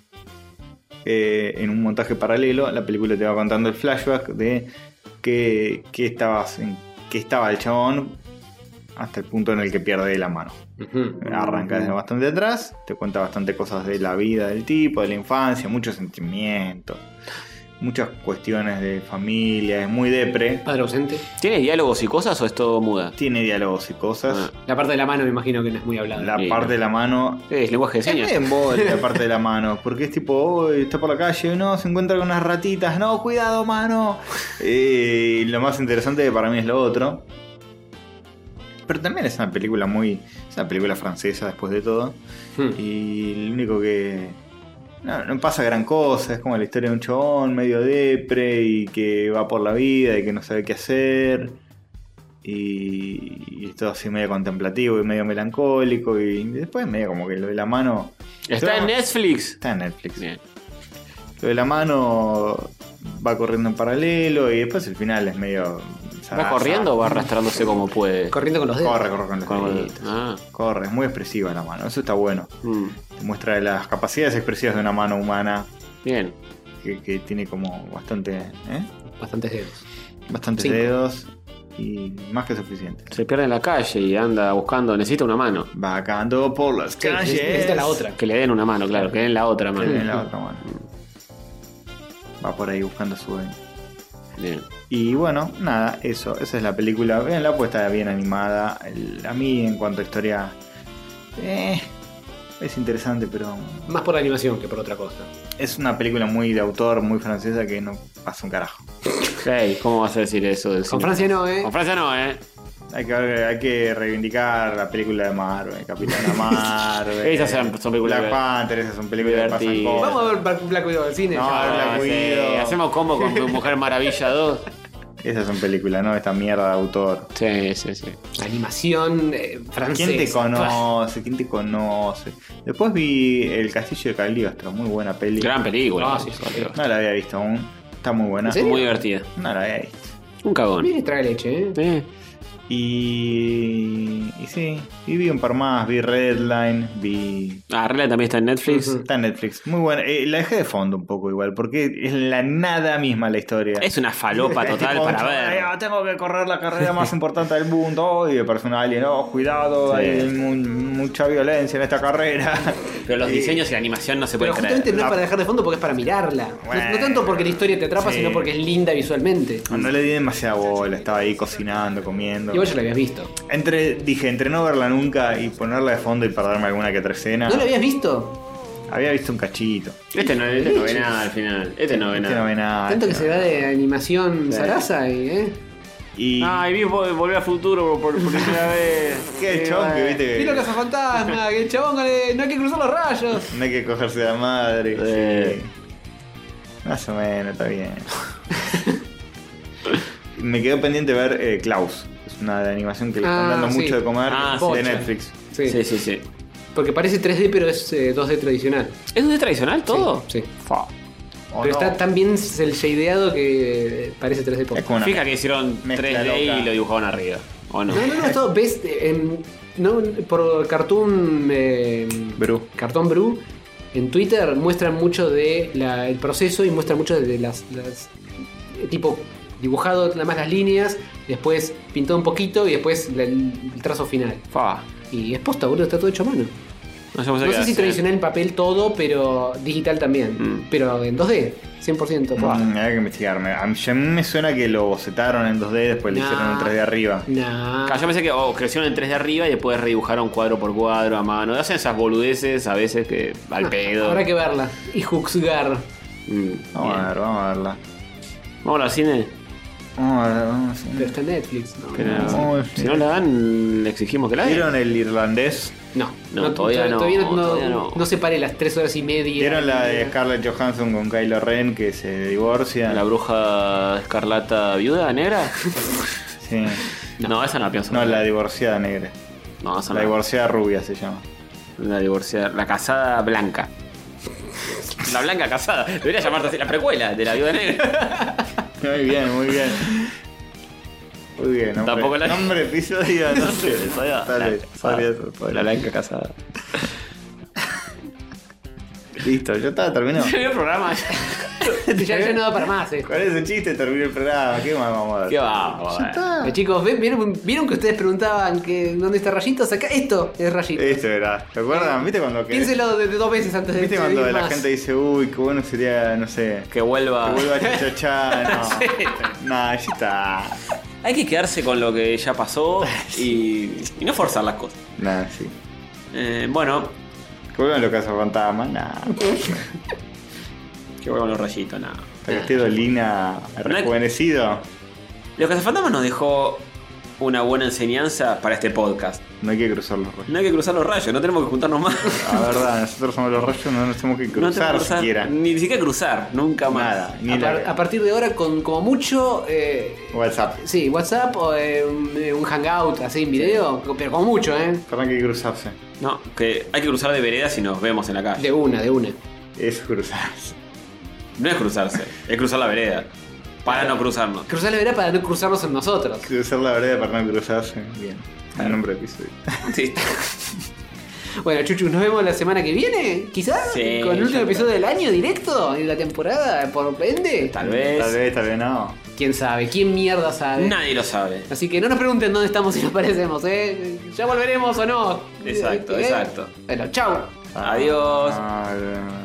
eh, en un montaje paralelo, la película te va contando el flashback de que, que, estabas en, que estaba el chabón hasta el punto en el que pierde la mano. Ujú. Arranca desde bastante atrás, te cuenta bastante cosas de la vida del tipo, de la infancia, muchos sentimientos, muchas cuestiones de familia, es muy depre. Padre ausente. ¿Tienes diálogos y cosas o es todo muda? Tiene diálogos y cosas. Ah. La parte de la mano me imagino que no es muy hablada. La Sí, parte no. de la mano Es lenguaje de es señas. bien embole la parte de la mano, porque es tipo, oh, está por la calle, no, se encuentra con unas ratitas, no, cuidado, mano. Eh, y lo más interesante para mí es lo otro. Pero también es una película muy. Es una película francesa después de todo. Hmm. Y lo único que. No, no pasa gran cosa, es como la historia de un chabón medio depre y que va por la vida y que no sabe qué hacer. Y, y es todo así medio contemplativo y medio melancólico. Y después medio como que lo de la mano. Está en Netflix. Está en Netflix. Bien. Lo de la mano va corriendo en paralelo y después el final es medio. ¿Va corriendo o va arrastrándose como puede? Corriendo con los dedos. Corre, corre con los Con- deditos. Ah, Corre, es muy expresiva la mano, eso está bueno. mm, Te muestra las capacidades expresivas de una mano humana bien. que, que tiene como bastante. ¿eh? Bastantes dedos. Bastantes Cinco. dedos y más que suficiente. Se pierde en la calle y anda buscando, necesita una mano. Vagando por las Sí, calles. necesita la otra. Que le den una mano, claro, que le den la otra Que mano. le den la otra mano. Va por ahí buscando su dueño. Bien. Y bueno, nada, eso, esa es la película. Veanla, pues está bien animada. El- a mí, en cuanto a historia, eh, es interesante, pero Más por la animación que por otra cosa. es una película muy de autor, muy francesa, que no pasa un carajo. Hey, ¿cómo vas a decir eso del Con cine? Francia no, ¿eh? Con Francia no, ¿eh? Hay que, hay que reivindicar la película de Marvel, Capitana Marvel. Esas son- son películas Black de- Panther, esas son películas que pasan divertidas. cosas. Vamos a ver Black- Black Widow al cine. No, ya. Black Ah, sí. Widow. Hacemos combo con Mujer Maravilla dos. Esas son películas, ¿no? Esta mierda de autor. Sí, sí, sí. Animación eh, francesa. ¿Quién te conoce? ¿Quién te conoce? Después vi El Castillo de Cagliostro, muy buena peli. Gran película. Ah, sí, sí, sí. No la había visto aún. Está muy buena. ¿En serio? Muy divertida. No la había visto. Un cagón. Mire, trae leche, ¿eh? Sí. Y, y sí, y vi un par más, vi Redline, vi... Ah, Rela también está en Netflix. Uh-huh. Está en Netflix, muy buena. Eh, la dejé de fondo un poco igual, porque es la nada misma la historia. Es una falopa total Tipo, para ver. "Ay, tengo que correr la carrera más importante del mundo y de personal y no, cuidado, Sí. hay mu- mucha violencia en esta carrera. Pero los Y- diseños y la animación no se Pero pueden justamente creer. no es para dejar de fondo porque es para mirarla. No- Bueno, no, tanto porque la historia te atrapa, sí. sino porque es linda visualmente. No le di demasiada bola, estaba ahí cocinando, comiendo. Igual ya la habías visto. Entre, dije, entre no verla nunca y ponerla de fondo y perderme alguna que otra escena. ¿No la habías visto? Había visto un cachito. Este no, este no ve nada al final. Este no ve Este nada. no ve nada. Tanto que este se no va ve de animación Sí. zaraza y, ¿eh? Y Ay, vi Vol- Volver al Futuro por, por primera vez. qué chonque, viste. Mira Que los cazafantasmas, que el chabón eh, no hay que cruzar los rayos. no hay que cogerse de la madre. Sí. Sí. Más o menos, está bien. Me quedó pendiente ver eh, Klaus. Es una de animación que le están Ah, dando sí. mucho de comer Ah, de Bocha. Netflix. Sí. Sí, sí, sí. Porque parece tres D, pero es eh, dos D tradicional. ¿Es un tradicional todo? Sí. sí. Fa. ¿O Pero no? está tan bien el shadeado que parece tres D por. Es como una Fija que hicieron mezcla tres D loca. y lo dibujaron arriba. ¿O no? No, no, no, esto ves eh, en, no, por Cartoon eh, Bru. Cartón Brew en Twitter muestran mucho de la- el proceso y muestran mucho de las, las eh, tipo dibujado nada más las líneas, después pintado un poquito y después la- el trazo final. Fa. Y es posta, boludo, está todo hecho a mano. No, yo pensé No que sé si era- tradicional en papel todo, pero digital también. Mm. Pero en dos D, cien por ciento. Fua. Mm, hay que investigarme. A mí, a mí me suena que lo bocetaron en dos D, después le Nah. hicieron en tres D arriba. Nah. Claro, yo pensé que oh, crecieron en tres D arriba y después redibujaron cuadro por cuadro a mano. Hacen esas boludeces a veces que al Ah, pedo. Habrá que verla. Y juzgar. Mm, Vamos bien. a ver, vamos a verla. Vamos al cine. Vamos a ver, vamos a Pero ver. está en Netflix. No, Pero Oh, si sí. no la dan, le exigimos que la den. ¿Vieron el irlandés? no, No, todavía no, Todavía no, todavía no. no separé las tres horas y media. ¿Vieron la de Scarlett Johansson con Kylo Ren que se divorcia? ¿La bruja escarlata viuda negra? Sí. No, esa no la pienso. No, ver. la divorciada negra. No, esa La no. divorciada rubia se llama. La divorciada. La casada blanca. La blanca casada. Debería llamarse así la precuela de la viuda negra. Muy bien, muy bien. Muy bien, nombre, Tampoco la- nombre, episodio, no sé. La- Sale, sale eso, La sale. blanca casada. Listo, ya está, terminó. Se vio el programa. ya, ya no da para más, eh. Con ese chiste terminó el programa. ¿Qué más vamos a ver? ¿Qué va? Ya Bueno. está. Eh, chicos, ¿ven- ¿vieron, ¿vieron que ustedes preguntaban que dónde está Rayitos? Acá esto es Rayitos. Esto era. ¿Te acuerdan? ¿Viste cuando que, Piénselo de, de dos veces antes de ¿viste seguir cuando la más. gente dice, uy, qué bueno sería, no sé, Que vuelva. que vuelva Chachachá? No, no, ya está. Hay que quedarse con lo que ya pasó y, y no forzar las cosas. Nada, sí. Eh, bueno, Que vuelvan los cazafantasmas, nada. que vuelvan los rayitos, nada. Para que esté Dolina rejuvenecido. Los cazafantasmas nos dejó una buena enseñanza para este podcast. No hay que cruzar los rayos. No hay que cruzar los rayos, no tenemos que juntarnos más. La verdad, nosotros somos los rayos, no nos tenemos que No cruzar tenemos que cruzar, siquiera. Ni siquiera cruzar, nunca más. Nada, ni A, par- la... a partir de ahora, con como mucho. Eh, WhatsApp. sí, WhatsApp o eh, un, eh, un hangout así en video, pero como mucho, ¿eh? Pero no hay que cruzarse. No, que hay que cruzar de veredas y nos vemos en la calle. De una, de una. Es cruzarse. No es cruzarse, es cruzar la vereda. Para no cruzarnos. Cruzar la vereda para no cruzarnos en nosotros. Cruzar la vereda para no cruzarse. Bien. El nombre del episodio. Sí. Bueno, Chuchu, nos vemos la semana que viene, quizás. Sí, con el último yo episodio del año directo, de la temporada, por ende. Tal vez. Tal vez, tal vez no. ¿Quién sabe? ¿Quién mierda sabe? Nadie lo sabe. Así que no nos pregunten dónde estamos y nos parecemos, ¿eh? Ya volveremos o no. Exacto, ¿Eh? exacto. Bueno, chao. Adiós. Ah,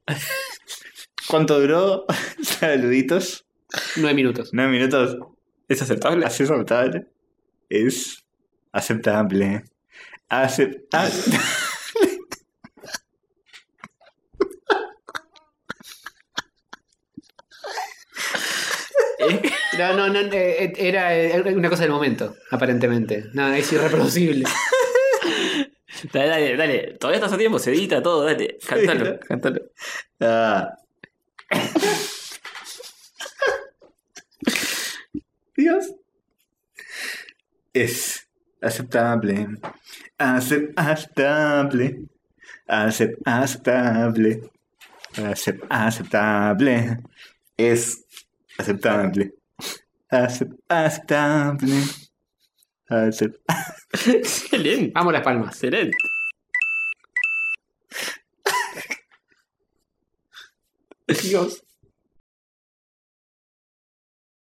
¿Cuánto duró? Saluditos. Nueve minutos. Nueve minutos. ¿Es aceptable? ¿Es aceptable? Es aceptable. Aceptable. No, no, no, eh, era, era una cosa del momento, aparentemente. No, es irreproducible. Dale, dale, dale. Todavía estás a tiempo, se edita todo, dale. Cántalo, cántalo. Ah. Dios. Es aceptable. Acep- aceptable. Acep- aceptable. Acep- aceptable. Es aceptable. Acep- aceptable. Acep- Excelente. Vamos las palmas. Excelente. Dios.